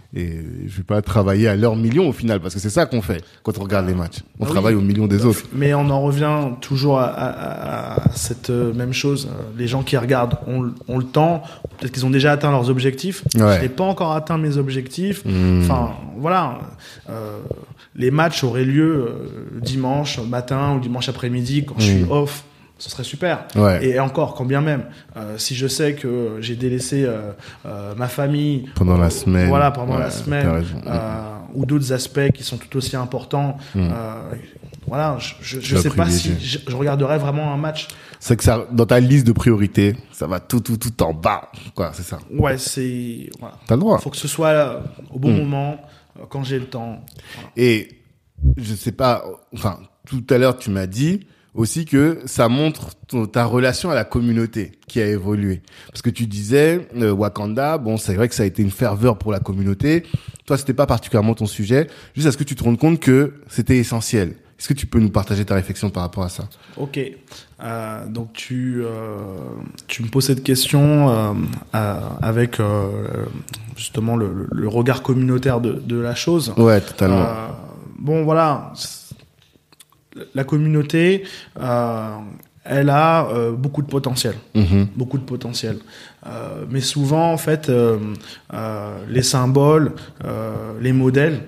Et je vais pas travailler à l'heure million au final, parce que c'est ça qu'on fait quand on regarde les matchs. On travaille au million des autres. Mais on en revient toujours à cette même chose. Les gens qui regardent ont le temps. Peut-être qu'ils ont déjà atteint leurs objectifs. Ouais. Je n'ai pas encore atteint mes objectifs. Enfin, voilà. Les matchs auraient lieu dimanche matin ou dimanche après-midi quand je suis off. Ce serait super. Ouais. Et encore, quand bien même, si je sais que j'ai délaissé ma famille pendant la semaine, voilà, pendant la semaine, ou d'autres aspects qui sont tout aussi importants, voilà, je sais pas si je regarderais vraiment un match. C'est que ça, dans ta liste de priorités, ça va tout en bas, quoi, c'est ça. Ouais, c'est. Voilà. T'as le droit. Faut que ce soit au bon moment, quand j'ai le temps. Voilà. Et je sais pas, enfin, tout à l'heure tu m'as dit aussi que ça montre ta relation à la communauté qui a évolué. Parce que tu disais, Wakanda, bon, c'est vrai que ça a été une ferveur pour la communauté. Toi, c'était pas particulièrement ton sujet. Juste, est-ce que tu te rends compte que c'était essentiel? Est-ce que tu peux nous partager ta réflexion par rapport à ça? Ok. Donc tu me poses cette question avec justement le regard communautaire de la chose. Ouais, totalement. Bon, voilà. La communauté, elle a beaucoup de potentiel, beaucoup de potentiel. Mais souvent, en fait, les symboles, les modèles,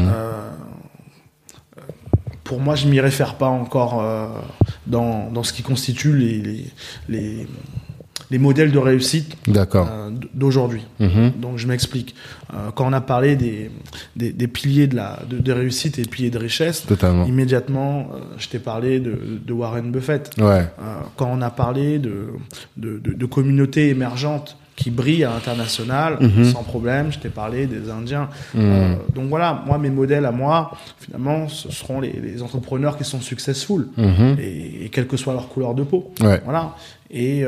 pour moi, je m'y réfère pas encore dans ce qui constitue les modèles de réussite d'aujourd'hui. Donc je m'explique. Quand on a parlé des piliers de réussite et piliers de richesse, immédiatement je t'ai parlé de Warren Buffett. Ouais. Quand on a parlé de communautés émergentes qui brillent à l'international, sans problème, je t'ai parlé des Indiens. Donc voilà, moi, mes modèles à moi, finalement, ce seront les entrepreneurs qui sont successful, et quelle que soit leur couleur de peau. Ouais. Voilà. Et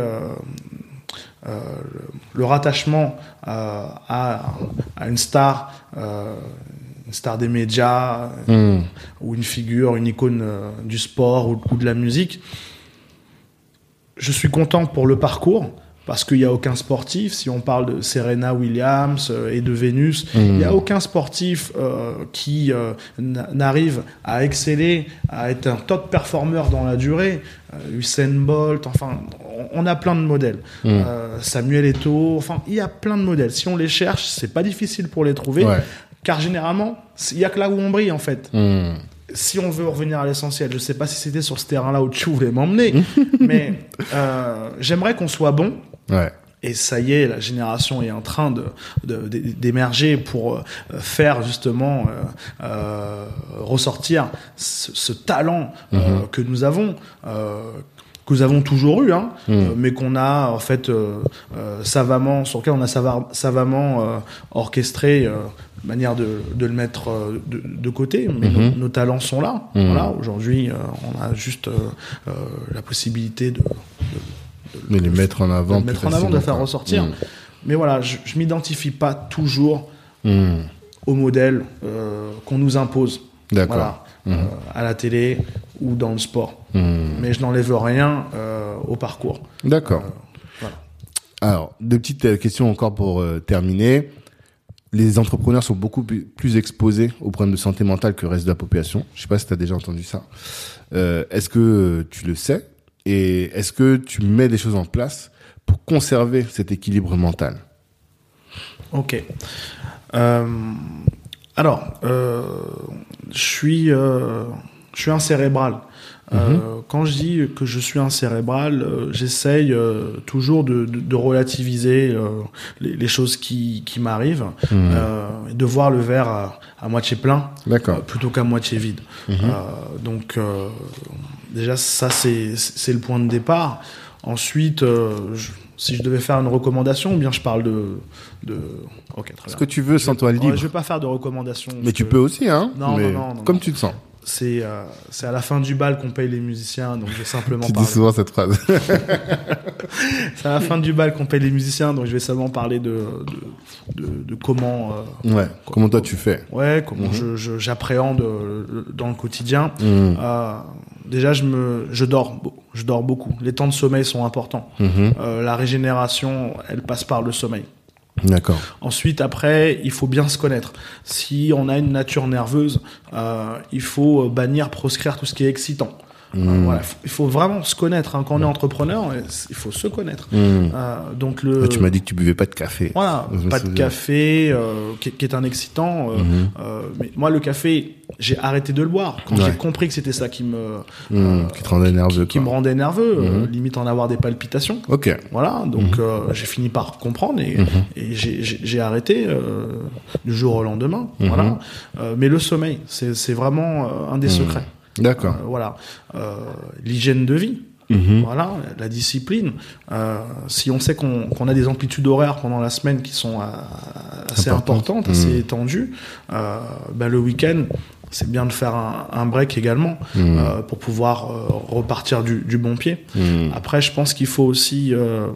le rattachement à une star des médias, ou une figure, une icône du sport ou de la musique, je suis content pour le parcours, parce qu'il n'y a aucun sportif, si on parle de Serena Williams et de Vénus, il n'y a aucun sportif qui n'arrive à exceller, à être un top performeur dans la durée. Usain Bolt, enfin, on a plein de modèles. Samuel Eto'o, enfin, il y a plein de modèles. Si on les cherche, c'est pas difficile pour les trouver, car généralement, il n'y a que là où on brille, en fait. Si on veut revenir à l'essentiel, je sais pas si c'était sur ce terrain-là où tu voulais m'emmener, mais j'aimerais qu'on soit bon. Ouais. Et ça y est, la génération est en train d'émerger pour faire justement ressortir ce talent que nous avons toujours eu, mais qu'on a en fait savamment, sur lequel on a savamment orchestré manière de le mettre de côté, mais nos talents sont là. Voilà, aujourd'hui, on a juste la possibilité de les mettre en avant, de faire ressortir. Mais voilà, je m'identifie pas toujours au modèle qu'on nous impose. D'accord. Voilà, à la télé ou dans le sport. Mais je n'enlève rien au parcours. D'accord. Voilà. Alors, deux petites questions encore pour terminer. Les entrepreneurs sont beaucoup plus exposés aux problèmes de santé mentale que le reste de la population. Je sais pas si tu as déjà entendu ça. Est-ce que tu le sais? Et est-ce que tu mets des choses en place pour conserver cet équilibre mental? Ok. Alors, je suis un cérébral. Quand je dis que je suis un cérébral, j'essaye toujours de relativiser les choses qui m'arrivent, de voir le verre à moitié plein plutôt qu'à moitié vide. Donc déjà ça c'est le point de départ. Ensuite, si je devais faire une recommandation, ou bien je parle de... Ok, très bien. Ce que tu veux, sens-toi libre. Je vais pas faire de recommandation. Mais tu peux aussi, hein. Non, mais non. Comme tu te sens. C'est à la fin du bal qu'on paye les musiciens, donc je vais simplement tu parler. dis souvent cette phrase. C'est à la fin du bal qu'on paye les musiciens, donc je vais seulement parler de comment... comment toi tu fais. Ouais, comment j'appréhende dans le quotidien. Déjà, je dors beaucoup. Les temps de sommeil sont importants. La régénération, elle passe par le sommeil. D'accord. Ensuite, après, il faut bien se connaître. Si on a une nature nerveuse, il faut bannir, proscrire tout ce qui est excitant. Voilà, il faut vraiment se connaître. Quand on est entrepreneur, il faut se connaître. Donc tu m'as dit que tu buvais pas de café. Voilà, pas de café, qui est un excitant. Mais moi, le café, j'ai arrêté de le boire quand j'ai compris que c'était ça qui me qui te rendait nerveux. Qui me rendait nerveux, limite en avoir des palpitations. Ok. Voilà, donc j'ai fini par comprendre et j'ai arrêté du jour au lendemain. Voilà. Mais le sommeil, c'est vraiment un des secrets. D'accord. Voilà, l'hygiène de vie. Voilà, la discipline. Si on sait qu'on a des amplitudes horaires pendant la semaine qui sont assez importantes, assez étendues, le week-end, c'est bien de faire un break également pour pouvoir repartir du bon pied. Après, je pense qu'il faut aussi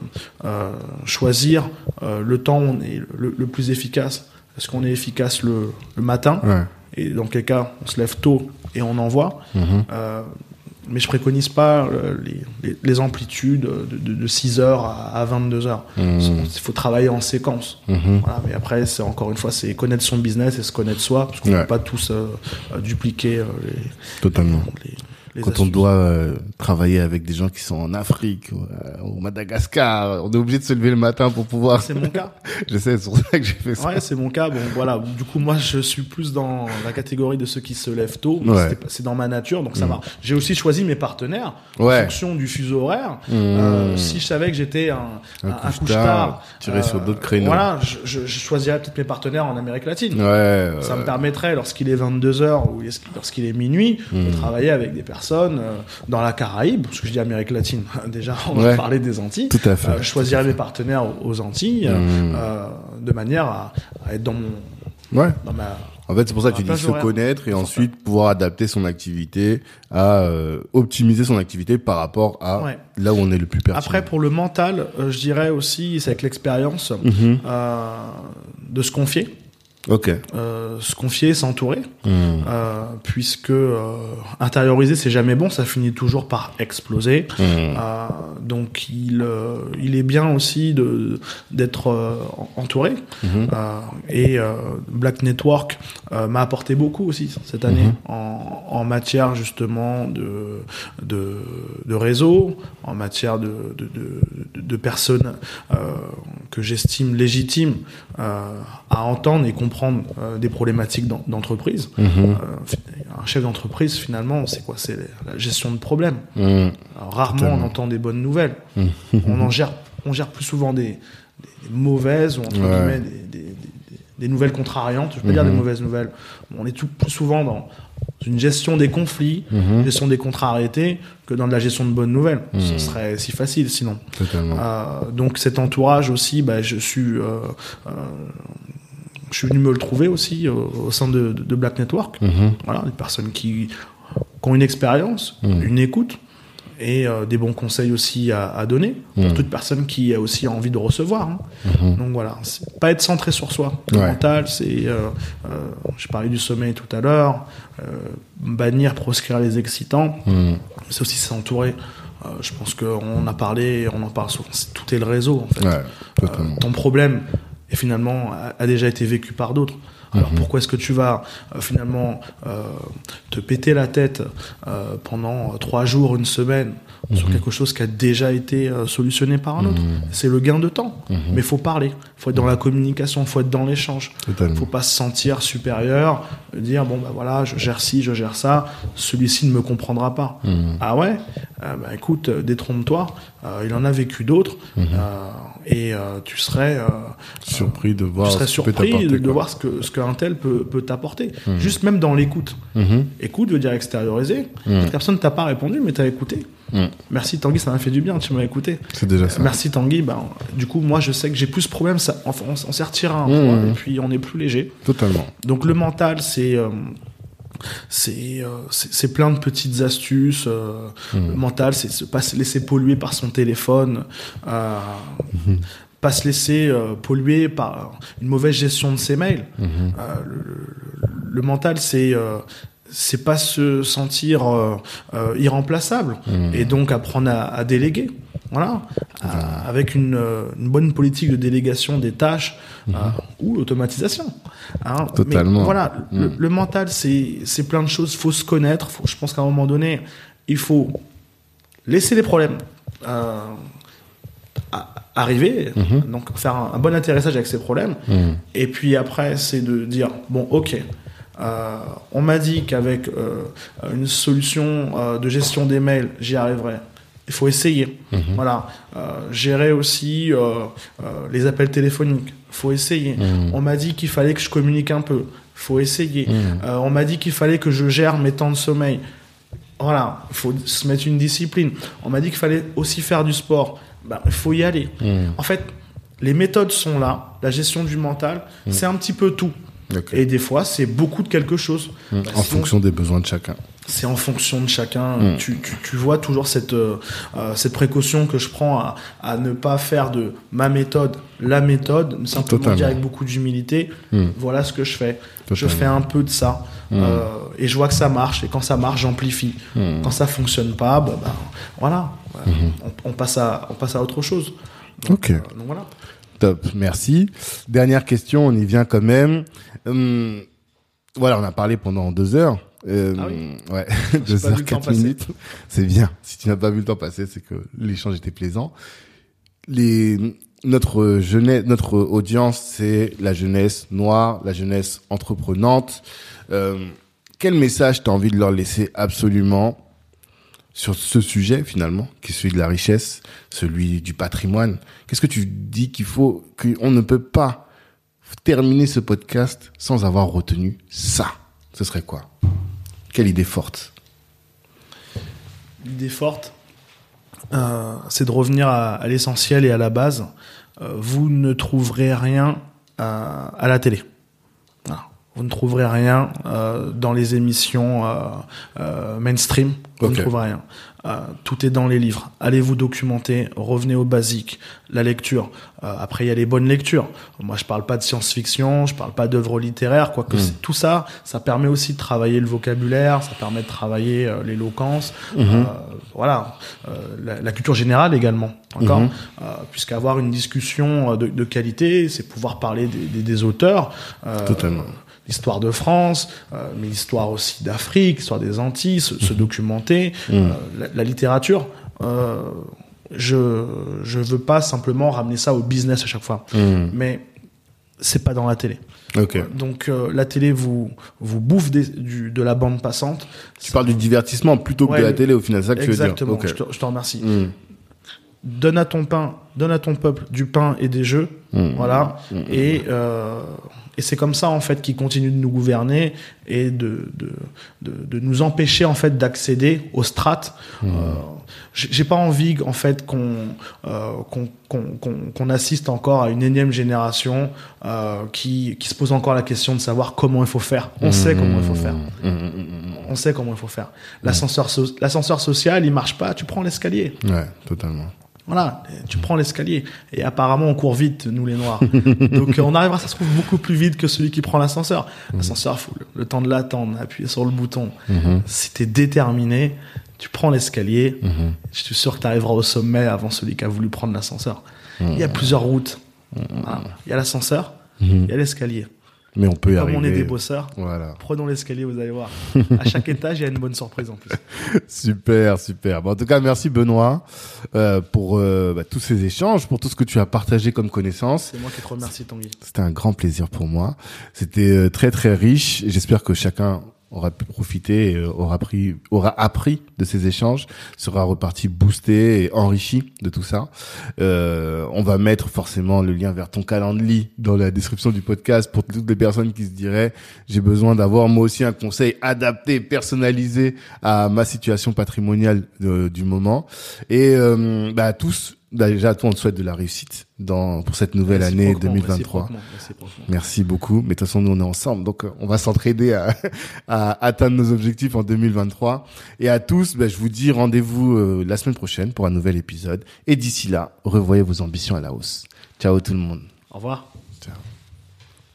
choisir le temps où on est le plus efficace. Est-ce qu'on est efficace le matin ? Et dans quel cas, on se lève tôt et on envoie. Mais je préconise pas les amplitudes de 6 heures à 22 heures. Il faut travailler en séquence. Voilà, mais après, c'est encore une fois, c'est connaître son business et se connaître soi, parce qu'on ne peut pas tous dupliquer Totalement. les Quand astuces. on doit travailler avec des gens qui sont en Afrique, au Madagascar, on est obligé de se lever le matin pour pouvoir... C'est mon cas. Je sais, c'est pour ça que j'ai fait ça. Ouais, c'est mon cas. Bon, voilà. Du coup, moi, je suis plus dans la catégorie de ceux qui se lèvent tôt. C'est dans ma nature, donc ça va. J'ai aussi choisi mes partenaires en fonction du fuseau horaire. Si je savais que j'étais un couche-tard, tirer sur d'autres créneaux. Voilà, je choisirais peut-être mes partenaires en Amérique latine. Ça me permettrait, lorsqu'il est 22h ou lorsqu'il est minuit, de travailler avec des personnes dans la Caraïbe, parce que je dis Amérique latine, déjà on va parler des Antilles. Tout à fait. Je choisirais mes partenaires aux Antilles de manière à être dans ma... En fait, c'est pour ça que tu dis se connaître et ensuite pouvoir adapter son activité à optimiser son activité par rapport à là où on est le plus pertinent. Après, pour le mental, je dirais aussi, c'est avec l'expérience, de se confier. Se confier, s'entourer, puisque intérioriser c'est jamais bon, ça finit toujours par exploser. Donc il est bien aussi d'être entouré. Et Black Network m'a apporté beaucoup aussi cette année en matière justement de réseau, en matière de personnes que j'estime légitimes à entendre et comprendre des problématiques d'entreprise. Un chef d'entreprise, finalement, c'est quoi ? C'est la gestion de problèmes. Alors, rarement on entend des bonnes nouvelles. On gère plus souvent des mauvaises ou entre guillemets des nouvelles contrariantes. Je peux dire des mauvaises nouvelles. On est plus souvent dans une gestion des conflits, gestion des contrariétés, que dans de la gestion de bonnes nouvelles. Ce serait si facile sinon. Donc cet entourage aussi, je suis venu me le trouver aussi au sein de Black Network. Voilà, des personnes qui ont une expérience, une écoute et des bons conseils aussi à donner pour toute personne qui a aussi envie de recevoir. Donc voilà, c'est pas être centré sur soi. Le mental, c'est je parlais du sommeil tout à l'heure, bannir, proscrire les excitants. C'est aussi s'entourer. Je pense qu'on a parlé, on en parle souvent. Tout est le réseau en fait. Ton problème et finalement a déjà été vécu par d'autres. Alors pourquoi est-ce que tu vas finalement te péter la tête pendant 3 jours, une semaine sur quelque chose qui a déjà été solutionné par un autre? C'est le gain de temps. Mais il faut parler, il faut être dans la communication, il faut être dans l'échange. Il ne faut pas se sentir supérieur, dire bon voilà, je gère ci, je gère ça, celui-ci ne me comprendra pas. Ah ouais, écoute, détrompe-toi, il en a vécu d'autres et tu serais surpris de voir ce qu'un tel peut t'apporter. Juste même dans l'écoute. Écoute veut dire extérioriser. Cette personne ne t'a pas répondu, mais t'as écouté. Merci Tanguy, ça m'a fait du bien, tu m'as écouté. C'est déjà ça. Merci Tanguy, du coup moi je sais que j'ai plus de problèmes, on s'est retiré un peu, et puis on est plus léger. Totalement. Donc le mental c'est plein de petites astuces. Le mental, c'est pas se laisser polluer par son téléphone, pas se laisser polluer par une mauvaise gestion de ses mails. Le mental, c'est pas se sentir irremplaçable et donc apprendre à déléguer. Voilà, avec une bonne politique de délégation des tâches ou l'automatisation. Hein. Totalement. Mais voilà, le mental, c'est plein de choses. Faut se connaître. Je pense qu'à un moment donné, il faut laisser les problèmes arriver, donc faire un bon atterrissage avec ces problèmes. Et puis après, c'est de dire bon, ok. On m'a dit qu'avec une solution de gestion des mails, j'y arriverai. Il faut essayer. Voilà. Gérer aussi les appels téléphoniques. Il faut essayer. On m'a dit qu'il fallait que je communique un peu. Il faut essayer. On m'a dit qu'il fallait que je gère mes temps de sommeil. Voilà. Il faut se mettre une discipline. On m'a dit qu'il fallait aussi faire du sport. Il faut y aller. En fait, les méthodes sont là. La gestion du mental, c'est un petit peu tout. Okay. Et des fois, c'est beaucoup de quelque chose. En fonction des besoins de chacun. C'est en fonction de chacun. Tu vois toujours cette précaution que je prends à ne pas faire de ma méthode la méthode, mais simplement dire avec beaucoup d'humilité, voilà ce que je fais. Je fais un peu de ça. Et je vois que ça marche. Et quand ça marche, j'amplifie. Quand ça fonctionne pas, voilà. On passe à autre chose. Donc, donc voilà. Top, merci. Dernière question, on y vient quand même. Voilà, on a parlé pendant 2 heures. Ouais, 2 heures, 4 minutes. C'est bien. Si tu n'as pas vu le temps passer, c'est que l'échange était plaisant. Notre jeunesse, notre audience, c'est la jeunesse noire, la jeunesse entreprenante. Quel message t'as envie de leur laisser absolument sur ce sujet, finalement, qui est celui de la richesse, celui du patrimoine? Qu'est-ce que tu dis qu'on ne peut pas terminer ce podcast sans avoir retenu ça? Ce serait quoi? Quelle idée forte? L'idée forte, c'est de revenir à l'essentiel et à la base. Vous ne trouverez rien à la télé. Voilà. Vous ne trouverez rien dans les émissions mainstream. Vous ne trouverez rien. Tout est dans les livres. Allez vous documenter, revenez aux basiques, la lecture. Après, il y a les bonnes lectures. Moi, je parle pas de science-fiction, je parle pas d'œuvres littéraires, quoique tout ça, ça permet aussi de travailler le vocabulaire, ça permet de travailler l'éloquence. Voilà, la culture générale également. D'accord. Puisqu'avoir une discussion de qualité, c'est pouvoir parler des auteurs. Totalement. L'histoire de France, mais l'histoire aussi d'Afrique, l'histoire des Antilles, se documenter, la littérature. Je veux pas simplement ramener ça au business à chaque fois, mais c'est pas dans la télé. Okay. Donc la télé vous bouffe de la bande passante. Tu parles du divertissement plutôt que de la télé au final, c'est ça que tu veux dire. Exactement. Okay. Je te remercie. Donne à ton peuple du pain et des jeux, voilà. Et c'est comme ça en fait qu'ils continuent de nous gouverner et de nous empêcher en fait d'accéder aux strates. J'ai pas envie en fait qu'on assiste encore à une énième génération qui se pose encore la question de savoir comment il faut faire. On sait comment il faut faire. On sait comment il faut faire. L'ascenseur social, il marche pas. Tu prends l'escalier. Ouais, totalement. Voilà, tu prends l'escalier. Et apparemment, on court vite, nous les Noirs. Donc, on arrivera, ça se trouve, beaucoup plus vite que celui qui prend l'ascenseur. L'ascenseur, faut le temps de l'attendre, appuyer sur le bouton. Si t'es déterminé, tu prends l'escalier. Je suis sûr que t'arriveras au sommet avant celui qui a voulu prendre l'ascenseur. Il y a plusieurs routes. Voilà. Il y a l'ascenseur, il y a l'escalier. Mais on peut y arriver. Comme on est des bosseurs, voilà. Prenons l'escalier, vous allez voir. À chaque étage, il y a une bonne surprise en plus. Super, super. Bon, en tout cas, merci Benoît pour tous ces échanges, pour tout ce que tu as partagé comme connaissances. C'est moi qui te remercie, Tanguy. C'était un grand plaisir pour moi. C'était très, très riche. J'espère que chacun aura pu profiter, et aura appris de ces échanges, sera reparti boosté et enrichi de tout ça. On va mettre forcément le lien vers ton calendrier dans la description du podcast pour toutes les personnes qui se diraient j'ai besoin d'avoir moi aussi un conseil adapté, personnalisé à ma situation patrimoniale du moment. Et à tous, déjà, toi, on te souhaite de la réussite pour cette nouvelle année 2023. Merci beaucoup. Mais de toute façon, nous, on est ensemble. Donc, on va s'entraider à atteindre nos objectifs en 2023. Et à tous, je vous dis rendez-vous la semaine prochaine pour un nouvel épisode. Et d'ici là, revoyez vos ambitions à la hausse. Ciao tout le monde. Au revoir. Ciao.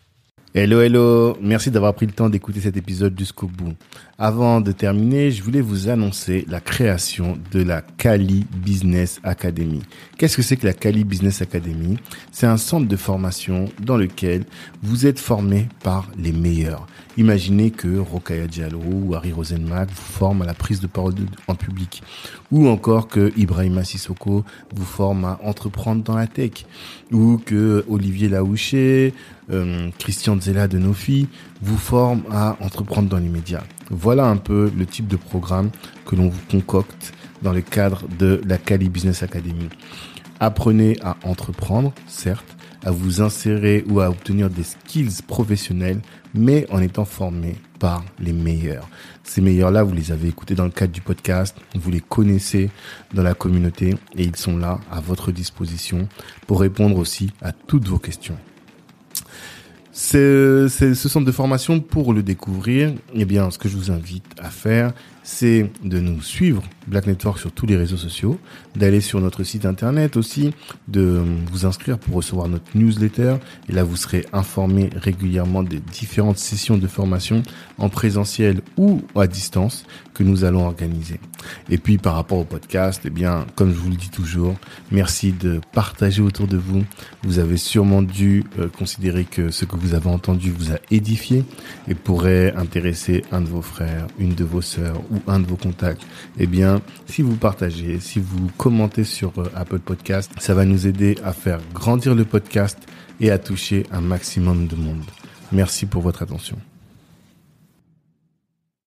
Hello, merci d'avoir pris le temps d'écouter cet épisode jusqu'au bout. Avant de terminer, je voulais vous annoncer la création de la Kali Business Academy. Qu'est-ce que c'est que la Kali Business Academy ? C'est un centre de formation dans lequel vous êtes formé par les meilleurs. Imaginez que Rokhaya Diallo ou Harry Rosenmack vous forment à la prise de parole en public, ou encore que Ibrahima Sissoko vous forme à entreprendre dans la tech, ou que Olivier Laouché, Christian Zella de Nofi vous forme à entreprendre dans les médias. Voilà un peu le type de programme que l'on vous concocte dans le cadre de la Kali Business Academy. Apprenez à entreprendre, certes, à vous insérer ou à obtenir des skills professionnels, mais en étant formé par les meilleurs. Ces meilleurs-là, vous les avez écoutés dans le cadre du podcast, vous les connaissez dans la communauté et ils sont là à votre disposition pour répondre aussi à toutes vos questions. C'est ce centre de formation, pour le découvrir, eh bien, ce que je vous invite à faire, c'est de nous suivre, Black Network, sur tous les réseaux sociaux, d'aller sur notre site internet aussi, de vous inscrire pour recevoir notre newsletter. Et là, vous serez informé régulièrement des différentes sessions de formation en présentiel ou à distance que nous allons organiser. Et puis, par rapport au podcast, eh bien, comme je vous le dis toujours, merci de partager autour de vous. Vous avez sûrement dû considérer que ce que vous avez entendu vous a édifié et pourrait intéresser un de vos frères, une de vos sœurs ou un de vos contacts. Eh bien, si vous partagez, si vous commentez sur Apple Podcast, ça va nous aider à faire grandir le podcast et à toucher un maximum de monde. Merci pour votre attention.